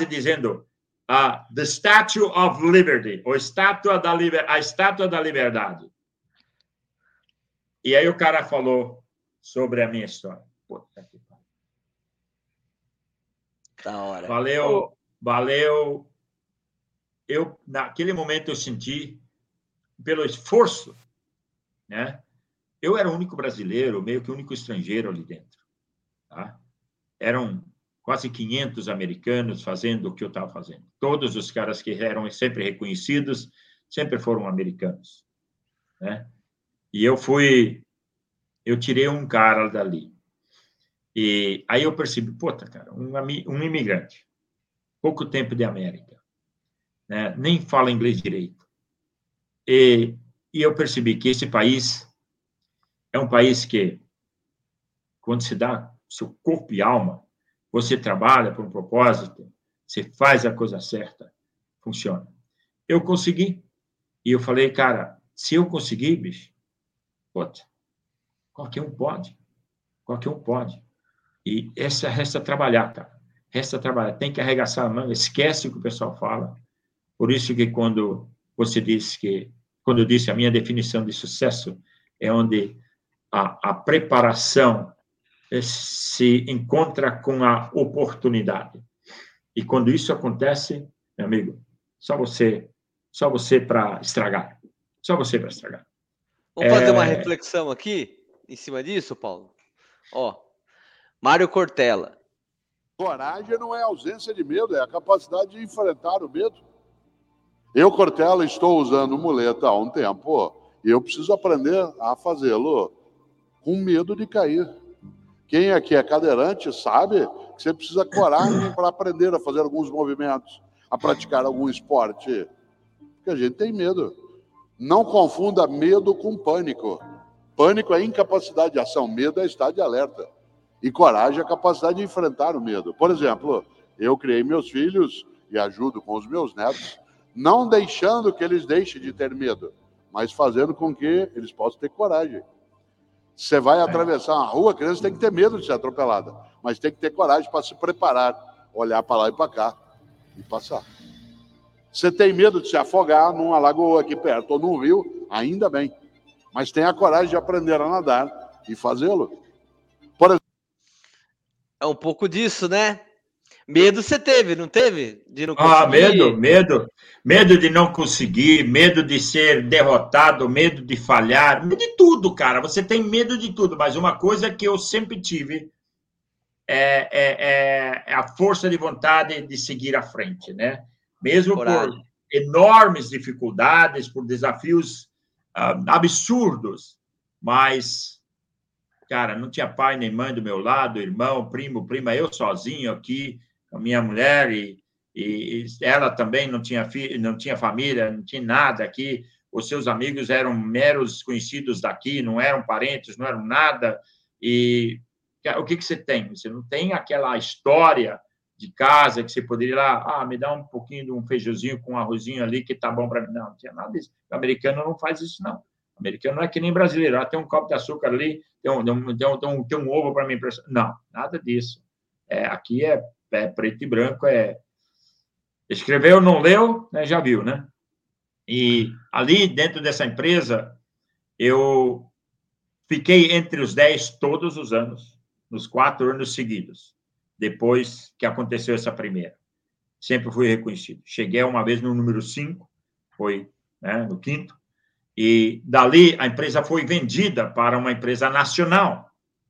The Statue of Liberty, a Estátua da Liberdade. E aí o cara falou sobre a minha história. Puta que pariu. Da hora. Valeu. Naquele momento, eu senti, pelo esforço, né? Eu era o único brasileiro, meio que o único estrangeiro ali dentro. Tá? Eram quase 500 americanos fazendo o que eu estava fazendo. Todos os caras que eram sempre reconhecidos sempre foram americanos. Né? E eu tirei um cara dali. E aí eu percebi, cara, um imigrante, pouco tempo de América, né, nem fala inglês direito. E eu percebi que esse país é um país que, quando se dá seu corpo e alma, você trabalha por um propósito, você faz a coisa certa, funciona. Eu consegui. E eu falei, cara, se eu conseguir, bicho, pode. Qualquer um pode. Qualquer um pode. E resta trabalhar, cara. Resta trabalhar. Tem que arregaçar a manga. Esquece o que o pessoal fala. Por isso que quando eu disse a minha definição de sucesso, é onde a preparação se encontra com a oportunidade. E quando isso acontece, meu amigo, só você para estragar. Só você para estragar. Vamos fazer uma reflexão aqui, em cima disso, Paulo? Ó, Mário Cortella. Coragem não é ausência de medo, é a capacidade de enfrentar o medo. Eu, Cortella, estou usando muleta há um tempo e eu preciso aprender a fazê-lo com medo de cair. Quem aqui é cadeirante sabe que você precisa coragem para aprender a fazer alguns movimentos, a praticar algum esporte, porque a gente tem medo. Não confunda medo com pânico. Pânico é incapacidade de ação, medo é estado de alerta. E coragem é a capacidade de enfrentar o medo. Por exemplo, eu criei meus filhos e ajudo com os meus netos, não deixando que eles deixem de ter medo, mas fazendo com que eles possam ter coragem. Você vai atravessar uma rua, a criança tem que ter medo de ser atropelada, mas tem que ter coragem para se preparar, olhar para lá e para cá e passar. Você tem medo de se afogar numa lagoa aqui perto ou num rio, ainda bem, mas tenha a coragem de aprender a nadar e fazê-lo. É um pouco disso, né? Medo você teve, não teve? De não conseguir? Medo de não conseguir, medo de ser derrotado, medo de falhar, medo de tudo, cara. Você tem medo de tudo, mas uma coisa que eu sempre tive é a força de vontade de seguir à frente, né? Mesmo por enormes dificuldades, por desafios absurdos, mas, cara, não tinha pai nem mãe do meu lado, irmão, primo, prima, eu sozinho aqui, com a minha mulher, e ela também não tinha família, não tinha nada aqui, os seus amigos eram meros conhecidos daqui, não eram parentes, não eram nada, e o que você tem? Você não tem aquela história de casa que você poderia ir lá, me dá um pouquinho de um feijãozinho com um arrozinho ali que tá bom para mim. Não tinha nada disso. O americano não faz isso, não. O americano não é que nem brasileiro. Tem um copo de açúcar ali, tem um ovo para mim. Não, nada disso. Aqui é preto e branco, escreveu, não leu, né, já viu, né? E ali, dentro dessa empresa, eu fiquei entre os 10 todos os anos, nos 4 anos seguidos, depois que aconteceu essa primeira. Sempre fui reconhecido. Cheguei uma vez no número 5, foi, né, no 5º, e dali a empresa foi vendida para uma empresa nacional.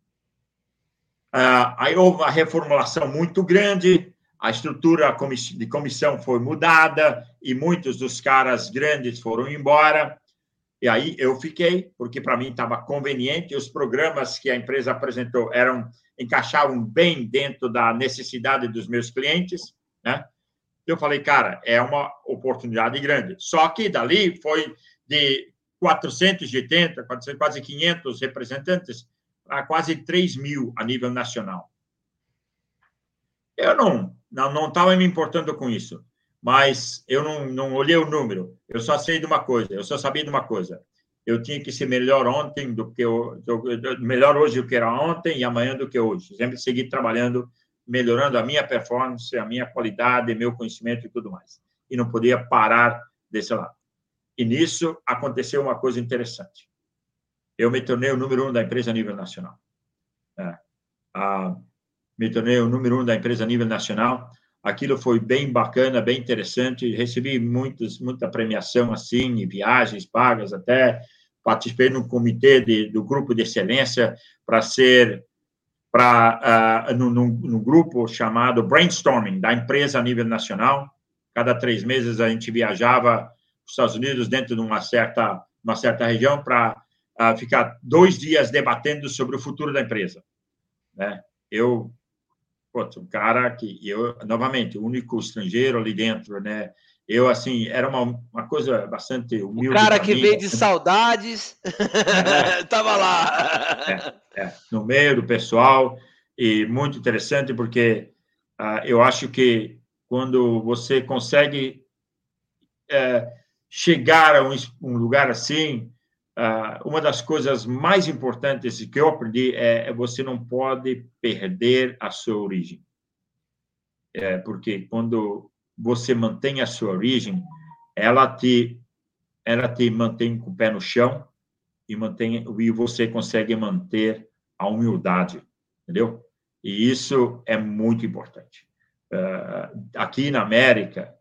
Aí houve uma reformulação muito grande, a estrutura de comissão foi mudada e muitos dos caras grandes foram embora. E aí eu fiquei, porque para mim estava conveniente, os programas que a empresa apresentou encaixavam bem dentro da necessidade dos meus clientes, né? Eu falei, cara, é uma oportunidade grande. Só que dali foi de 480, quase 500 representantes a quase 3.000 a nível nacional. Eu não estava me importando com isso, mas eu não olhei o número. Eu só sabia de uma coisa. Eu tinha que ser melhor ontem melhor hoje do que era ontem e amanhã do que hoje. Sempre seguir trabalhando, melhorando a minha performance, a minha qualidade, meu conhecimento e tudo mais. E não podia parar desse lado. E nisso aconteceu uma coisa interessante. Eu me tornei o número 1 da empresa a nível nacional. Me tornei o número 1 da empresa a nível nacional. Aquilo foi bem bacana, bem interessante. Recebi muita premiação, assim, viagens pagas até. Participei no comitê do grupo de excelência no grupo chamado Brainstorming, da empresa a nível nacional. Cada 3 meses a gente viajava para os Estados Unidos dentro de uma certa região para ficar 2 dias debatendo sobre o futuro da empresa, né? Um cara novamente, o único estrangeiro ali dentro, né? Eu, assim, era uma coisa bastante humilde. O cara pra que mim, veio de saudades estava lá. No meio do pessoal, e muito interessante, porque eu acho que quando você consegue chegar a um lugar assim, uma das coisas mais importantes que eu aprendi é você não pode perder a sua origem. Porque quando você mantém a sua origem, ela te mantém com o pé no chão e você consegue manter a humildade, entendeu? E isso é muito importante. Aqui na América,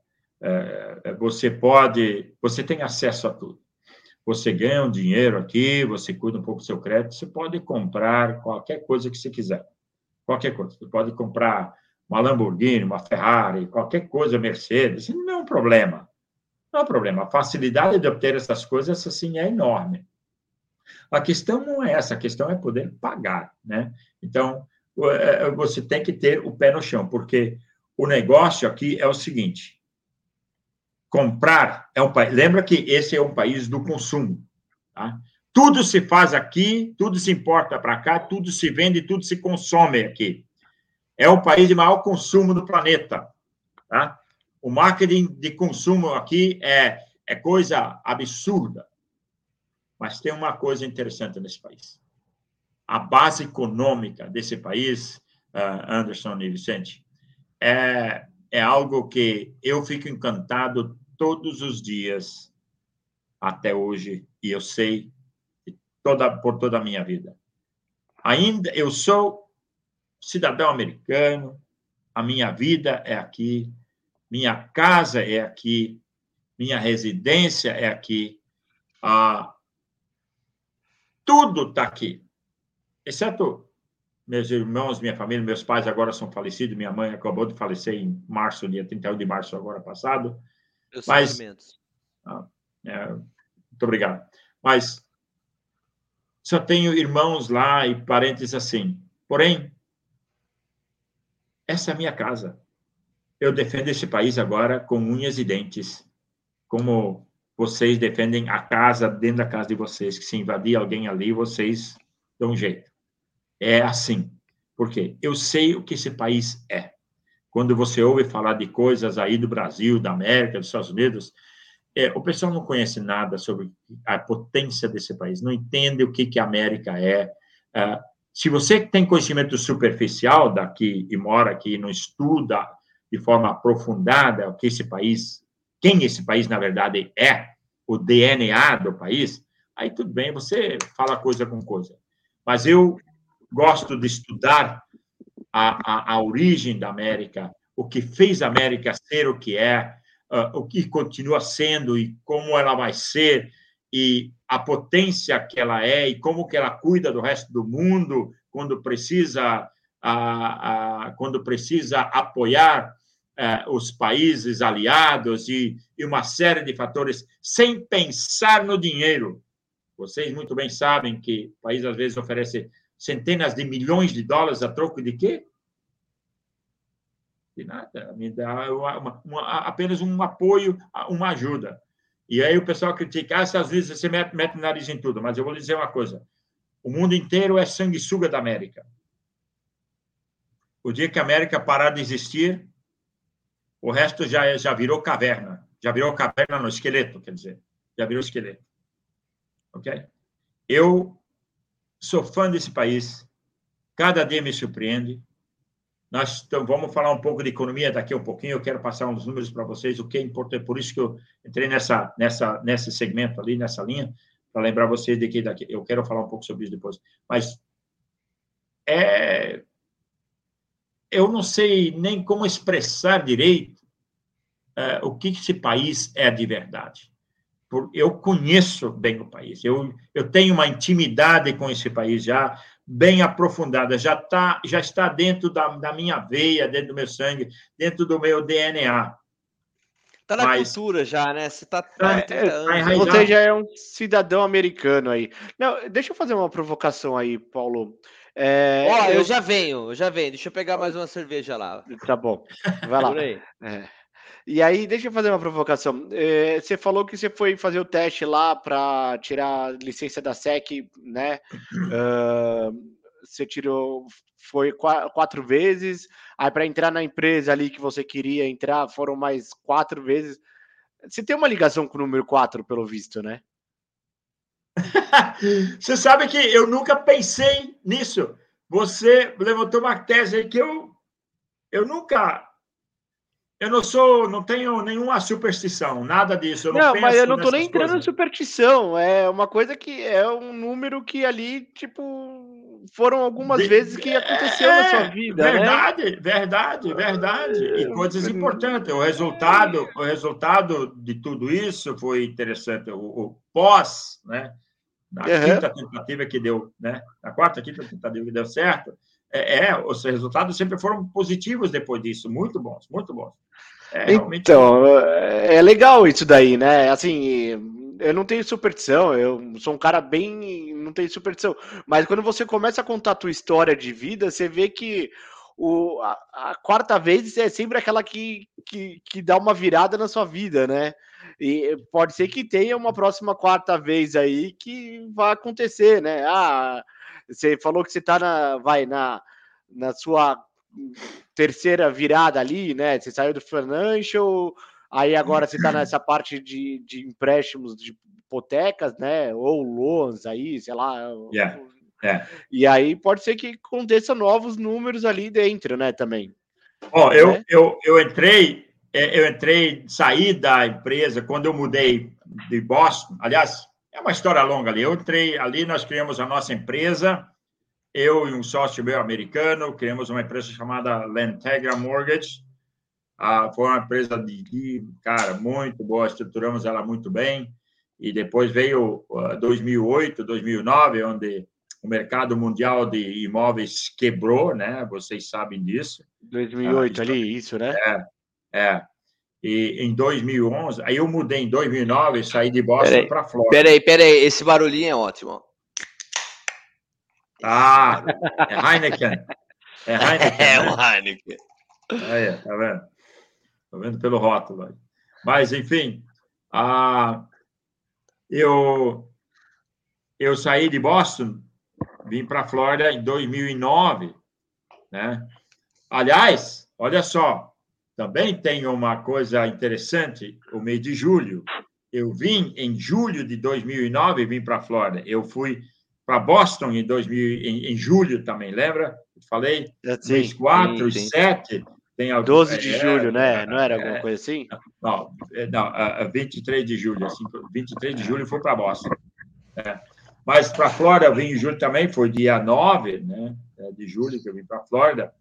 você tem acesso a tudo. Você ganha um dinheiro aqui, você cuida um pouco do seu crédito, você pode comprar qualquer coisa que você quiser. Qualquer coisa. Você pode comprar uma Lamborghini, uma Ferrari, qualquer coisa, Mercedes, não é um problema. Não é um problema. A facilidade de obter essas coisas, assim, é enorme. A questão não é essa, a questão é poder pagar, né? Então, você tem que ter o pé no chão, porque o negócio aqui é o seguinte: comprar é um país. Lembra que esse é um país do consumo, tá? Tudo se faz aqui, tudo se importa para cá, tudo se vende, tudo se consome aqui. É o país de maior consumo do planeta, tá? O marketing de consumo aqui é coisa absurda. Mas tem uma coisa interessante nesse país. A base econômica desse país, Anderson e Vicente, é algo que eu fico encantado todos os dias até hoje, e eu sei por toda a minha vida. Ainda eu sou cidadão americano, a minha vida é aqui, minha casa é aqui, minha residência é aqui, tudo está aqui, exceto meus irmãos, minha família, meus pais agora são falecidos, minha mãe acabou de falecer em março, dia 31 de março, agora passado. Meus sentimentos. Muito obrigado. Mas só tenho irmãos lá e parentes assim. Porém, essa é a minha casa. Eu defendo esse país agora com unhas e dentes, como vocês defendem a casa dentro da casa de vocês, que se invadir alguém ali, vocês dão um jeito. É assim. Por quê? Eu sei o que esse país é. Quando você ouve falar de coisas aí do Brasil, da América, dos Estados Unidos, o pessoal não conhece nada sobre a potência desse país, não entende o que a América é. Se você tem conhecimento superficial daqui e mora aqui e não estuda de forma aprofundada o que esse país, quem esse país, na verdade, é, o DNA do país, aí tudo bem, você fala coisa com coisa. Mas eu gosto de estudar a origem da América, o que fez a América ser o que é, o que continua sendo e como ela vai ser, e a potência que ela é e como que ela cuida do resto do mundo quando precisa apoiar os países aliados e uma série de fatores sem pensar no dinheiro. Vocês muito bem sabem que o país às vezes oferece centenas de milhões de dólares a troco de quê? De nada, me dá apenas um apoio, uma ajuda. E aí o pessoal critica, às vezes você mete o nariz em tudo, mas eu vou lhe dizer uma coisa, o mundo inteiro é sanguessuga da América. O dia que a América parar de existir, o resto já virou caverna, no esqueleto, quer dizer, já virou esqueleto. Ok? Eu sou fã desse país, cada dia me surpreende. Nós vamos falar um pouco de economia daqui a um pouquinho, eu quero passar uns números para vocês, o que é importante, por isso que eu entrei nesse segmento ali, nessa linha, para lembrar vocês de que daqui, eu quero falar um pouco sobre isso depois. Mas eu não sei nem como expressar direito o que esse país é de verdade. Eu conheço bem o país, eu tenho uma intimidade com esse país já bem aprofundada, já está dentro da minha veia, dentro do meu sangue, dentro do meu DNA. Tá na cultura já, né? Você tá 30 anos. Você já é um cidadão americano aí. Não, deixa eu fazer uma provocação aí, Paulo. Eu já venho. Deixa eu pegar mais uma cerveja lá. Tá bom. Vai lá. Por aí. E aí, deixa eu fazer uma provocação. Você falou que você foi fazer o teste lá para tirar a licença da SEC, né? Você tirou, foi 4 vezes. Aí, para entrar na empresa ali que você queria entrar, foram mais 4 vezes. Você tem uma ligação com o número 4, pelo visto, né? Você sabe que eu nunca pensei nisso. Você levantou uma tese aí que eu nunca. Eu não tenho nenhuma superstição, nada disso. Eu não Mas eu penso não tô nem nessas entrando em coisas. superstição. É uma coisa que é um número que ali, tipo, foram algumas vezes que aconteceu na sua vida, verdade, né? verdade. E coisas importantes. O resultado de tudo isso foi interessante. O pós, né? Na quinta tentativa que deu, né? Na quarta, quinta tentativa que deu certo. Os resultados sempre foram positivos depois disso, muito bons, muito bons. Realmente. Então, é legal isso daí, né? Assim, eu não tenho superstição, eu sou um cara bem. Não tenho superstição. Mas quando você começa a contar a tua história de vida, você vê que a quarta vez é sempre aquela que dá uma virada na sua vida, né? E pode ser que tenha uma próxima quarta vez aí que vai acontecer, né? Você falou que você tá na sua terceira virada ali, né? Você saiu do financial, aí agora você tá nessa parte de empréstimos de hipotecas, né? Ou loans aí, sei lá. E aí pode ser que aconteça novos números ali dentro, né? Também. Eu entrei, saí da empresa quando eu mudei de Boston. Aliás, é uma história longa ali. Eu entrei ali, nós criamos a nossa empresa. Eu e um sócio meu americano criamos uma empresa chamada Lentegra Mortgage. Foi uma empresa cara, muito boa, estruturamos ela muito bem. E depois veio 2008, 2009, onde o mercado mundial de imóveis quebrou, né? Vocês sabem disso. 2008 ali, isso, né? E em 2011, aí eu mudei em 2009, saí de Boston para Flórida. Peraí, esse barulhinho é ótimo. É Heineken. É o Heineken. Aí, tá vendo? Tá vendo pelo rótulo. Mas, enfim, eu saí de Boston, vim para a Flórida em 2009, né? Aliás, olha só, também tem uma coisa interessante, o mês de julho. Eu vim em julho de 2009, vim para a Flórida. Eu fui para Boston em julho também, lembra? Eu falei, mês 4 e 7... Tem 12 de julho, né? Não era alguma coisa assim? Não, 23 de julho. Assim, 23 de julho foi para Boston. Mas para a Flórida eu vim em julho também, foi dia 9, né, de julho que eu vim para a Flórida.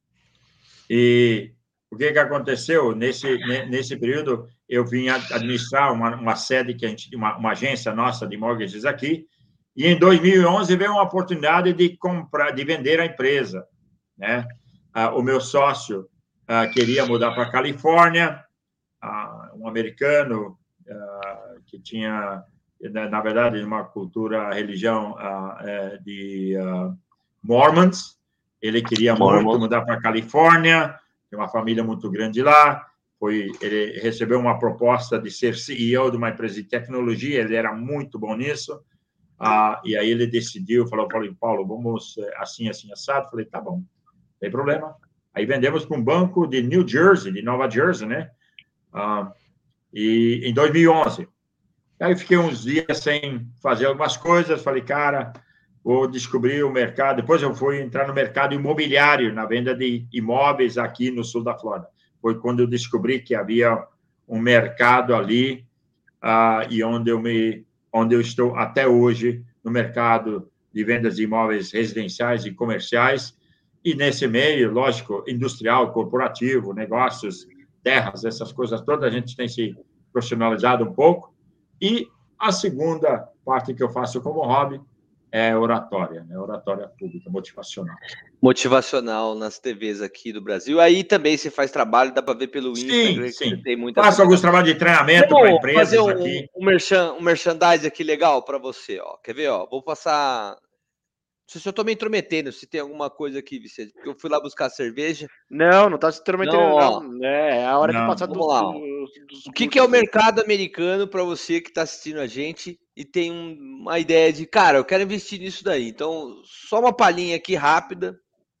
E o que aconteceu? Nesse período, eu vim administrar uma sede, uma agência nossa de mortgages aqui, e em 2011 veio uma oportunidade de vender a empresa, né? O meu sócio queria mudar para a Califórnia, um americano que tinha, na verdade, uma cultura, religião de Mormons. Ele queria muito mudar para a Califórnia, tem uma família muito grande lá. Ele recebeu uma proposta de ser CEO de uma empresa de tecnologia, ele era muito bom nisso. E aí ele decidiu, falou, Paulo, vamos assim, assado. Falei, tá bom, não tem problema. Aí vendemos para um banco de New Jersey, de Nova Jersey, né? E em 2011. Aí fiquei uns dias sem fazer algumas coisas. Falei, cara, vou descobrir o mercado. Depois eu fui entrar no mercado imobiliário, na venda de imóveis aqui no sul da Flórida. Foi quando eu descobri que havia um mercado ali e onde eu estou até hoje, no mercado de vendas de imóveis residenciais e comerciais. E nesse meio, lógico, industrial, corporativo, negócios, terras, essas coisas todas, a gente tem se profissionalizado um pouco. E a segunda parte que eu faço como hobby é oratória, né? Oratória pública, motivacional. Motivacional nas TVs aqui do Brasil. Aí também você faz trabalho, dá para ver pelo Instagram. Sim. Você tem muita Faço alguns trabalhos de treinamento para empresas fazer aqui. Um merchandise aqui legal para você, ó. Quer ver, ó? Vou passar sei se eu tô me intrometendo, se tem alguma coisa aqui, Vicente, porque eu fui lá buscar cerveja. Não tá se intrometendo, Não, ó. não. É a hora de Não. passar Vamos lá, ó. dos O que é o cursos aí. mercado americano para você que está assistindo a gente e tem uma ideia de, cara, eu quero investir nisso daí. Então, só uma palhinha aqui rápida.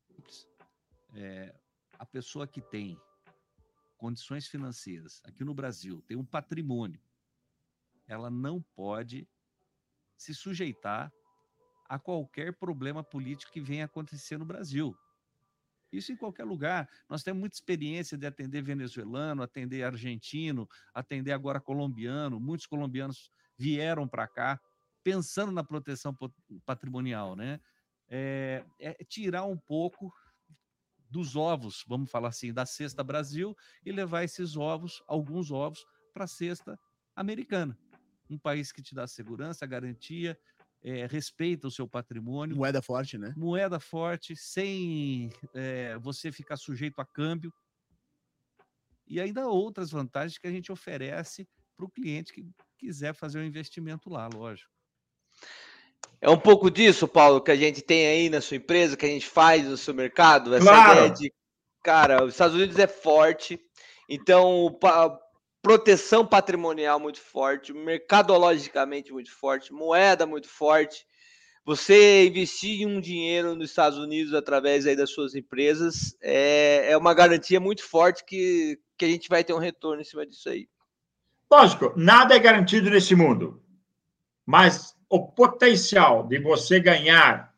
A pessoa que tem condições financeiras aqui no Brasil, tem um patrimônio, ela não pode se sujeitar a qualquer problema político que venha acontecer no Brasil. Isso em qualquer lugar. Nós temos muita experiência de atender venezuelano, atender argentino, atender agora colombiano. Muitos colombianos vieram para cá pensando na proteção patrimonial, né? É tirar um pouco dos ovos, vamos falar assim, da cesta Brasil e levar esses ovos, alguns ovos, para a cesta americana. Um país que te dá segurança, garantia, respeita o seu patrimônio. Moeda forte, né? Moeda forte, sem você ficar sujeito a câmbio. E ainda outras vantagens que a gente oferece para o cliente que quiser fazer um investimento lá, lógico. É um pouco disso, Paulo, que a gente tem aí na sua empresa, que a gente faz no seu mercado? Essa Claro. ideia de, cara, os Estados Unidos é forte, então proteção patrimonial muito forte, mercadologicamente muito forte, moeda muito forte. Você investir um dinheiro nos Estados Unidos através aí das suas empresas é uma garantia muito forte que a gente vai ter um retorno em cima disso aí. Lógico, nada é garantido nesse mundo, mas o potencial de você ganhar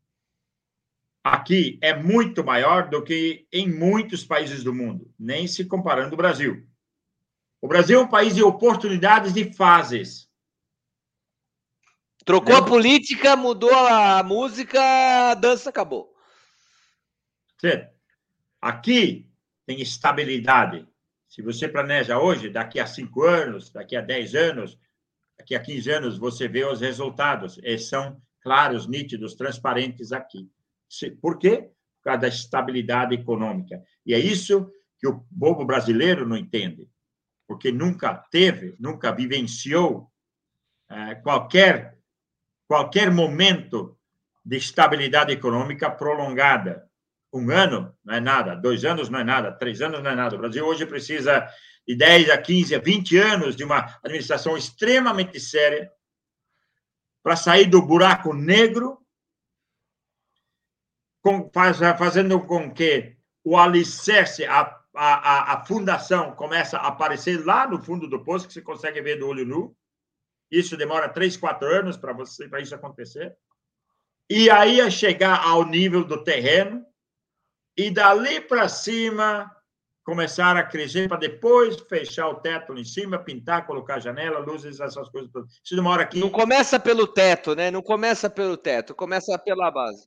aqui é muito maior do que em muitos países do mundo, nem se comparando ao Brasil. O Brasil é um país de oportunidades de fases. Trocou a política, mudou a música, a dança acabou. Certo? Aqui tem estabilidade. Se você planeja hoje, daqui a 5 anos, daqui a 10 anos, daqui a 15 anos, você vê os resultados. Eles são claros, nítidos, transparentes aqui. Por quê? Por causa da estabilidade econômica. E é isso que o povo brasileiro não entende. Porque nunca teve, nunca vivenciou qualquer momento de estabilidade econômica prolongada. 1 ano não é nada, 2 anos não é nada, 3 anos não é nada. O Brasil hoje precisa de 10 a 15 a 20 anos de uma administração extremamente séria para sair do buraco negro, fazendo com que o alicerce, a fundação comece a aparecer lá no fundo do poço, que você consegue ver do olho nu. Isso demora 3, 4 anos para isso acontecer. E aí chegar ao nível do terreno e dali para cima começar a crescer para depois fechar o teto lá em cima, pintar, colocar janela, luzes, essas coisas todas. Isso demora aqui. Não começa pelo teto, né? Não começa pelo teto, começa pela base.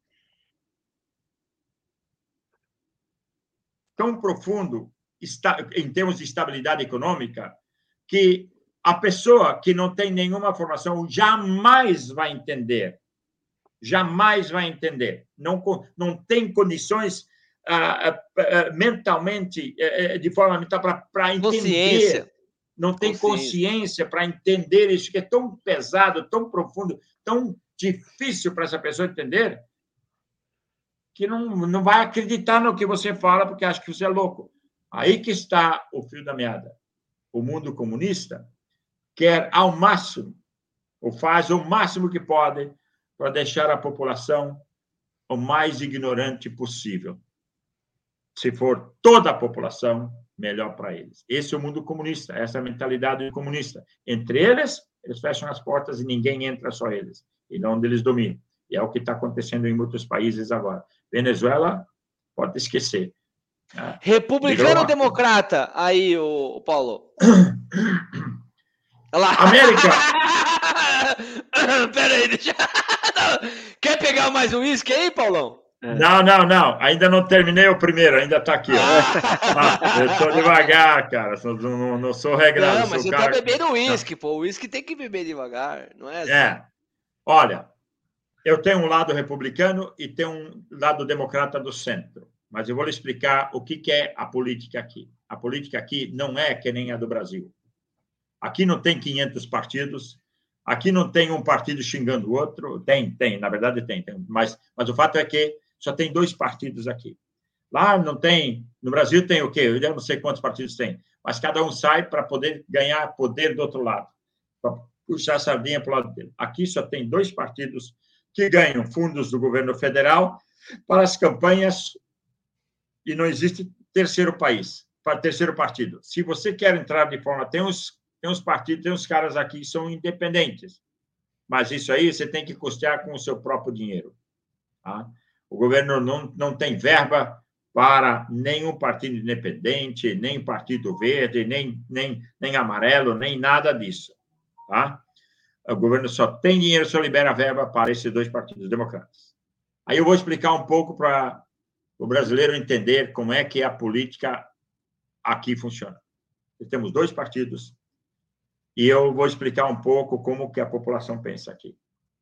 Tão profundo em termos de estabilidade econômica que a pessoa que não tem nenhuma formação jamais vai entender. Jamais vai entender. Não tem condições mentalmente, de forma mental, para entender. Consciência. Não tem consciência para entender isso, que é tão pesado, tão profundo, tão difícil para essa pessoa entender, que não vai acreditar no que você fala, porque acha que você é louco. Aí que está o fio da meada. O mundo comunista quer ao máximo, ou faz o máximo que pode, para deixar a população o mais ignorante possível. Se for toda a população, melhor para eles. Esse é o mundo comunista, essa é a mentalidade comunista. Entre eles fecham as portas e ninguém entra, só eles. E não onde eles dominam. E é o que está acontecendo em muitos países agora. Venezuela, pode esquecer. Republicano ou democrata? Aí, o Paulo. Olha lá. América! Peraí, deixa... Quer pegar mais um uísque aí, Paulão? Não. Ainda não terminei o primeiro, ainda está aqui. Ó. Eu estou devagar, cara. Não sou regrado. Não, mas você está bebendo uísque, pô. O uísque tem que beber devagar, não é assim? Olha, eu tenho um lado republicano e tenho um lado democrata do centro. Mas eu vou lhe explicar o que é a política aqui. A política aqui não é que nem a do Brasil. Aqui não tem 500 partidos, Aqui não tem um partido xingando o outro. Tem, na verdade tem. Mas o fato é que só tem 2 partidos aqui. Lá não tem... No Brasil tem o quê? Eu não sei quantos partidos tem, mas cada um sai para poder ganhar poder do outro lado, para puxar a sardinha para o lado dele. Aqui só tem 2 partidos que ganham fundos do governo federal para as campanhas e não existe terceiro partido. Se você quer entrar de forma... Tem uns partidos, tem uns caras aqui que são independentes, mas isso aí você tem que custear com o seu próprio dinheiro. Tá? O governo não tem verba para nenhum partido independente, nem partido verde, nem amarelo, nem nada disso. Tá? O governo só tem dinheiro, só libera verba para esses 2 partidos democratas. Aí eu vou explicar um pouco para o brasileiro entender como é que a política aqui funciona. Temos 2 partidos e eu vou explicar um pouco como que a população pensa aqui.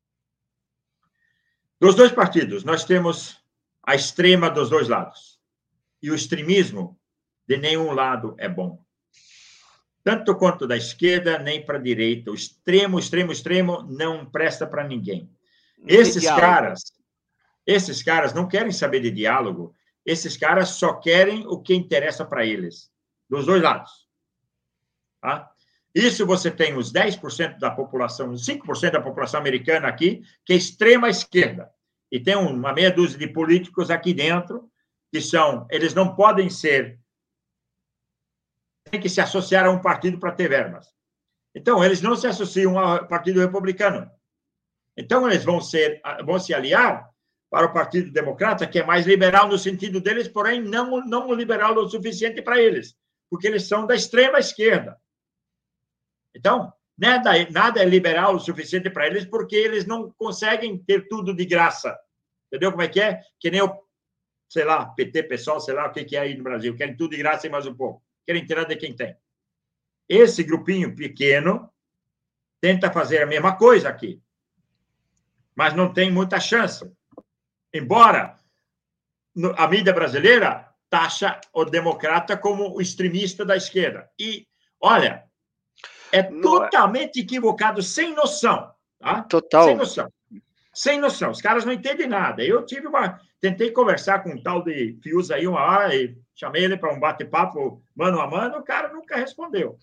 Dos 2 partidos, nós temos a extrema dos 2 lados. E o extremismo de nenhum lado é bom. Tanto quanto da esquerda, nem para a direita. O extremo não presta para ninguém. Esses caras não querem saber de diálogo. Esses caras só querem o que interessa para eles. Dos 2 lados. Tá? Isso você tem os 10% da população, os 5% da população americana aqui, que é extrema esquerda. E tem uma meia dúzia de políticos aqui dentro que eles não podem tem que se associar a um partido para ter verbas. Então, eles não se associam ao Partido Republicano. Então, eles vão se aliar para o Partido Democrata, que é mais liberal no sentido deles, porém não liberal o suficiente para eles, porque eles são da extrema esquerda. Então, nada é liberal o suficiente para eles, porque eles não conseguem ter tudo de graça. Entendeu como é? Que nem o, sei lá, PT, pessoal, sei lá o que é aí no Brasil. Querem tudo de graça e mais um pouco. Querem tirar de quem tem. Esse grupinho pequeno tenta fazer a mesma coisa aqui, mas não tem muita chance. Embora a mídia brasileira taxa o democrata como o extremista da esquerda. E, olha, é totalmente equivocado, sem noção. Tá? Total. Sem noção. Sem noção. Os caras não entendem nada. Eu tentei conversar com um tal de Fiuza aí uma hora e chamei ele para um bate-papo mano a mano, o cara nunca respondeu.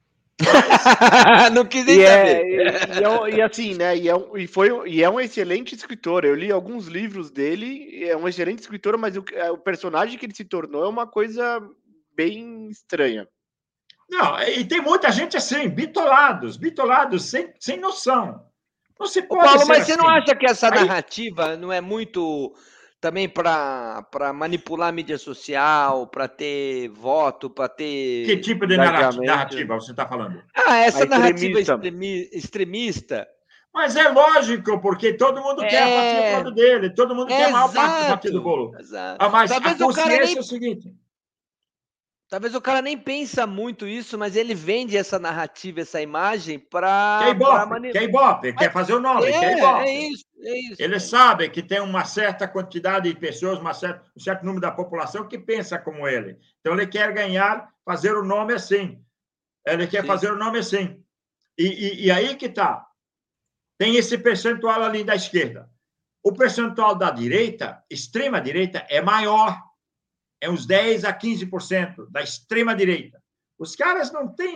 Não quis nem saber. E assim, né? E é um excelente escritor. Eu li alguns livros dele, é um excelente escritor, mas o personagem que ele se tornou é uma coisa bem estranha. Não, e tem muita gente assim, bitolados, sem noção. Não se pode Paulo, ser mas assim. você não acha que essa narrativa não é muito também para manipular a mídia social, para ter voto, para ter... Que tipo de narrativa você está falando? Essa narrativa extremista. Mas é lógico, porque todo mundo quer a fatia do lado dele, todo mundo quer a maior parte da fatia do bolo. Mas talvez a consciência é o seguinte... Talvez o cara nem pensa muito isso, mas ele vende essa narrativa, essa imagem para... Quer ibope, quer fazer o nome, quer ibope. É isso. Ele sabe que tem uma certa quantidade de pessoas, um certo número da população que pensa como ele. Então, ele quer fazer o nome assim. Ele quer fazer o nome assim. E aí que está. Tem esse percentual ali da esquerda. O percentual da direita, extrema direita, é maior. É uns 10% a 15% da extrema-direita. Os caras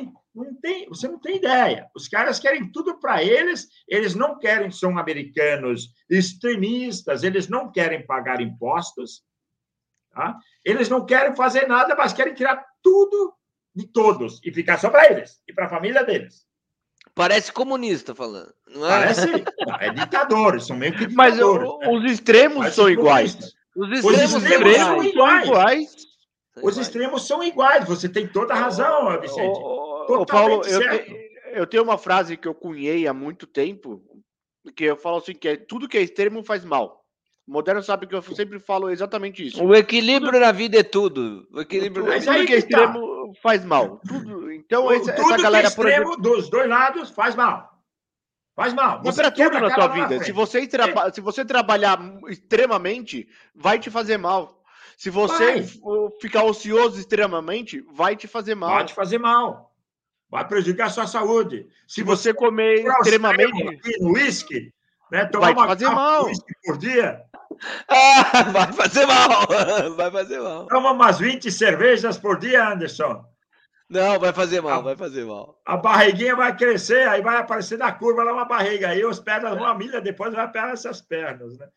você não tem ideia. Os caras querem tudo para eles, eles não querem, são americanos extremistas, eles não querem pagar impostos, tá? Eles não querem fazer nada, mas querem tirar tudo de todos e ficar só para eles e para a família deles. Parece comunista falando, não é? Parece, é ditadores, são meio que ditadores. Mas os extremos são iguais. Os extremos são iguais. Os extremos são iguais. Você tem toda a razão, Vicente. Paulo, eu tenho uma frase que eu cunhei há muito tempo, que eu falo assim, que tudo que é extremo faz mal. O moderno sabe que eu sempre falo exatamente isso. O equilíbrio na vida é tudo. O equilíbrio tudo que é extremo faz mal. Então, essa galera, que é extremo dos 2 lados faz mal. Faz mal. Mas para tudo na sua vida. Se você trabalhar extremamente, vai te fazer mal. Se você ficar ocioso extremamente, vai te fazer mal. Vai te fazer mal. Vai prejudicar a sua saúde. Se você comer for ao extremamente... extremo aqui no uísque, né, tomar vai te fazer mal. uísque por dia, vai fazer mal. Vai fazer mal. toma umas 20 cervejas por dia, Anderson. Não, vai fazer mal, vai fazer mal. A barriguinha vai crescer, aí vai aparecer na curva lá uma barriga. Aí as pernas vão a milha, depois vai pegar essas pernas, né?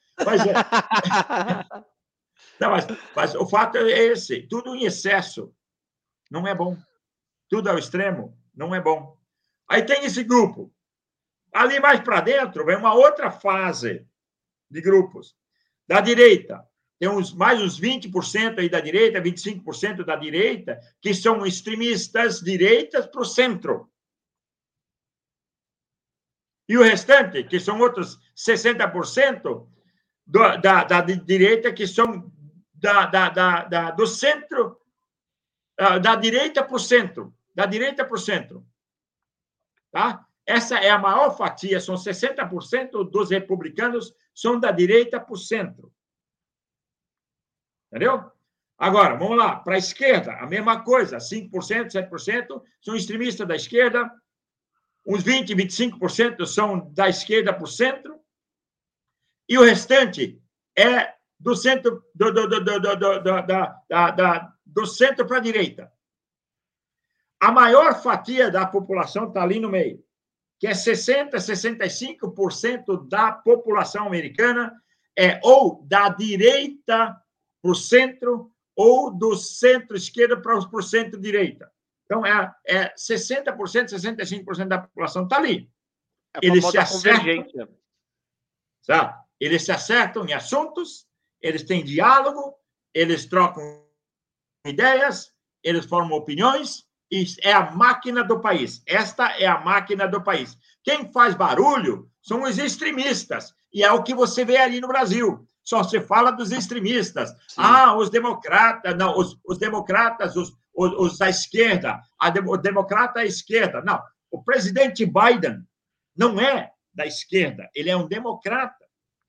Não, mas o fato é esse: tudo em excesso não é bom. Tudo ao extremo não é bom. Aí tem esse grupo. Ali mais para dentro vem uma outra fase de grupos. Da direita, tem mais uns 20% aí da direita, 25% da direita, que são extremistas direitas para o centro. E o restante, que são outros 60% da direita, que são do centro, da direita para o centro. Da direita para o centro. Tá? Essa é a maior fatia, são 60% dos republicanos são da direita para o centro. Entendeu? Agora, vamos lá, para a esquerda, a mesma coisa, 5%, 7% são extremistas da esquerda, uns 20%, 25% são da esquerda para o centro, e o restante é do centro, do centro para a direita. A maior fatia da população está ali no meio, que é 60%, 65% da população americana é ou da direita para o centro ou do centro-esquerda para o centro-direita. Então, é 60%, 65% da população está ali. Eles se acertam, sabe? Eles se acertam em assuntos, eles têm diálogo, eles trocam ideias, eles formam opiniões, e é a máquina do país. Esta é a máquina do país. Quem faz barulho são os extremistas, e é o que você vê ali no Brasil. Só se fala dos extremistas. Sim. Os democratas, não, os democratas, os da esquerda, o democrata à esquerda. Não, o presidente Biden não é da esquerda, ele é um democrata.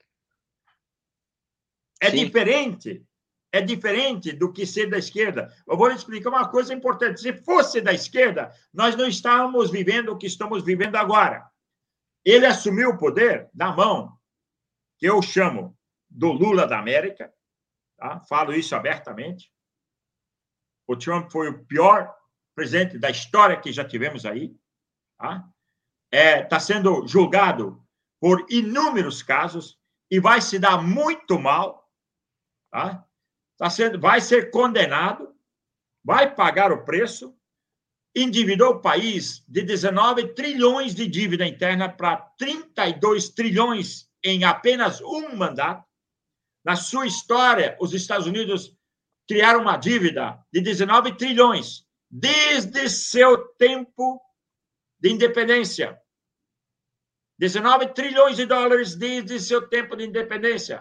É diferente. É diferente do que ser da esquerda. Eu vou lhe explicar uma coisa importante. Se fosse da esquerda, nós não estávamos vivendo o que estamos vivendo agora. Ele assumiu o poder na mão, que eu chamo do Lula da América, tá? Falo isso abertamente. O Trump foi o pior presidente da história que já tivemos aí. Tá? Está sendo julgado por inúmeros casos e vai se dar muito mal. Tá? Vai ser condenado, vai pagar o preço, endividou o país de 19 trilhões de dívida interna para 32 trilhões em apenas um mandato. Na sua história, os Estados Unidos criaram uma dívida de 19 trilhões desde seu tempo de independência. 19 trilhões de dólares desde seu tempo de independência.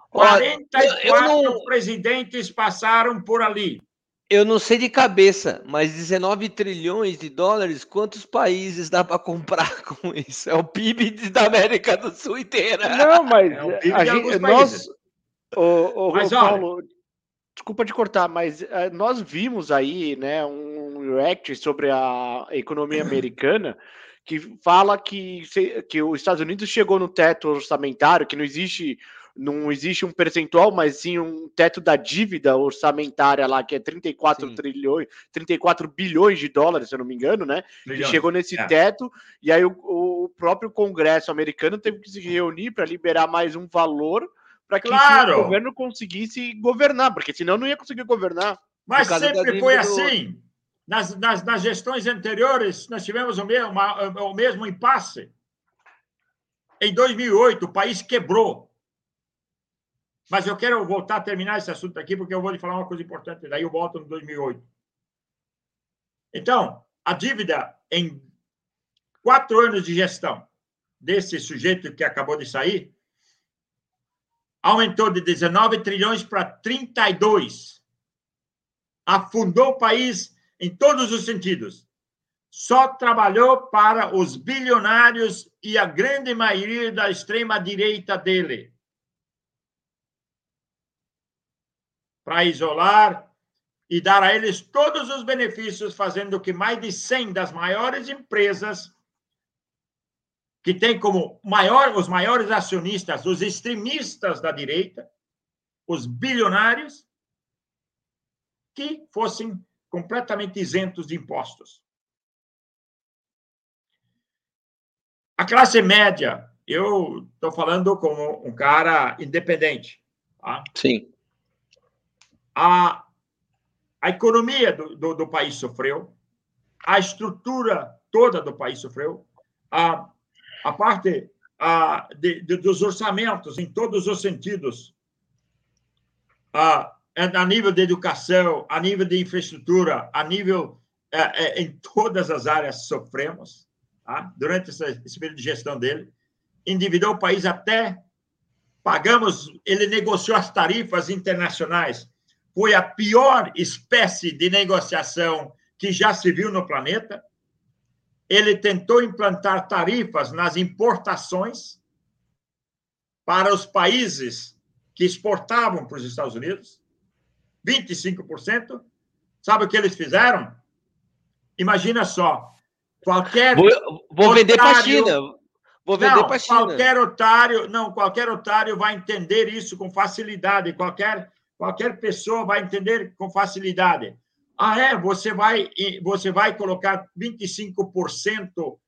44 presidentes passaram por ali. Eu não sei de cabeça, mas 19 trilhões de dólares, quantos países dá para comprar com isso? É o PIB da América do Sul inteira. Não, mas nós... Mas, Paulo, desculpa te cortar, mas nós vimos aí, né, um react sobre a economia americana que fala que os Estados Unidos chegou no teto orçamentário, que não existe um percentual, mas sim um teto da dívida orçamentária lá, que é 34 bilhões de dólares, se eu não me engano, né? Que chegou nesse teto, e aí o próprio Congresso americano teve que se reunir para liberar mais um valor para que o governo conseguisse governar, porque senão não ia conseguir governar. Mas sempre foi assim. Nas gestões anteriores, nós tivemos o mesmo impasse. Em 2008, o país quebrou. Mas eu quero voltar a terminar esse assunto aqui, porque eu vou lhe falar uma coisa importante, daí eu volto no 2008. Então, a dívida em 4 anos de gestão desse sujeito que acabou de sair, aumentou de 19 trilhões para 32. Afundou o país em todos os sentidos. Só trabalhou para os bilionários e a grande maioria da extrema-direita dele. Para isolar, e dar a eles todos os benefícios, fazendo que mais de 100 das maiores empresas, que tem como os maiores acionistas, os extremistas da direita, os bilionários, que fossem completamente isentos de impostos. A classe média, eu estou falando como um cara independente. Tá? Sim. A economia do país sofreu, a estrutura toda do país sofreu, a parte dos orçamentos, em todos os sentidos, a nível de educação, a nível de infraestrutura, a nível em todas as áreas sofremos, tá? Durante esse período de gestão dele. Endividou o país até pagamos, ele negociou as tarifas internacionais. Foi a pior espécie de negociação que já se viu no planeta. Ele tentou implantar tarifas nas importações para os países que exportavam para os Estados Unidos, 25%. Sabe o que eles fizeram? Imagina só, qualquer vou vender para a China. Vou vender para a China. Qualquer otário vai entender isso com facilidade. Qualquer pessoa vai entender com facilidade. Você vai colocar 25%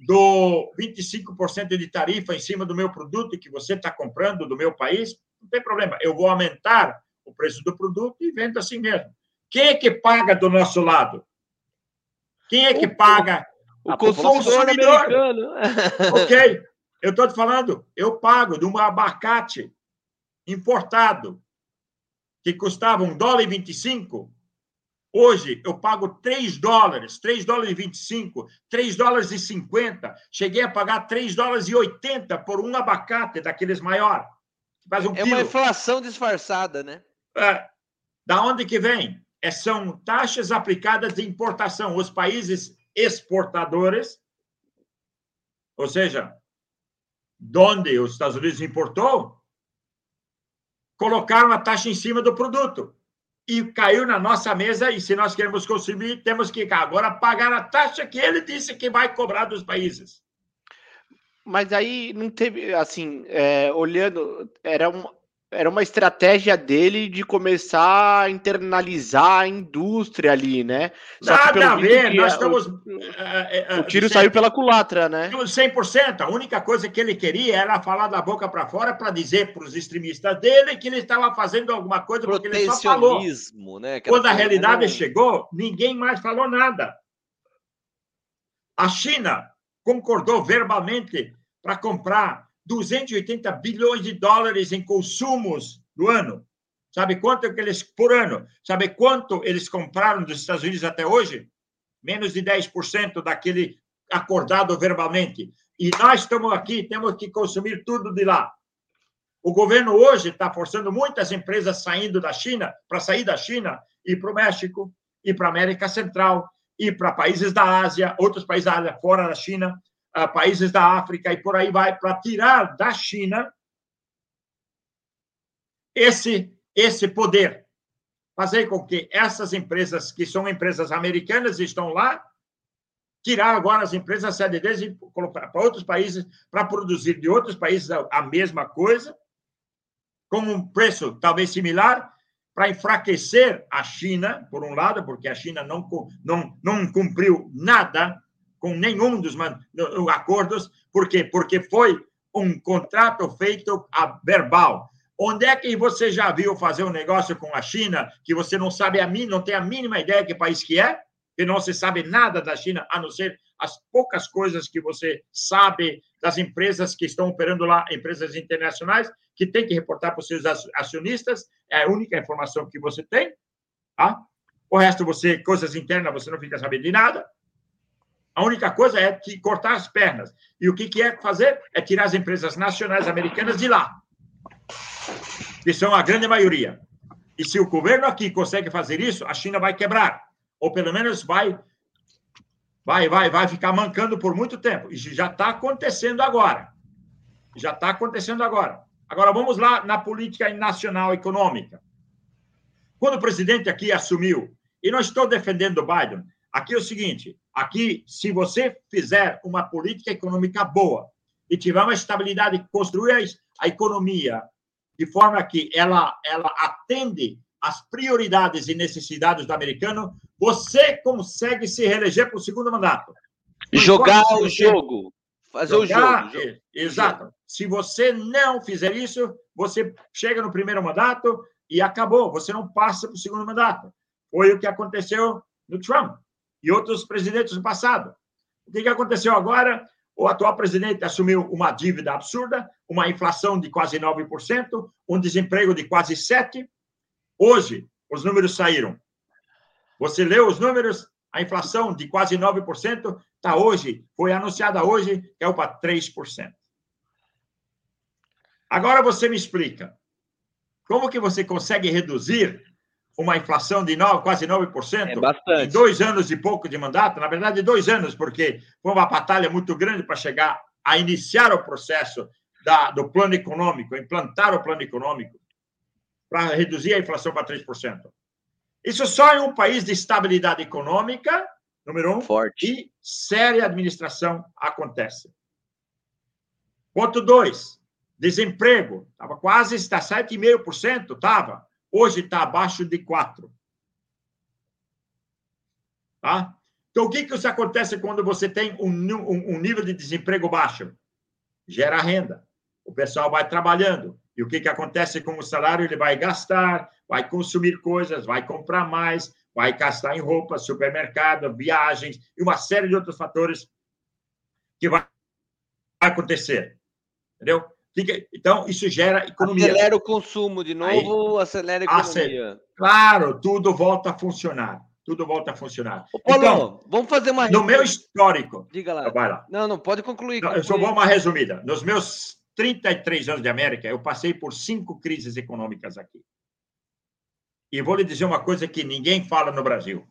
de tarifa em cima do meu produto que você está comprando do meu país? Não tem problema. Eu vou aumentar o preço do produto e vendo assim mesmo. Quem é que paga do nosso lado? Quem é que paga? O consumidor americano. Ok. Eu estou te falando, eu pago de um abacate importado que custava $1,25. Hoje, eu pago $3, $3,25, $3,50. Cheguei a pagar $3,80 por um abacate daqueles maior. Faz um quilo. Uma inflação disfarçada, né? Da onde que vem? São taxas aplicadas de importação. Os países exportadores, ou seja, onde os Estados Unidos importou, colocaram a taxa em cima do produto. E caiu na nossa mesa, e se nós queremos consumir, temos que agora pagar a taxa que ele disse que vai cobrar dos países. Mas aí não teve, assim, olhando, era uma estratégia dele de começar a internalizar a indústria ali, né? Nada a ver, nós estamos... O tiro saiu pela culatra, né? 100%. A única coisa que ele queria era falar da boca para fora para dizer para os extremistas dele que ele estava fazendo alguma coisa porque ele só falou. Né? Quando a realidade chegou, ninguém mais falou nada. A China concordou verbalmente para comprar 280 bilhões de dólares em consumos do ano. Sabe quanto que eles, por ano? Sabe quanto eles compraram dos Estados Unidos até hoje? Menos de 10% daquele acordado verbalmente. E nós estamos aqui, temos que consumir tudo de lá. O governo hoje está forçando muitas empresas saindo da China, para sair da China, ir para o México, ir para a América Central, ir para países da Ásia, outros países da Ásia, fora da China, países da África e por aí vai, para tirar da China esse poder. Fazer com que essas empresas, que são empresas americanas e estão lá, tirar agora as empresas sede deles e colocar para outros países, para produzir de outros países a mesma coisa, com um preço talvez similar, para enfraquecer a China, por um lado, porque a China não cumpriu nada com nenhum dos acordos. Por quê? Porque foi um contrato feito verbal. Onde é que você já viu fazer um negócio com a China que você não sabe não tem a mínima ideia que país que é? Que não se sabe nada da China, a não ser as poucas coisas que você sabe das empresas que estão operando lá, empresas internacionais, que tem que reportar para os seus acionistas, é a única informação que você tem. Tá? O resto, coisas internas, você não fica sabendo de nada. A única coisa é cortar as pernas. E o que é fazer? É tirar as empresas nacionais americanas de lá, que são a grande maioria. E se o governo aqui consegue fazer isso, a China vai quebrar. Ou pelo menos vai ficar mancando por muito tempo. Isso já está acontecendo agora. Agora, vamos lá na política nacional econômica. quando o presidente aqui assumiu, e não estou defendendo o Biden, aqui é o seguinte, aqui, se você fizer uma política econômica boa e tiver uma estabilidade, construir a economia de forma que ela atende às prioridades e necessidades do americano, você consegue se reeleger para o segundo mandato. Jogar o jogo. Fazer o jogo. Exato. Se você não fizer isso, você chega no primeiro mandato e acabou. Você não passa para o segundo mandato. Foi o que aconteceu no Trump e outros presidentes do passado. O que aconteceu agora? O atual presidente assumiu uma dívida absurda, uma inflação de quase 9%, um desemprego de quase 7%. Hoje, os números saíram. Você leu os números? A inflação de quase 9% está hoje, foi anunciada hoje, caiu para 3%. Agora você me explica, como que você consegue reduzir uma inflação de quase 9% em 2 anos e pouco de mandato? Na verdade, 2 anos, porque foi uma batalha muito grande para chegar a iniciar o processo do plano econômico, implantar o plano econômico, para reduzir a inflação para 3%. Isso só em um país de estabilidade econômica, número 1, forte, e séria administração acontece. Ponto 2, desemprego. Estava quase, está 7,5%, estava. Hoje está abaixo de 4%. Tá? Então, o que isso acontece quando você tem um nível de desemprego baixo? Gera renda. O pessoal vai trabalhando. E o que acontece com o salário? Ele vai gastar, vai consumir coisas, vai comprar mais, vai gastar em roupas, supermercado, viagens e uma série de outros fatores que vai acontecer. Entendeu? Então, isso gera economia. Acelera o consumo de novo, acelera a economia. Claro, tudo volta a funcionar. Tudo volta a funcionar. Ô, Paulo, então, vamos fazer uma... No meu histórico... Diga lá. Vai lá. Não, pode concluir. Não, eu só vou uma resumida. Nos meus 33 anos de América, eu passei por 5 crises econômicas aqui. E vou lhe dizer uma coisa que ninguém fala no Brasil.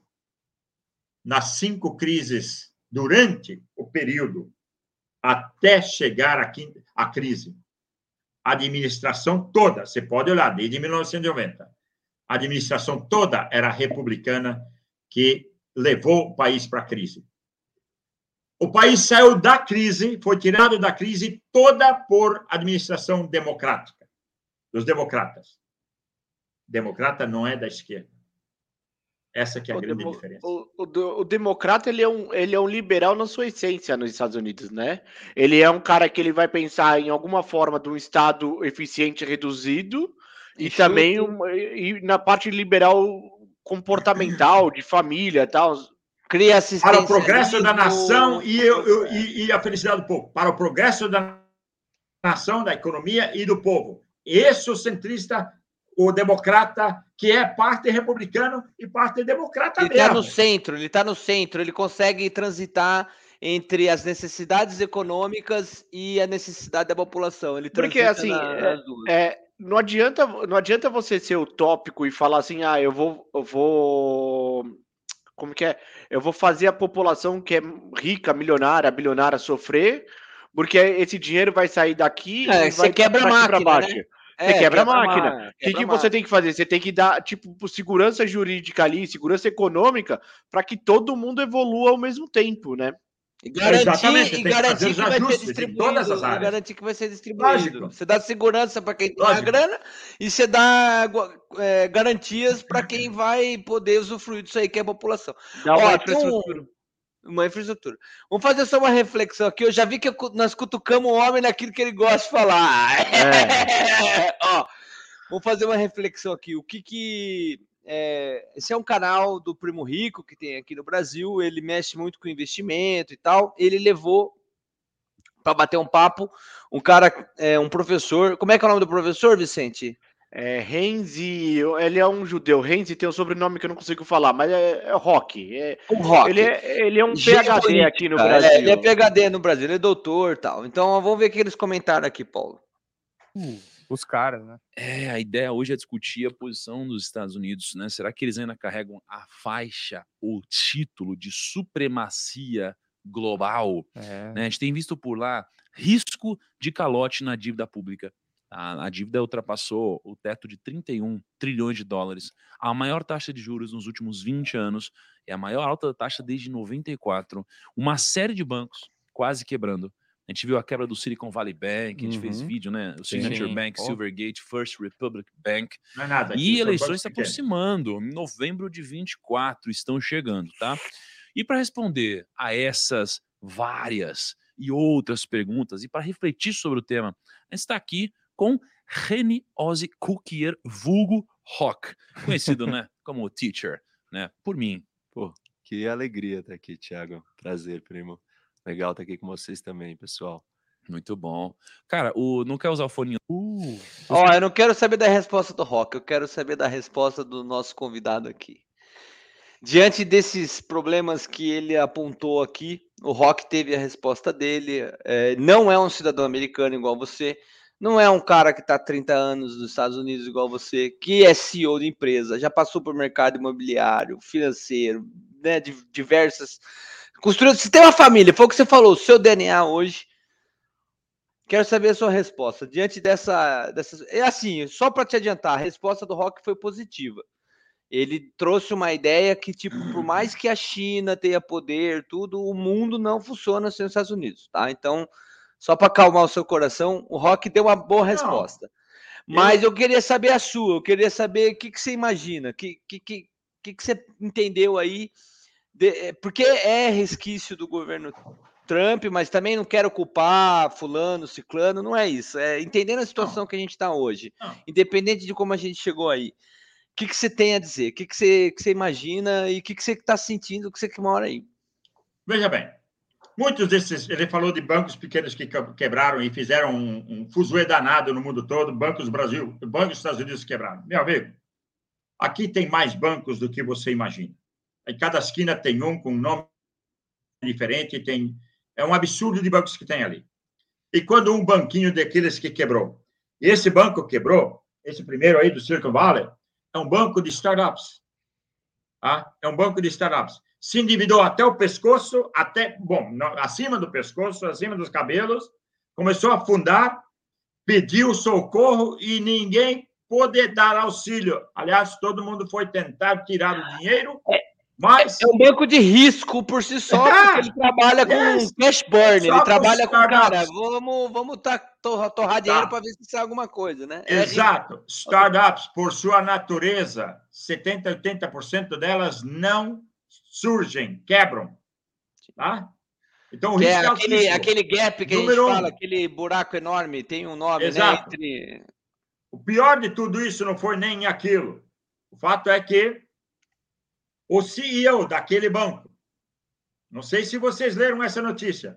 Nas 5 crises, durante o período, até chegar à crise, a administração toda, você pode olhar, desde 1990, a administração toda era republicana que levou o país para a crise. O país saiu da crise, foi tirado da crise toda por administração democrática, dos democratas. Democrata não é da esquerda. Essa que é a grande diferença. O democrata, ele é um liberal na sua essência nos Estados Unidos, né? Ele é um cara que ele vai pensar em alguma forma de um Estado eficiente reduzido e também na parte liberal comportamental, de família e tal. Cria assistência para o progresso da nação e a felicidade do povo. Para o progresso da nação, da economia e do povo. Esse é o centrista, o democrata, que é parte republicano e parte democrata mesmo. Ele está no centro, ele consegue transitar entre as necessidades econômicas e a necessidade da população. Ele porque, assim, nas duas. Não adianta você ser utópico e falar assim, eu vou como que é? Eu vou fazer a população que é rica, milionária, bilionária sofrer, porque esse dinheiro vai sair daqui e vai quebra a máquina, pra baixo. Né? Você quebra a máquina. O que você tem que fazer? Você tem que dar, segurança jurídica ali, segurança econômica, para que todo mundo evolua ao mesmo tempo, né? E garantir que vai ser distribuído. Garantir que vai ser distribuído. Lógico. Você dá segurança para quem tem a grana e você dá garantias para quem vai poder usufruir disso aí, que é a população. Dá uma infraestrutura. Uma infraestrutura. Vamos fazer só uma reflexão aqui. Eu já vi que nós cutucamos o homem naquilo que ele gosta de falar. Ó, vamos fazer uma reflexão aqui. O que esse é um canal do Primo Rico que tem aqui no Brasil. Ele mexe muito com investimento e tal. Ele levou para bater um papo um cara, um professor. Como é que é o nome do professor, Vicente? Renzi, ele é um judeu. Renzi tem um sobrenome que eu não consigo falar, mas é Rock. Ele é um PhD aqui no Brasil. Ele é PhD no Brasil, ele é doutor e tal. Então vamos ver aqueles comentários aqui, Paulo. Os caras, né? A ideia hoje é discutir a posição dos Estados Unidos, né? Será que eles ainda carregam a faixa, o título de supremacia global? Né? A gente tem visto por lá risco de calote na dívida pública. A dívida ultrapassou o teto de 31 trilhões de dólares. A maior taxa de juros nos últimos 20 anos. É a maior alta taxa desde 94. Uma série de bancos quase quebrando. A gente viu a quebra do Silicon Valley Bank, a gente fez vídeo, né? O Signature Sim. Bank, Silvergate, First Republic Bank. Não é nada. E eleições se aproximando. Em novembro de 24 estão chegando, tá? E para responder a essas várias e outras perguntas, e para refletir sobre o tema, a gente está aqui com Reni Ozzy Cookier, vulgo Rock, conhecido, né, como Teacher, né, por mim. Pô, que alegria estar aqui, Thiago. Prazer, primo. Legal estar aqui com vocês também, pessoal. Muito bom. Cara, não quer usar o fone? Ó, eu não quero saber da resposta do Rock, eu quero saber da resposta do nosso convidado aqui. Diante desses problemas que ele apontou aqui, o Rock teve a resposta dele. Não é um cidadão americano igual você, não é um cara que está há 30 anos nos Estados Unidos igual você, que é CEO de empresa, já passou por mercado imobiliário, financeiro, né, de diversas... Construiu, você tem uma família, foi o que você falou, o seu DNA hoje. Quero saber a sua resposta. Diante dessas... É assim, só para te adiantar, a resposta do Rock foi positiva. Ele trouxe uma ideia que, tipo, por mais que a China tenha poder, tudo, o mundo não funciona sem os Estados Unidos, tá? Então, só para acalmar o seu coração, o Rock deu uma boa resposta. Mas eu queria saber a sua, eu queria saber o que você imagina, o que você entendeu aí, porque é resquício do governo Trump, mas também não quero culpar fulano, ciclano, não é isso. É entendendo a situação que a gente está hoje, independente de como a gente chegou aí. O que você tem a dizer? O que você imagina e o que você está sentindo, que você que mora aí? Veja bem, muitos desses, ele falou de bancos pequenos que quebraram e fizeram um fuzuê danado no mundo todo, bancos do Brasil, bancos dos Estados Unidos quebraram. Meu amigo, aqui tem mais bancos do que você imagina. Em cada esquina tem um com um nome diferente, é um absurdo de bancos que tem ali. E quando um banquinho daqueles que quebrou, esse banco quebrou, esse primeiro aí do Silicon Valley, é um banco de startups. Tá? É um banco de startups. Se endividou até o pescoço, acima do pescoço, acima dos cabelos, começou a afundar, pediu socorro e ninguém pôde dar auxílio. Aliás, todo mundo foi tentar tirar o dinheiro, mas... É um banco de risco por si só, porque ele trabalha com cash burn, ele trabalha com, cara, vamos torrar dinheiro para ver se sai alguma coisa, né? Exato. Startups, por sua natureza, 70%, 80% delas não surgem, quebram. Tá? Então, o risco é aquele gap que a gente fala, aquele buraco enorme, tem um nome, exato, né? O pior de tudo isso não foi nem aquilo. O fato é que o CEO daquele banco, não sei se vocês leram essa notícia,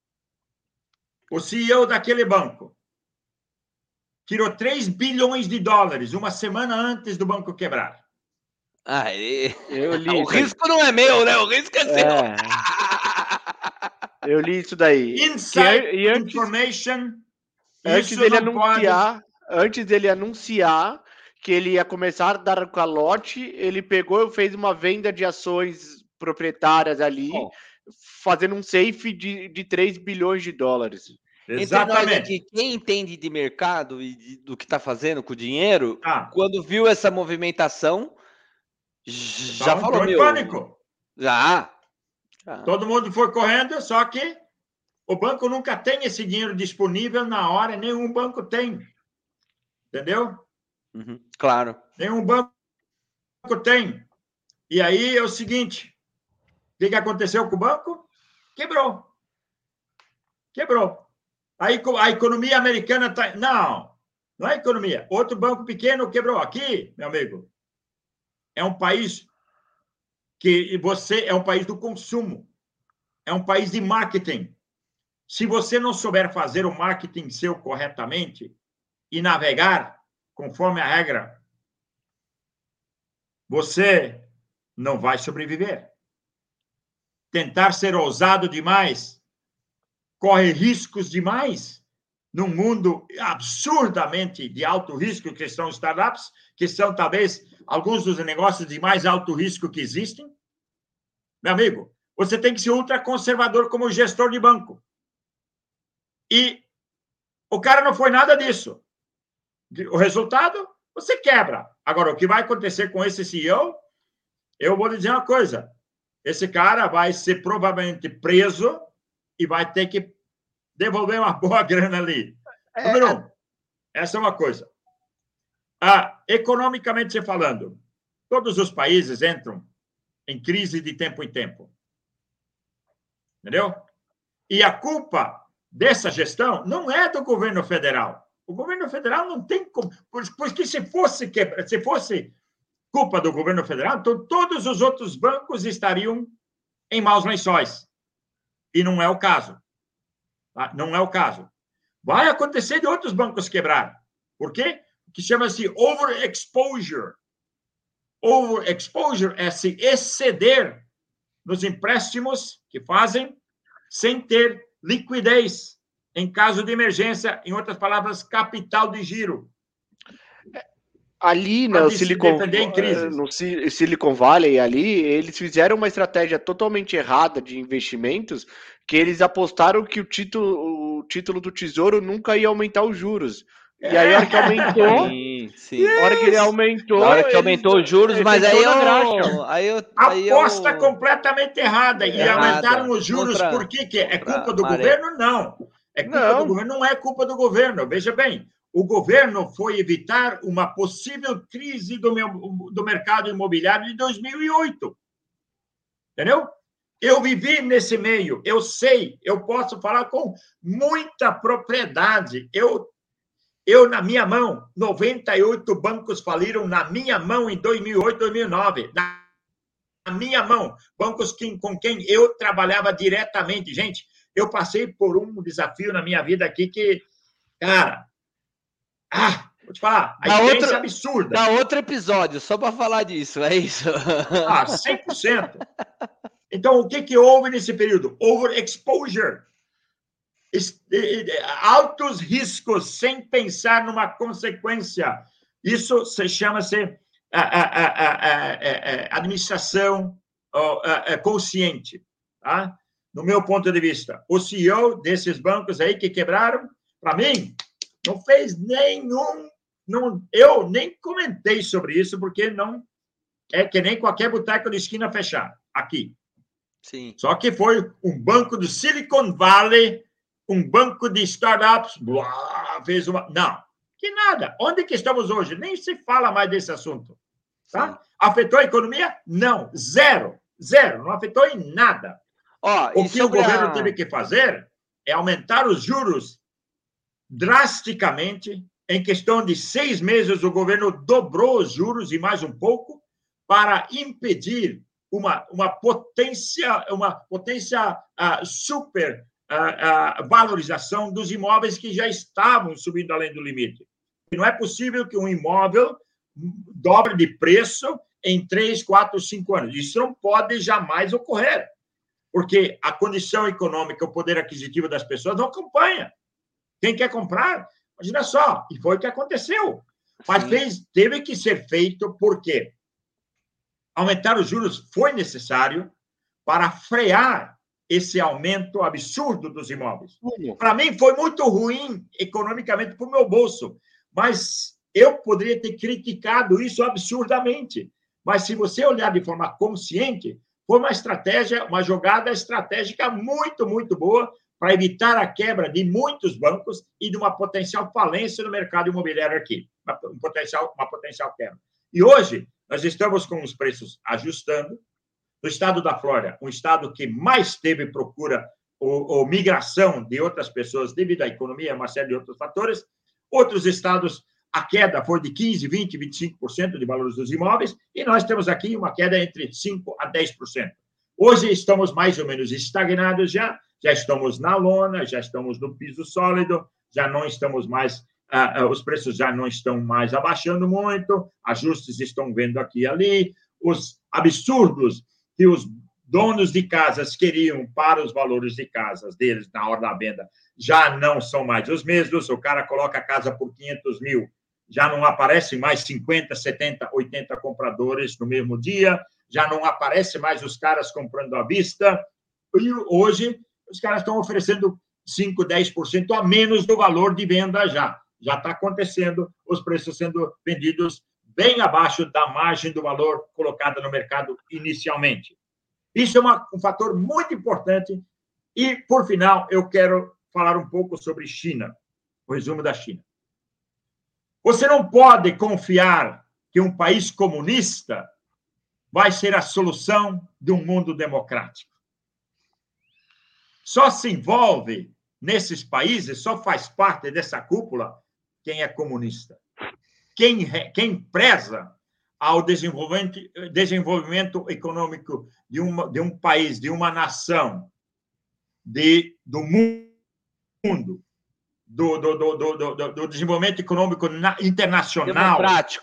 o CEO daquele banco tirou 3 bilhões de dólares uma semana antes do banco quebrar. Eu li. O risco não é meu, né? O risco é seu. Eu li isso daí. Inside information. Antes dele anunciar que ele ia começar a dar calote, ele pegou e fez uma venda de ações proprietárias ali, fazendo um safe de 3 bilhões de dólares. Exatamente. Aqui, quem entende de mercado e do que está fazendo com o dinheiro, quando viu essa movimentação, já falou, meu... pânico. Já. Todo mundo foi correndo, só que o banco nunca tem esse dinheiro disponível na hora, nenhum banco tem. Entendeu? Claro. Nenhum banco tem. E aí é o seguinte, o que aconteceu com o banco? Quebrou. Aí a economia americana está... Não é economia. Outro banco pequeno quebrou. Aqui, meu amigo, é um país que é um país do consumo. É um país de marketing. Se você não souber fazer o marketing seu corretamente e navegar conforme a regra, você não vai sobreviver. Tentar ser ousado demais, corre riscos demais, num mundo absurdamente de alto risco, que são startups, que são talvez alguns dos negócios de mais alto risco que existem. Meu amigo, você tem que ser ultraconservador como gestor de banco. E o cara não foi nada disso. O resultado, você quebra. Agora, o que vai acontecer com esse CEO, eu vou lhe dizer uma coisa. Esse cara vai ser provavelmente preso e vai ter que devolver uma boa grana ali. Número um, essa é uma coisa. Economicamente falando, todos os países entram em crise de tempo em tempo. Entendeu? E a culpa dessa gestão não é do governo federal. O governo federal não tem como... Porque se fosse culpa do governo federal, então todos os outros bancos estariam em maus lençóis. E não é o caso. Tá? Não é o caso. Vai acontecer de outros bancos quebrar. Por quê? Que chama-se overexposure. Overexposure é se exceder nos empréstimos que fazem sem ter liquidez em caso de emergência, em outras palavras, capital de giro. Ali no Silicon Valley, ali, eles fizeram uma estratégia totalmente errada de investimentos, que eles apostaram que o título do Tesouro nunca ia aumentar os juros. E aí, a hora que aumentou, a hora que ele aumentou... Na hora que aumentou os juros, mas aposta completamente errada. E aumentaram os juros. Por quê? É culpa do governo? Não. É culpa do governo? Não é culpa do governo. Veja bem, o governo foi evitar uma possível crise do mercado imobiliário de 2008. Entendeu? Eu vivi nesse meio. Eu sei. Eu posso falar com muita propriedade. Eu, na minha mão, 98 bancos faliram na minha mão em 2008, 2009. Na minha mão. Bancos com quem eu trabalhava diretamente. Gente, eu passei por um desafio na minha vida aqui que, cara... vou te falar, a experiência é absurda. Dá outro episódio, só para falar disso, é isso? 100%. Então, o que houve nesse período? Overexposure. Altos riscos sem pensar numa consequência. Isso chama-se administração consciente. Tá? No meu ponto de vista, o CEO desses bancos aí que quebraram, para mim, não fez nenhum... eu nem comentei sobre isso, porque não é que nem qualquer boteco de esquina fechar aqui. Sim. Só que foi um banco do Silicon Valley, um banco de startups, fez uma... Não, que nada. Onde que estamos hoje? Nem se fala mais desse assunto. Tá? Afetou a economia? Não, zero. Não afetou em nada. O que o governo teve que fazer é aumentar os juros drasticamente. Em questão de 6 meses, o governo dobrou os juros e mais um pouco para impedir uma potência super valorização dos imóveis que já estavam subindo além do limite. E não é possível que um imóvel dobre de preço em 3, 4, 5 anos. Isso não pode jamais ocorrer, porque a condição econômica, o poder aquisitivo das pessoas não acompanha. Quem quer comprar, imagina só, e foi o que aconteceu. Mas teve que ser feito porque aumentar os juros foi necessário para frear esse aumento absurdo dos imóveis. Para mim, foi muito ruim economicamente para o meu bolso, mas eu poderia ter criticado isso absurdamente. Mas se você olhar de forma consciente, foi uma estratégia, uma jogada estratégica muito, muito boa para evitar a quebra de muitos bancos e de uma potencial falência no mercado imobiliário aqui, uma potencial quebra. E hoje, nós estamos com os preços ajustando. No estado da Flórida, um estado que mais teve procura ou migração de outras pessoas devido à economia, uma série de outros fatores. Outros estados, a queda foi de 15%, 20%, 25% de valores dos imóveis, e nós temos aqui uma queda entre 5% a 10%. Hoje estamos mais ou menos estagnados já estamos na lona, já estamos no piso sólido, já não estamos mais, os preços já não estão mais abaixando muito, ajustes estão vendo aqui e ali, os absurdos que os donos de casas queriam para os valores de casas deles na hora da venda já não são mais os mesmos. O cara coloca a casa por 500 mil, já não aparecem mais 50, 70, 80 compradores no mesmo dia, já não aparece mais os caras comprando à vista, e hoje os caras estão oferecendo 5, 10% a menos do valor de venda já. já está acontecendo, os preços sendo vendidos bem abaixo da margem do valor colocada no mercado inicialmente. Isso é um fator muito importante. E, por final, eu quero falar um pouco sobre China, o resumo da China. Você não pode confiar que um país comunista vai ser a solução de um mundo democrático. Só se envolve nesses países, só faz parte dessa cúpula quem é comunista. Quem preza ao desenvolvimento econômico de um país, de uma nação, do mundo, do desenvolvimento econômico internacional.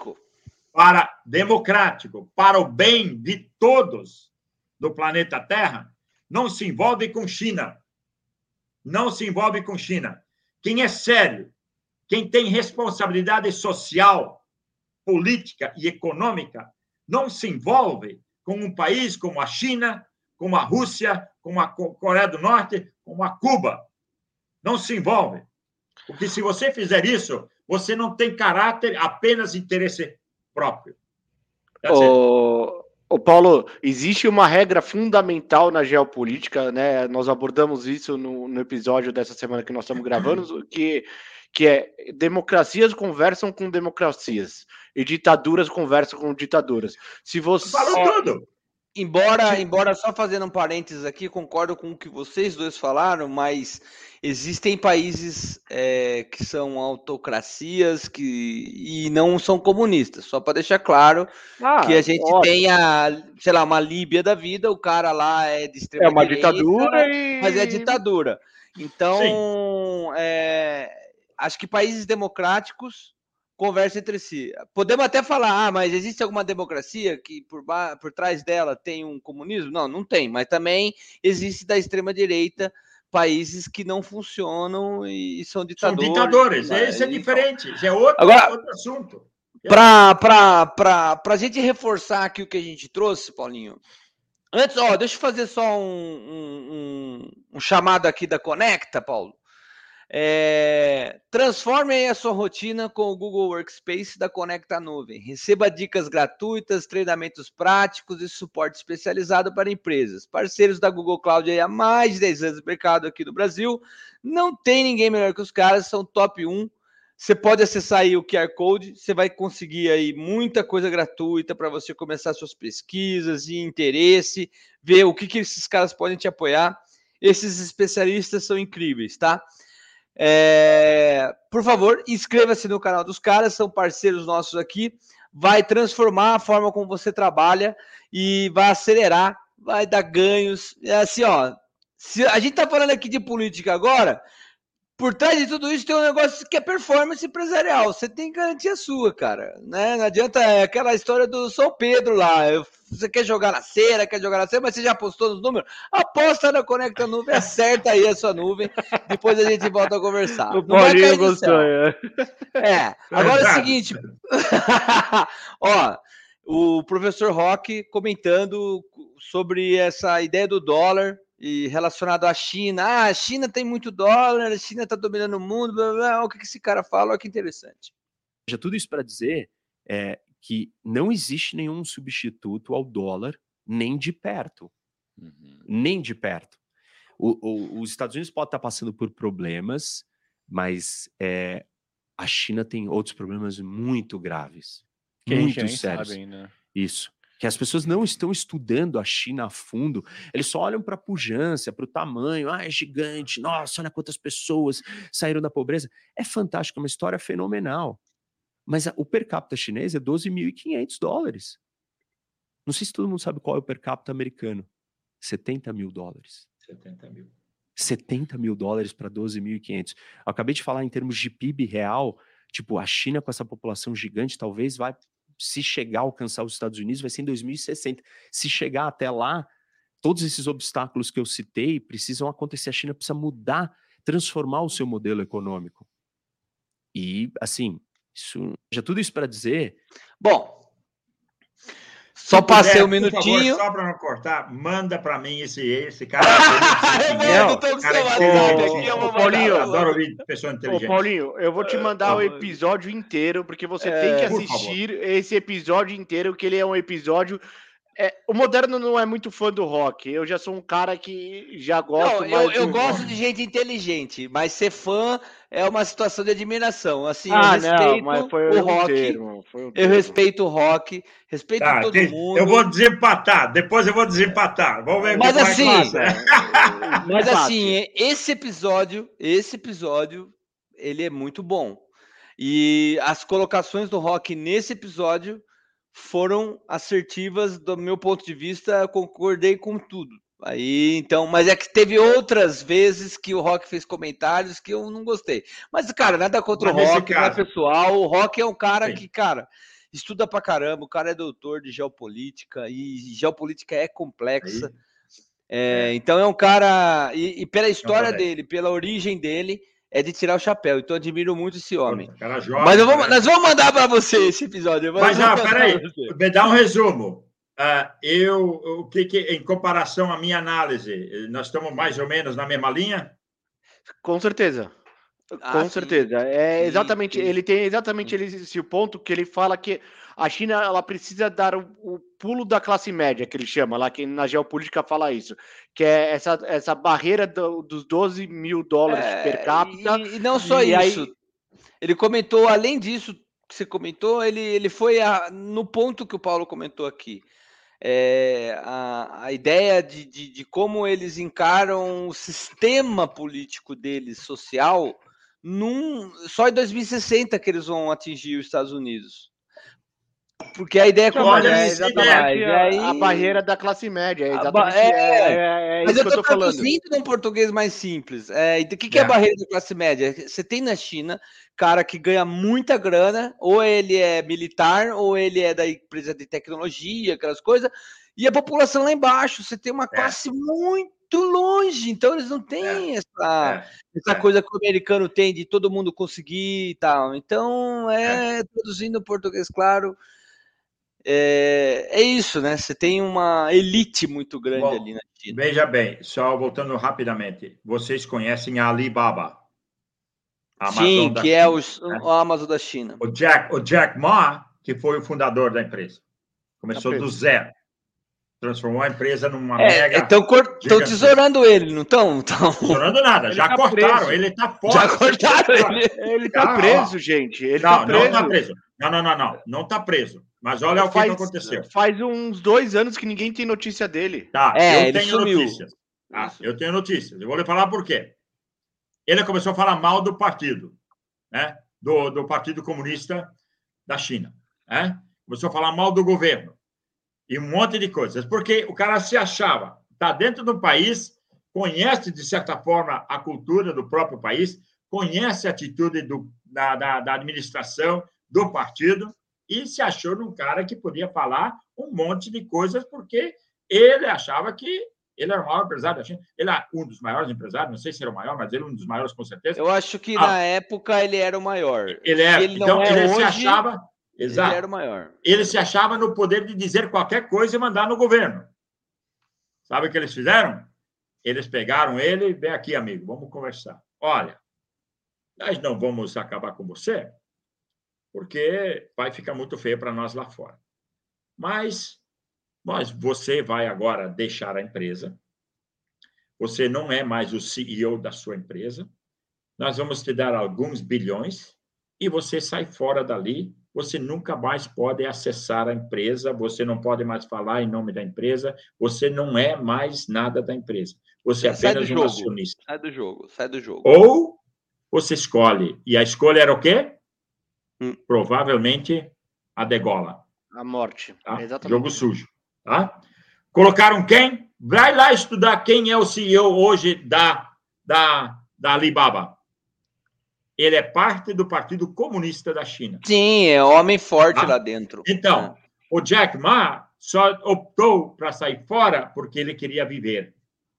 Democrático, para o bem de todos do planeta Terra, não se envolve com China. Não se envolve com China. Quem é sério, quem tem responsabilidade social, política e econômica, não se envolve com um país como a China, como a Rússia, como a Coreia do Norte, como a Cuba. Não se envolve. Porque se você fizer isso, você não tem caráter, apenas interesse próprio. Ô, Paulo, existe uma regra fundamental na geopolítica, né? Nós abordamos isso no episódio dessa semana que nós estamos gravando, que é democracias conversam com democracias e ditaduras conversam com ditaduras. Se você falou tudo. Embora só fazendo um parênteses aqui, concordo com o que vocês dois falaram, mas existem países que são autocracias e não são comunistas. Só para deixar claro que a gente tem sei lá, uma Líbia da vida, o cara lá é de extrema uma direita, ditadura, mas é ditadura. Então, acho que países democráticos conversam entre si. Podemos até falar, mas existe alguma democracia que por trás dela tem um comunismo? Não, não tem, mas também existe da extrema-direita países que não funcionam e são ditadores. São ditadores, isso é diferente, isso é outro assunto. Para a gente reforçar aqui o que a gente trouxe, Paulinho, antes, deixa eu fazer só um chamado aqui da Conecta, Paulo. Transforme aí a sua rotina com o Google Workspace da Conecta Nuvem. Receba dicas gratuitas, treinamentos práticos e suporte especializado para empresas. Parceiros da Google Cloud aí há mais de 10 anos no mercado aqui no Brasil. Não tem ninguém melhor que os caras, são top 1. Você pode acessar aí o QR Code, você vai conseguir aí muita coisa gratuita para você começar suas pesquisas e interesse, ver o que esses caras podem te apoiar. Esses especialistas são incríveis, tá? Por favor, inscreva-se no canal dos caras, são parceiros nossos aqui, vai transformar a forma como você trabalha e vai acelerar, vai dar ganhos. Assim, se a gente tá falando aqui de política agora, por trás de tudo isso tem um negócio que é performance empresarial, você tem garantia sua, cara, né? Não adianta aquela história do São Pedro lá, você quer jogar na cera, mas você já apostou nos números? Aposta na Conecta Nuvem, acerta aí a sua nuvem, depois a gente volta a conversar. O Paulinho gostou, agora é o seguinte, o professor Roque comentando sobre essa ideia do dólar e relacionado à China. A China tem muito dólar, a China está dominando o mundo, blá, blá, blá. O que esse cara fala? Olha que interessante. Tudo isso para dizer que não existe nenhum substituto ao dólar, nem de perto. Nem de perto. Os Estados Unidos podem estar passando por problemas, mas a China tem outros problemas muito graves. Muito sérios. Sabem, né? Isso. Que as pessoas não estão estudando a China a fundo, eles só olham para a pujança, para o tamanho, é gigante, nossa, olha quantas pessoas saíram da pobreza. É fantástico, é uma história fenomenal. Mas o per capita chinês é $12.500. Não sei se todo mundo sabe qual é o per capita americano. $70 mil. 70 mil. $70 mil para 12.500. Eu acabei de falar em termos de PIB real, tipo, a China com essa população gigante talvez vai... Se chegar a alcançar os Estados Unidos, vai ser em 2060. Se chegar até lá, todos esses obstáculos que eu citei precisam acontecer. A China precisa mudar, transformar o seu modelo econômico. E, assim, tudo isso para dizer... Bom, Só passei puder, um minutinho. Por favor, só para não cortar, manda para mim esse cara. Paulinho, eu adoro ouvir pessoa inteligente. Paulinho, eu vou te mandar o episódio inteiro, porque você tem que assistir esse episódio inteiro, que ele é um episódio... o Moderno não é muito fã do rock. Eu já sou um cara que já gosto mais eu gosto de gente inteligente, mas ser fã é uma situação de admiração. Assim, eu respeito o rock. Eu respeito o rock, respeito todo mundo. Eu vou desempatar, depois eu vou desempatar. Vamos ver mas assim, vai mas assim, esse episódio, ele é muito bom. E as colocações do rock nesse episódio foram assertivas do meu ponto de vista, concordei com tudo. Aí, então, mas é que teve outras vezes que o Rock fez comentários que eu não gostei. Mas, cara, nada contra o Rock, não é pessoal. O Rock é um cara que, cara, estuda pra caramba, o cara é doutor de geopolítica, e geopolítica é complexa. Então é um cara, e pela história dele, pela origem dele, é de tirar o chapéu. Então, admiro muito esse homem. Cara jovem, mas nós vamos mandar para você esse episódio. Mas, peraí, me dá um resumo. Em comparação à minha análise, nós estamos mais ou menos na mesma linha? Com certeza. Com certeza. Exatamente. Ele tem exatamente esse ponto que ele fala que a China ela precisa dar o pulo da classe média, que ele chama, lá que na geopolítica fala isso, que é essa barreira dos 12 mil dólares per capita. E não só isso. Ele comentou, além disso que você comentou, ele foi no ponto que o Paulo comentou aqui. A ideia de como eles encaram o sistema político deles, social, só em 2060 que eles vão atingir os Estados Unidos. Porque a ideia é exatamente a barreira da classe média. Mas eu estou traduzindo num português mais simples. O que é a barreira da classe média? Você tem na China cara que ganha muita grana, ou ele é militar, ou ele é da empresa de tecnologia, aquelas coisas, e a população lá embaixo, você tem uma classe muito longe, então eles não têm essa coisa que o americano tem de todo mundo conseguir e tal. Então, traduzindo em português, claro, é isso, né? Você tem uma elite muito grande ali na China. Veja bem, só voltando rapidamente, vocês conhecem a Alibaba? Sim, que é o Amazon da China. O Jack Ma, que foi o fundador da empresa. Começou do zero. Transformou a empresa numa mega... Estão tesourando ele, não estão? Tesourando nada, já cortaram, preso. Ele está fora. Já cortaram ele. Ele está preso, gente. Não está preso. Não está preso. Mas olha o que aconteceu. Faz uns 2 anos que ninguém tem notícia dele. Tá, eu tenho notícias. Eu tenho notícias. Eu vou lhe falar por quê. Ele começou a falar mal do partido, né? Do Partido Comunista da China. Né? Começou a falar mal do governo. E um monte de coisas. Porque o cara se achava, está dentro do país, conhece, de certa forma, a cultura do próprio país, conhece a atitude da administração, do partido, e se achou num cara que podia falar um monte de coisas, porque ele achava que ele era o maior empresário da China. Ele é um dos maiores empresários, não sei se era o maior, mas ele é um dos maiores, com certeza. Eu acho que na época ele era o maior. Ele era. Então, ele se achava... Exato. Ele era o maior. Ele se achava no poder de dizer qualquer coisa e mandar no governo. Sabe o que eles fizeram? Eles pegaram ele, vem aqui, amigo, vamos conversar. Olha, nós não vamos acabar com você, porque vai ficar muito feio para nós lá fora. Mas você vai agora deixar a empresa, você não é mais o CEO da sua empresa, nós vamos te dar alguns bilhões e você sai fora dali, você nunca mais pode acessar a empresa, você não pode mais falar em nome da empresa, você não é mais nada da empresa, você é apenas um acionista. Sai do jogo. Ou você escolhe, e a escolha era o quê? Provavelmente a degola. A morte. Tá? Exatamente. Jogo sujo. Tá? Colocaram quem? Vai lá estudar quem é o CEO hoje da Alibaba. Ele é parte do Partido Comunista da China. Sim, é homem forte lá dentro. Então, o Jack Ma só optou para sair fora porque ele queria viver.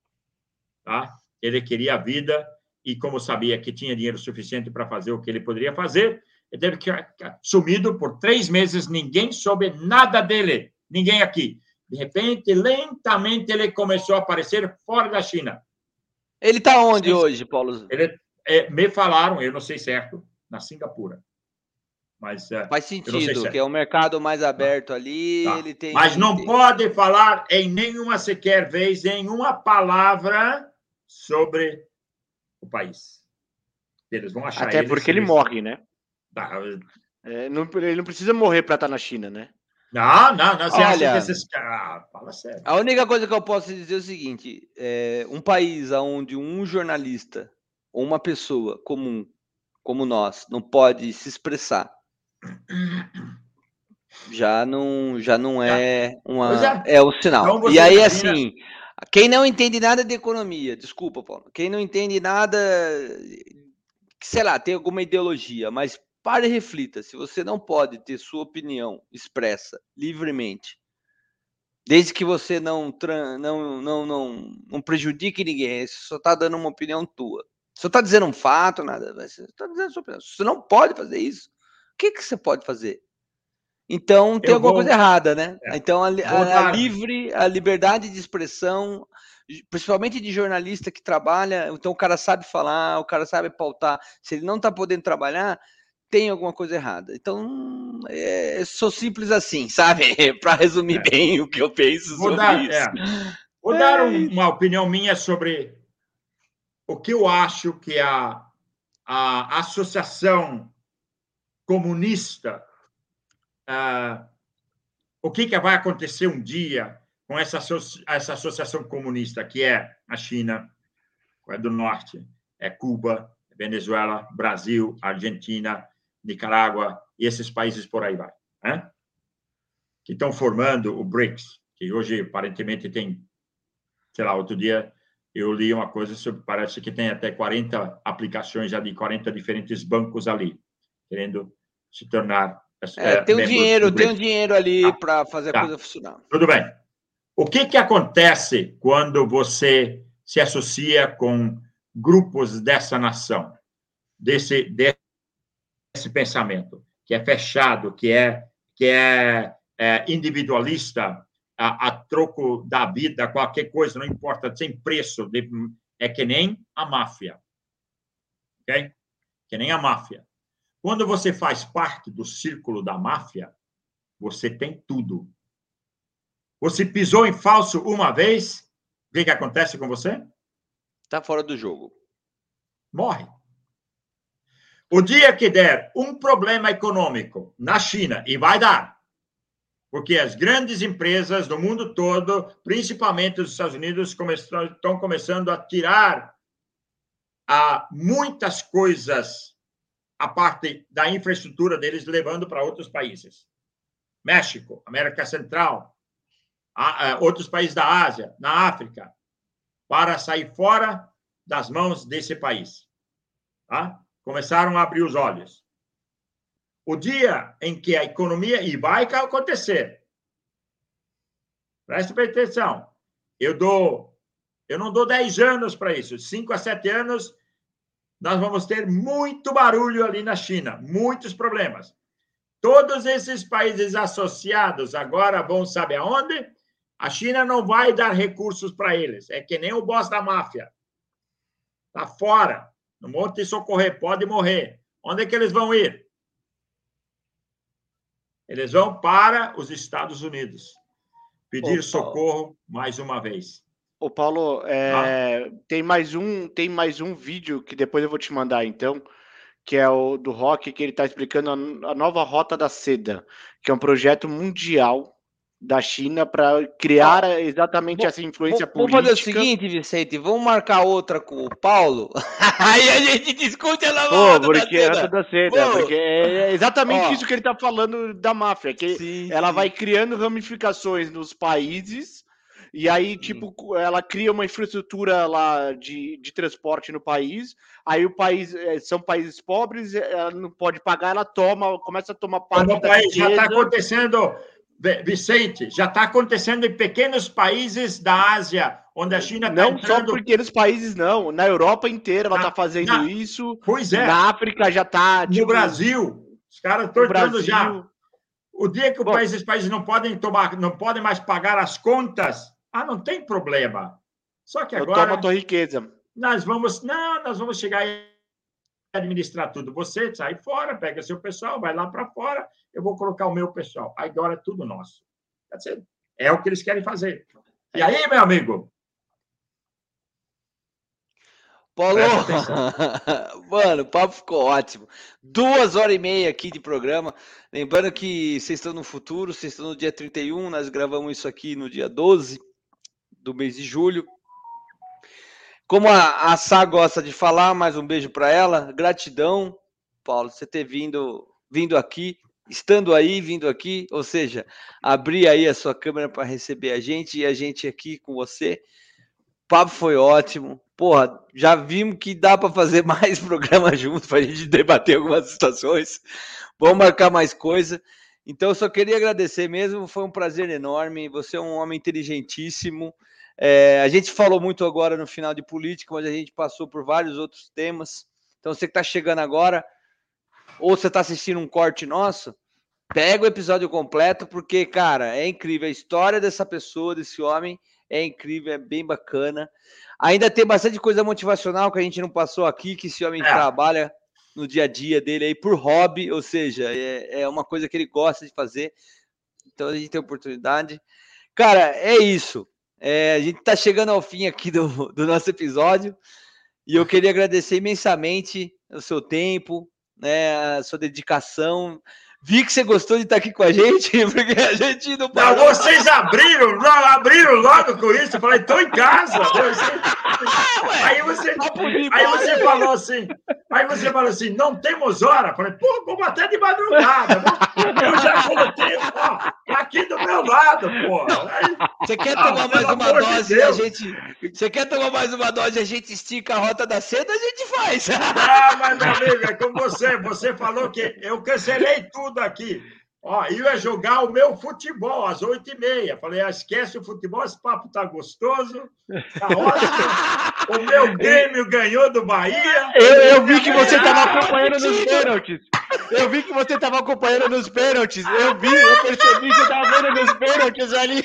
Tá? Ele queria a vida e, como sabia que tinha dinheiro suficiente para fazer o que ele poderia fazer, ele teve que ficar sumido por 3 meses, ninguém soube nada dele. ninguém aqui. De repente, lentamente, ele começou a aparecer fora da China. Ele está onde hoje, Paulo? Me falaram, eu não sei certo, na Singapura. Mas, faz sentido, que é um mercado mais aberto ali. Tá. Ele tem. Mas não pode falar em nenhuma sequer vez, em uma palavra sobre o país. Eles vão achar. Até porque ele morre, né? Tá. Ele não precisa morrer para estar na China, né? Não. Você acha Olha, que esses caras... fala sério. A única coisa que eu posso dizer é o seguinte: um país onde um jornalista ou uma pessoa comum, como nós, não pode se expressar, já não é o sinal. Então e aí, assim, quem não entende nada de economia, desculpa, Paulo, quem não entende nada, sei lá, tem alguma ideologia, mas pare e reflita, se você não pode ter sua opinião expressa livremente, desde que você não prejudique ninguém, você só está dando uma opinião tua. Você está dizendo um fato, nada, você está dizendo a sua opinião. Você não pode fazer isso. O que você pode fazer? Então tem alguma coisa errada, né? Então a liberdade de expressão, principalmente de jornalista que trabalha, então o cara sabe falar, o cara sabe pautar. Se ele não está podendo trabalhar, tem alguma coisa errada. Então, sou simples assim, sabe? Para resumir bem o que eu penso sobre isso. Vou dar uma opinião minha sobre o que eu acho que a Associação Comunista, o que vai acontecer um dia com essa Associação Comunista, que é a China, Coreia do Norte, Cuba, Venezuela, Brasil, Argentina, Nicarágua e esses países por aí vai, né? Que estão formando o BRICS, que hoje aparentemente tem, sei lá, outro dia eu li uma coisa sobre, parece que tem até 40 aplicações já de 40 diferentes bancos ali, querendo se tornar tem um dinheiro ali para fazer a coisa funcionar. Tudo bem. O que acontece quando você se associa com grupos dessa nação, desse pensamento, que é fechado, que é individualista, a troco da vida, qualquer coisa, não importa, sem preço, é que nem a máfia. Ok? Que nem a máfia. Quando você faz parte do círculo da máfia, você tem tudo. Você pisou em falso uma vez, o que acontece com você? Está fora do jogo. Morre. O dia que der um problema econômico na China, e vai dar, porque as grandes empresas do mundo todo, principalmente os Estados Unidos, estão começando a tirar muitas coisas, a parte da infraestrutura deles, levando para outros países. México, América Central, outros países da Ásia, na África, para sair fora das mãos desse país. Tá? Começaram a abrir os olhos. O dia em que a economia, e vai acontecer, preste atenção, eu não dou 10 anos para isso, 5 a 7 anos, nós vamos ter muito barulho ali na China, muitos problemas. Todos esses países associados agora vão saber aonde? A China não vai dar recursos para eles, é que nem o boss da máfia. Está fora. Não vão te socorrer, pode morrer. Onde é que eles vão ir? Eles vão para os Estados Unidos pedir socorro mais uma vez. Ô, Paulo, tem mais um vídeo que depois eu vou te mandar, então, que é o do Rock, que ele está explicando a nova Rota da Seda, que é um projeto mundial da China para criar exatamente essa influência política. Vamos fazer o seguinte, Vicente, vamos marcar outra com o Paulo, aí a gente discute a nova Rota da Seda, porque é exatamente isso que ele está falando da máfia, que ela vai criando ramificações nos países, e aí, tipo, ela cria uma infraestrutura lá de transporte no país, aí o país, são países pobres, ela não pode pagar, ela começa a tomar parte da país. Já está acontecendo... Vicente, já está acontecendo em pequenos países da Ásia, onde a China está entrando... Não só pequenos países, não. Na Europa inteira ela está fazendo isso. Pois é. Na África já está... No Brasil, os caras estão entrando já. O dia que esses países não podem mais pagar as contas, não tem problema. Só que agora... Toma a tua riqueza. Nós vamos chegar e administrar tudo. Você sai fora, pega seu pessoal, vai lá para fora, eu vou colocar o meu pessoal. Agora é tudo nosso. É o que eles querem fazer. E aí, meu amigo? Paulo, mano, o papo ficou ótimo. 2h30 aqui de programa. Lembrando que vocês estão no futuro, vocês estão no dia 31, nós gravamos isso aqui no dia 12 do mês de julho. Como a Sá gosta de falar, mais um beijo para ela. Gratidão, Paulo, você ter vindo aqui, estando aí, vindo aqui, ou seja, abrir aí a sua câmera para receber a gente e a gente aqui com você. O papo foi ótimo. Porra, já vimos que dá para fazer mais programas juntos para a gente debater algumas situações. Vamos marcar mais coisa. Então, eu só queria agradecer mesmo. Foi um prazer enorme. Você é um homem inteligentíssimo. A gente falou muito agora no final de política, mas a gente passou por vários outros temas. Então, você que está chegando agora, ou você está assistindo um corte nosso, pega o episódio completo, porque, cara, é incrível. A história dessa pessoa, desse homem, é incrível, é bem bacana. Ainda tem bastante coisa motivacional que a gente não passou aqui, que esse homem trabalha no dia a dia dele aí por hobby, ou seja, é uma coisa que ele gosta de fazer. Então a gente tem oportunidade. Cara, é isso. A gente está chegando ao fim aqui do nosso episódio e eu queria agradecer imensamente o seu tempo, né, a sua dedicação. Vi que você gostou de estar aqui com a gente, porque a gente não parou. Não, vocês abriram logo com isso. Eu falei, estou em casa. Aí você falou assim, não temos hora. Eu falei, pô, vamos até de madrugada. Eu já coloquei aqui do meu lado, pô. Você quer tomar mais uma dose e a gente... Você quer tomar mais uma dose e a gente estica a rota da seda, a gente faz. Mas, meu amigo, é com você. Você falou que eu cancelei tudo aqui. Eu ia jogar o meu futebol às 8h30. Falei, esquece o futebol, esse papo tá gostoso, tá ótimo. O meu Grêmio ganhou do Bahia. Eu vi que você estava acompanhando nos pênaltis. Eu percebi que você estava vendo nos pênaltis ali.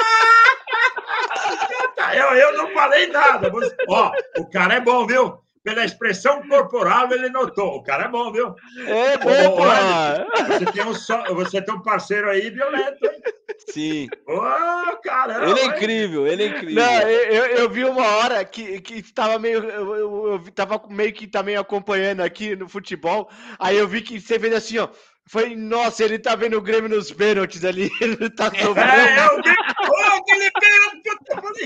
Eu não falei nada. O cara é bom, viu? Pela expressão corporal, ele notou. O cara é bom, viu? É bom, você tem um parceiro aí violento, hein? Sim. Caramba, ele é incrível. Não, eu vi uma hora que estava meio... Eu estava meio que também acompanhando aqui no futebol. Aí eu vi que você fez assim, ó. Foi, nossa, ele tá vendo o Grêmio nos pênaltis ali. Ele tá sofrendo. O Grêmio... aquele pênalti!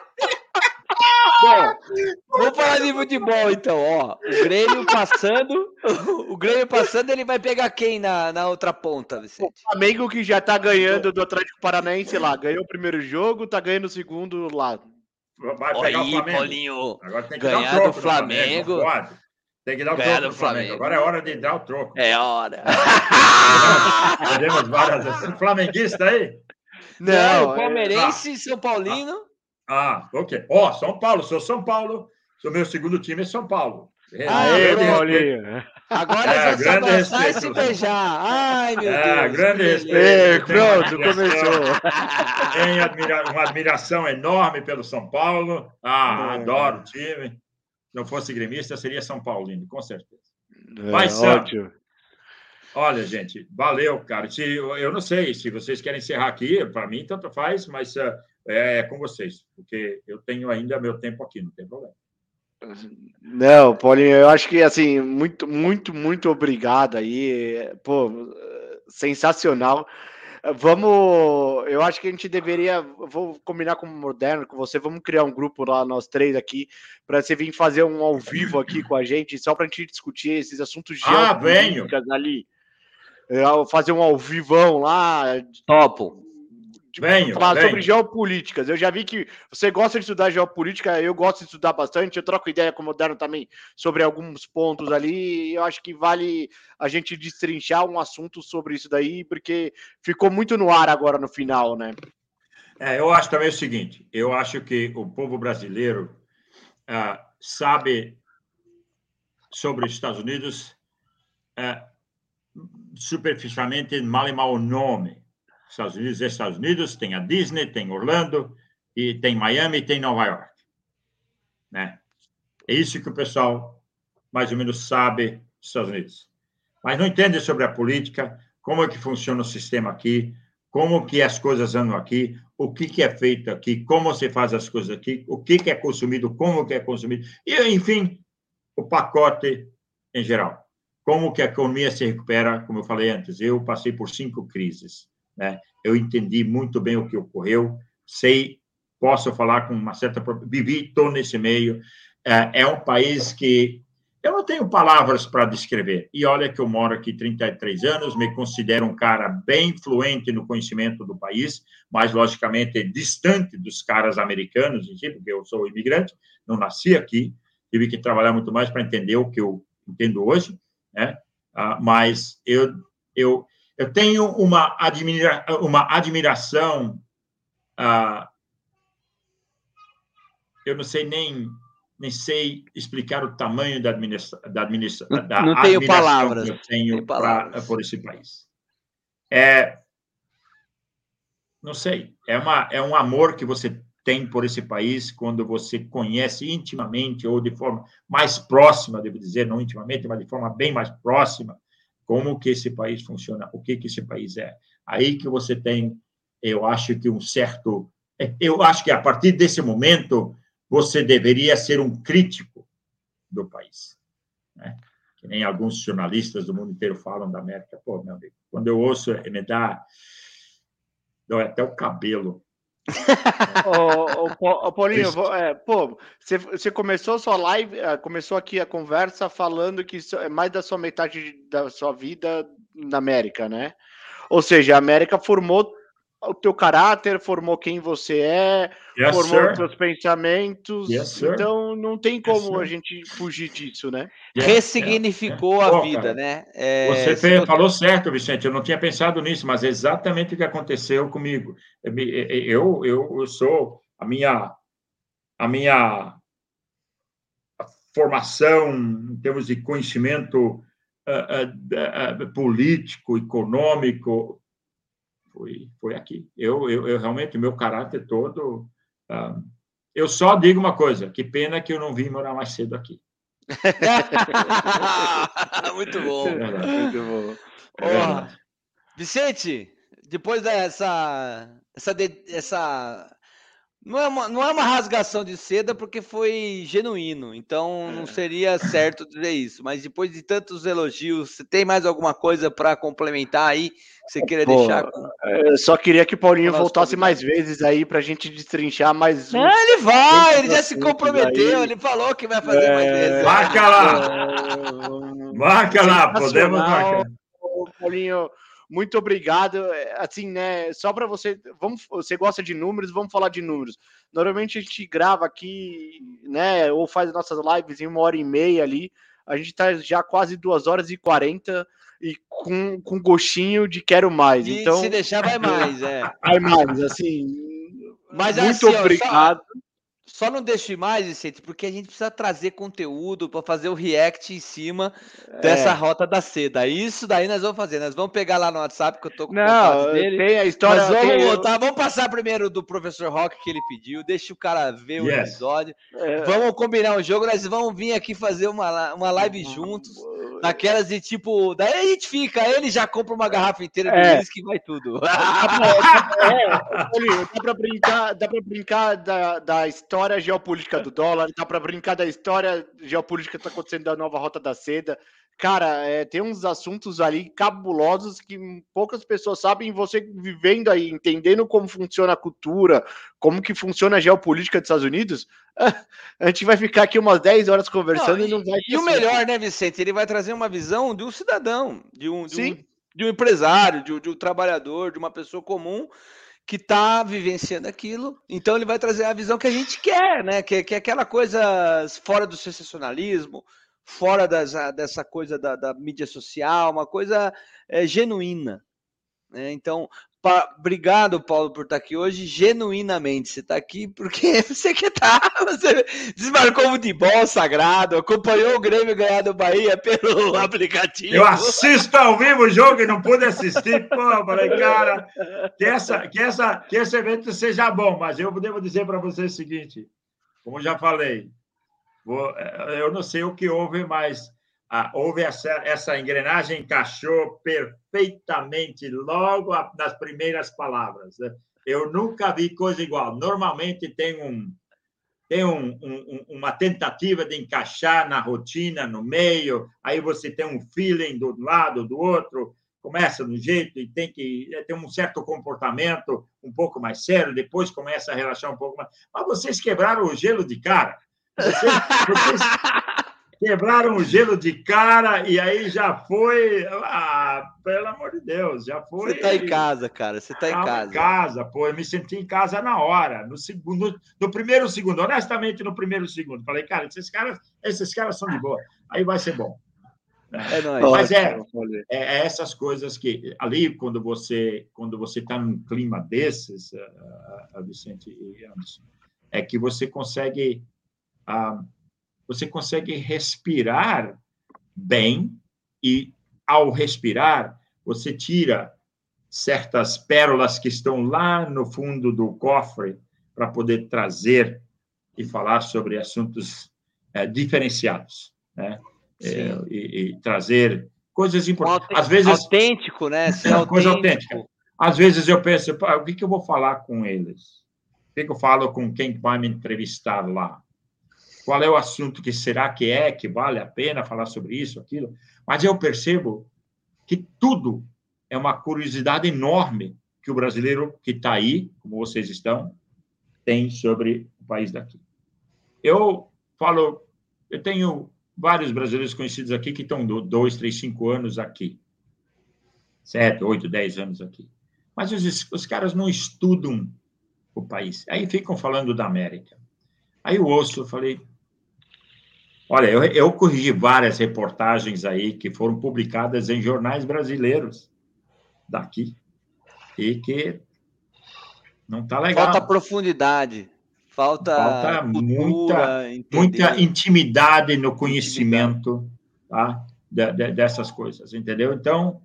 Bom, vamos falar de futebol, então. O Grêmio passando, ele vai pegar quem na outra ponta, Vicente? O Flamengo, que já tá ganhando do Atlético Paranaense lá. Ganhou o primeiro jogo, tá ganhando o segundo lá. Vai pegar o Flamengo. Paulinho. Agora tem que ganhar dar o troco do Flamengo. Tem que dar o troco do Flamengo. Agora é hora de dar o troco. É hora. Temos várias... Flamenguista aí? Não, palmeirense, São Paulino. Ok. São Paulo, sou São Paulo. O meu segundo time é São Paulo. Aê, Paulinho. Agora já só abraçar e se beijar. Ai, meu Deus. Grande respeito. Pronto, começou. Tenho uma admiração enorme pelo São Paulo. Adoro o time. Se não fosse gremista, seria São Paulino, com certeza. Ótimo. Olha, gente, valeu, cara. Eu não sei se vocês querem encerrar aqui, para mim tanto faz, mas é com vocês, porque eu tenho ainda meu tempo aqui, não tem problema. Não, Paulinho, eu acho que, assim, muito, muito, muito obrigado aí. Pô, sensacional. Eu acho que a gente deveria, vou combinar com o Moderno, com você, vamos criar um grupo lá, nós três aqui, para você vir fazer um ao vivo aqui com a gente, só para a gente discutir esses assuntos geopolíticos ali. Fazer um ao vivão lá. Topo. Falar sobre geopolíticas. Eu já vi que você gosta de estudar geopolítica, eu gosto de estudar bastante, eu troco ideia com o Moderno também sobre alguns pontos ali, e eu acho que vale a gente destrinchar um assunto sobre isso daí, porque ficou muito no ar agora no final, né? Eu acho também o seguinte, eu acho que o povo brasileiro sabe sobre os Estados Unidos superficialmente mal e mal o nome. Estados Unidos tem a Disney, tem Orlando, e tem Miami, e tem Nova York. Né? É isso que o pessoal mais ou menos sabe dos Estados Unidos. Mas não entende sobre a política, como é que funciona o sistema aqui, como que as coisas andam aqui, o que é feito aqui, como se faz as coisas aqui, o que é consumido, como que é consumido, e, enfim, o pacote em geral. Como que a economia se recupera, como eu falei antes, eu passei por 5 crises, né? Eu entendi muito bem o que ocorreu, posso falar com uma certa... Vivi, estou nesse meio. É um país que eu não tenho palavras para descrever. E olha que eu moro aqui 33 anos, me considero um cara bem fluente no conhecimento do país, mas, logicamente, distante dos caras americanos, porque eu sou imigrante, não nasci aqui, tive que trabalhar muito mais para entender o que eu entendo hoje, né? Mas eu tenho uma admiração, eu não sei nem sei explicar o tamanho da admiração palavras, que eu tenho por esse país. Não sei, é um amor que você tem por esse país quando você conhece intimamente ou de forma mais próxima, devo dizer, não intimamente, mas de forma bem mais próxima, como que esse país funciona, o que esse país é. Aí que você tem, eu acho que eu acho que a partir desse momento você deveria ser um crítico do país, né? Que nem alguns jornalistas do mundo inteiro falam da América. Pô, meu amigo, quando eu ouço, me dói até o cabelo. Paulinho, você começou sua live, começou aqui a conversa falando que é mais da sua metade da sua vida na América, né? Ou seja, a América formou o teu caráter, formou quem você é, formou os seus pensamentos. Então, não tem como a gente fugir disso, né? Ressignificou a vida, cara, né? Você falou certo, Vicente. Eu não tinha pensado nisso, mas é exatamente o que aconteceu comigo. Eu sou a minha formação em termos de conhecimento político, econômico, foi aqui. Eu realmente, meu caráter todo... eu só digo uma coisa, que pena que eu não vim morar mais cedo aqui. Muito bom. Muito bom. Vicente, depois dessa não é uma rasgação de seda, porque foi genuíno, então não seria certo dizer isso, mas depois de tantos elogios, você tem mais alguma coisa para complementar aí que você queira deixar? Eu só queria que o Paulinho voltasse mais vezes aí pra gente destrinchar mais. Ele já se comprometeu, aí. Ele falou que vai fazer mais vezes. Marca lá, podemos marcar. Paulinho, muito obrigado. Assim, né? Só para você, você gosta de números, vamos falar de números. Normalmente a gente grava aqui, né? Ou faz nossas lives em 1h30 ali. A gente tá já quase 2h40 e com gostinho de quero mais. E então, se deixar, vai mais, Vai mais, assim. Mas muito assim, obrigado. Só não deixe mais, Vicente, porque a gente precisa trazer conteúdo para fazer o react em cima dessa rota da seda. Isso daí nós vamos fazer. Nós vamos pegar lá no WhatsApp, que eu tô com o contato dele. Tem a história. Vamos passar primeiro do Professor Rock que ele pediu. Deixa o cara ver o episódio. Vamos combinar um jogo. Nós vamos vir aqui fazer uma live juntos. Daquelas de tipo. Daí a gente fica. Ele já compra uma garrafa inteira de uísque e vai tudo. Dá pra brincar da história geopolítica do dólar, dá para brincar da história geopolítica que está acontecendo da nova rota da seda. Cara, tem uns assuntos ali cabulosos que poucas pessoas sabem, você vivendo aí, entendendo como funciona a cultura, como que funciona a geopolítica dos Estados Unidos, a gente vai ficar aqui umas 10 horas conversando e não vai ter o melhor, né, Vicente? Ele vai trazer uma visão de um cidadão, de um empresário, de um trabalhador, de uma pessoa comum que está vivenciando aquilo, então ele vai trazer a visão que a gente quer, né? Que é aquela coisa fora do sensacionalismo, fora dessa coisa da mídia social, uma coisa genuína, Então, obrigado, Paulo, por estar aqui hoje. Genuinamente, você está aqui porque você quer estar. Você desmarcou o futebol sagrado, acompanhou o Grêmio ganhar do Bahia pelo aplicativo. Eu assisto ao vivo o jogo e não pude assistir. Pô, eu falei, cara, que esse evento seja bom, mas eu devo dizer para você o seguinte, como já falei, eu não sei o que houve, mas houve essa engrenagem, encaixou perfeitamente logo nas primeiras palavras. Né? Eu nunca vi coisa igual. Normalmente tem uma tentativa de encaixar na rotina, no meio, aí você tem um feeling do lado, do outro, começa de um jeito e tem que ter um certo comportamento um pouco mais sério, depois começa a relaxar um pouco mais. Mas vocês quebraram o gelo de cara. Vocês quebraram o gelo de cara e aí já foi... pelo amor de Deus, já foi... Você está em casa, cara, você está em casa. Pô, eu me senti em casa na hora, no primeiro segundo, honestamente, no primeiro segundo. Falei, cara, esses caras são de boa, aí vai ser bom. Mas essas coisas que... Ali, quando você está num clima desses, Vicente e Anderson, é que você consegue respirar bem e, ao respirar, você tira certas pérolas que estão lá no fundo do cofre para poder trazer e falar sobre assuntos diferenciados, né? E trazer coisas importantes. Às vezes, autêntico, né? Coisa autêntica. Às vezes eu penso, o que eu vou falar com eles? O que eu falo com quem vai me entrevistar lá? Qual é o assunto que será que vale a pena falar sobre isso, aquilo? Mas eu percebo que tudo é uma curiosidade enorme que o brasileiro que está aí, como vocês estão, tem sobre o país daqui. Eu tenho vários brasileiros conhecidos aqui que estão 2, 3, 5 anos aqui. 7, 8, 10 anos aqui. Mas os caras não estudam o país. Aí ficam falando da América. Aí eu falei... Olha, eu corrigi várias reportagens aí que foram publicadas em jornais brasileiros daqui e que não está legal. Falta profundidade, falta cultura, muita intimidade no conhecimento, tá? Dessas coisas, entendeu? Então,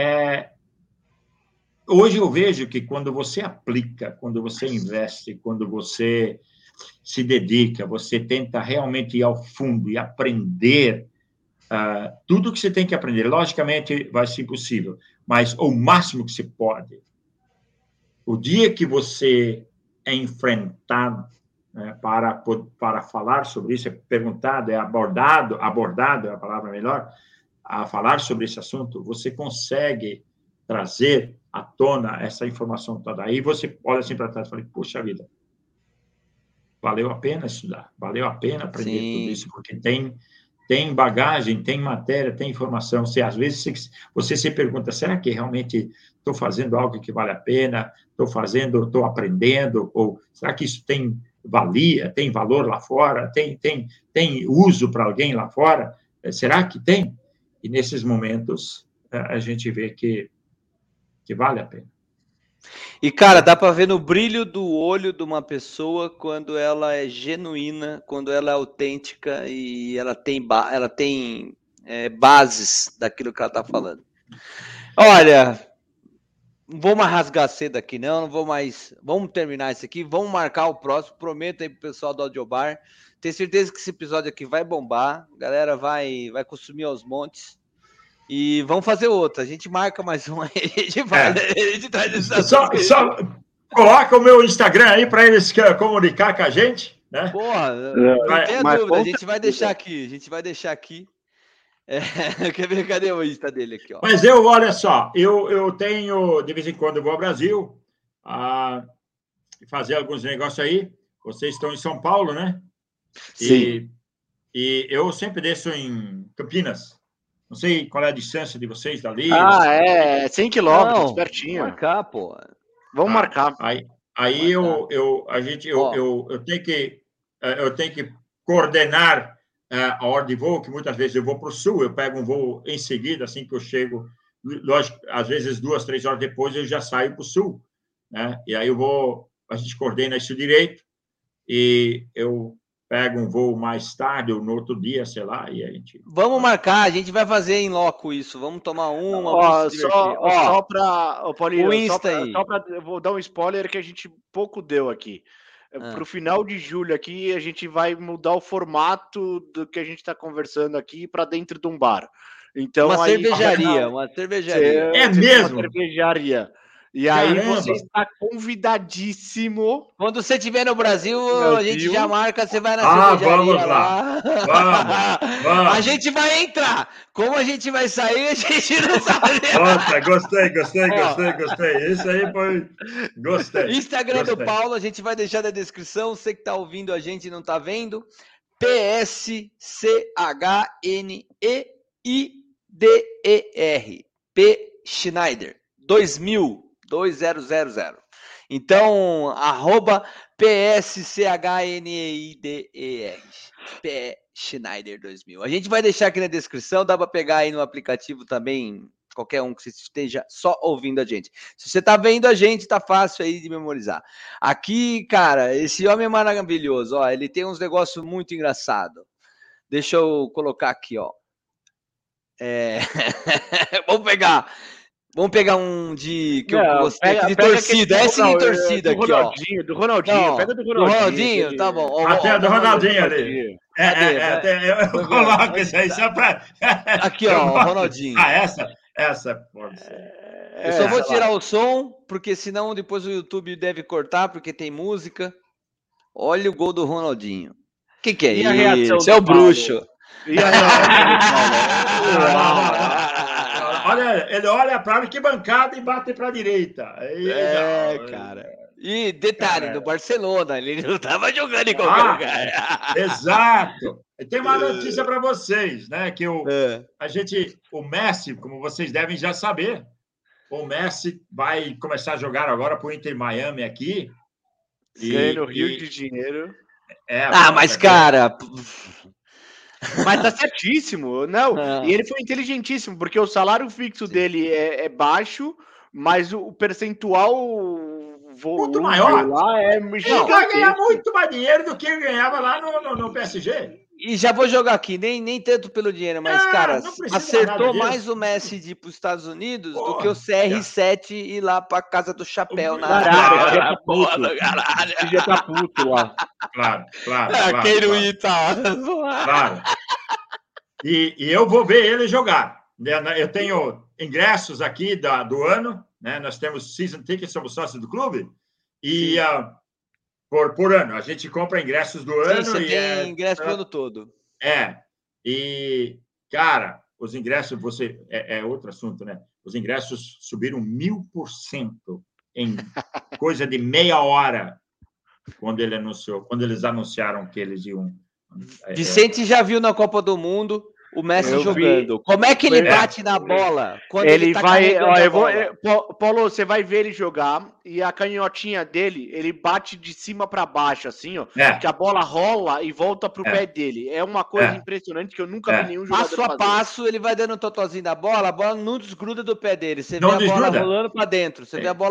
hoje eu vejo que quando você aplica, quando você investe, quando você se dedica, você tenta realmente ir ao fundo e aprender tudo que você tem que aprender. Logicamente, vai ser impossível, mas o máximo que você pode. O dia que você é enfrentado, né, para falar sobre isso, é perguntado, é abordado é a palavra melhor, a falar sobre esse assunto, você consegue trazer à tona essa informação toda. Aí você olha assim para trás e fala, puxa vida, valeu a pena estudar, valeu a pena aprender tudo isso, porque tem bagagem, tem matéria, tem informação. Às vezes você se pergunta, será que realmente estou fazendo algo que vale a pena? Estou aprendendo? Ou será que isso tem valia, tem valor lá fora? Tem uso para alguém lá fora? Será que tem? E nesses momentos a gente vê que vale a pena. E, cara, dá para ver no brilho do olho de uma pessoa quando ela é genuína, quando ela é autêntica e ela tem bases daquilo que ela está falando. Olha, não vou mais rasgar cedo aqui, não vou mais... Vamos terminar isso aqui, vamos marcar o próximo, prometo aí pro pessoal do Audiobar. Tenho certeza que esse episódio aqui vai bombar, a galera vai consumir aos montes. E vamos fazer outra. A gente marca mais um aí. A gente traz só coloca o meu Instagram aí para eles comunicar com a gente, né? Porra, não tenha dúvida. A gente vai deixar aqui. Quer ver? Cadê o Insta dele aqui? Ó? Mas olha só, eu tenho, de vez em quando eu vou ao Brasil fazer alguns negócios aí. Vocês estão em São Paulo, né? Sim. E eu sempre desço em Campinas. Não sei qual é a distância de vocês dali. 100 quilômetros, pertinho. Vamos marcar, pô. Vamos marcar. Aí eu tenho que coordenar a hora de voo, que muitas vezes eu vou para o sul, eu pego um voo em seguida, assim que eu chego lógico, às vezes 2, 3 horas depois eu já saio para o sul, né? E aí a gente coordena isso direito e eu pego um voo mais tarde ou no outro dia, sei lá, e a gente... Vamos marcar, a gente vai fazer em loco isso. Vamos tomar uma, vamos se divertir. Só para o Insta aí. Eu vou dar um spoiler que a gente pouco deu aqui. Para o final de julho aqui, a gente vai mudar o formato do que a gente está conversando aqui para dentro de um bar. Então, uma cervejaria. É mesmo? Uma cervejaria. E aí você está convidadíssimo. Quando você estiver no Brasil, a gente já marca, você vai na cervejaria. Vamos lá. Vamos. A gente vai entrar. Como a gente vai sair, a gente não sabe. Nossa, gostei. Isso aí foi... Gostei. Instagram do Paulo, a gente vai deixar na descrição. Você que está ouvindo a gente e não está vendo. PSCHNEIDER. P. Schneider. 2000. Então, @PSCHNEIDER. P. Schneider 2000. A gente vai deixar aqui na descrição, dá para pegar aí no aplicativo também, qualquer um que você esteja só ouvindo a gente. Se você tá vendo a gente, tá fácil aí de memorizar. Aqui, cara, esse homem é maravilhoso, ó, ele tem uns negócios muito engraçados. Deixa eu colocar aqui, ó. Vamos pegar um de que eu gostei, de torcida. Esse de torcida aqui, ó. Do Ronaldinho. Pega do Ronaldinho, tá bom. Até do Ronaldinho ali. Eu coloco isso aí só pra... Aqui, ó, o Ronaldinho. Essa pode ser. Eu só vou tirar o som, porque senão depois o YouTube deve cortar, porque tem música. Olha o gol do Ronaldinho. O que é isso? Isso é o bruxo. E a reação Olha, ele olha para a arquibancada e bate para a direita. Cara. E detalhe, do Barcelona, ele não estava jogando em qualquer lugar. Exato. E tem uma notícia para vocês, né? Que o Messi, como vocês devem já saber, o Messi vai começar a jogar agora para o Inter Miami aqui. No Rio de Janeiro. Mas cara... Mas tá certíssimo, não. E ele foi inteligentíssimo, porque o salário fixo dele é baixo, mas o percentual muito maior lá é ele vai ganhar muito mais dinheiro do que ele ganhava lá no PSG. E já vou jogar aqui, nem tanto pelo dinheiro, mas, cara, acertou mais o Messi de ir para os Estados Unidos do que o CR7 ir lá para casa do chapéu na Arábia. Já tá puto lá. Claro. Quem não ir, tá? Claro. E eu vou ver ele jogar. Eu tenho ingressos aqui do ano, né? Nós temos season tickets, somos sócios do clube, e por ano. A gente compra ingressos do ano. Você tem ingresso pro ano todo. E, cara, os ingressos, é outro assunto, né? Os ingressos subiram 1000% em coisa de meia hora quando eles anunciaram que eles iam... Vicente já viu na Copa do Mundo o Messi jogando. Como é que ele bate na bola? Quando ele tá Paulo, você vai ver ele jogar e a canhotinha dele, ele bate de cima para baixo, assim, ó. Que a bola rola e volta pro pé dele. É uma coisa impressionante que eu nunca vi nenhum jogador fazer. Passo a passo, ele vai dando um totozinho da bola, a bola não desgruda do pé dele. Você vê a bola rolando para dentro.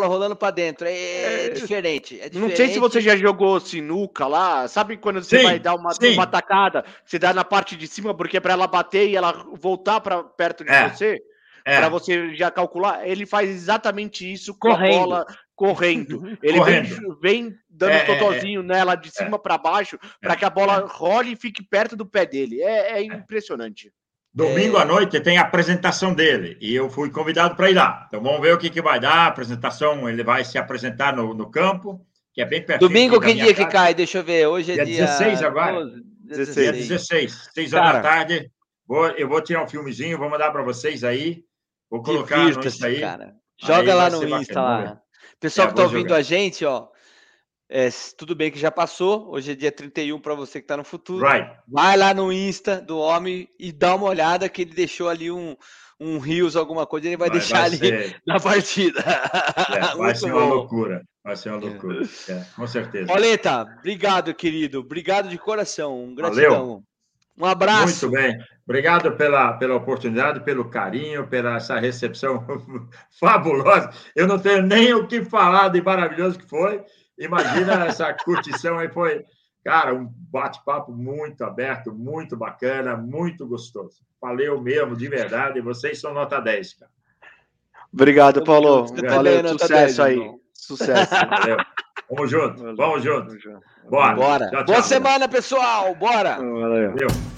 É diferente. Não sei se você já jogou sinuca lá. Sabe quando você vai dar uma tacada, você dá na parte de cima, porque é para ela bater e ela voltar para perto de você, para você já calcular. Ele faz exatamente isso com a bola correndo. Ele vem dando totozinho nela de cima para baixo, para que a bola role e fique perto do pé dele. É impressionante. Domingo à noite tem a apresentação dele e eu fui convidado para ir lá. Então vamos ver o que vai dar. A apresentação, ele vai se apresentar no campo, que é bem pertinho. Domingo, que dia que cai? Deixa eu ver. Hoje é dia 16 agora. 16. Dia 16, 6 horas da tarde. Eu vou tirar um filmezinho, vou mandar para vocês aí. Vou colocar no Insta aí. Cara. Joga aí lá no Insta lá. Pessoal que tá ouvindo a gente, ó. Tudo bem que já passou. Hoje é dia 31 para você que tá no futuro. Vai lá no Insta do homem e dá uma olhada que ele deixou ali um Reels, alguma coisa, ele vai deixar ali na partida. Vai ser uma loucura. Vai ser uma loucura. Com certeza. Oleta, obrigado, querido. Obrigado de coração. Gratidão. Um abraço. Muito bem. Obrigado pela oportunidade, pelo carinho, pela essa recepção fabulosa. Eu não tenho nem o que falar de maravilhoso que foi. Imagina essa curtição aí, foi, cara, um bate-papo muito aberto, muito bacana, muito gostoso. Valeu mesmo, de verdade. Vocês são nota 10, cara. Obrigado, Paulo. Você Valeu, também, sucesso 10, aí. irmão. Sucesso. Valeu. Vamos junto. Vamos junto. Vamos junto. Bora. Bora. Tchau, Boa tchau. semana, pessoal. Bora. Valeu. Valeu.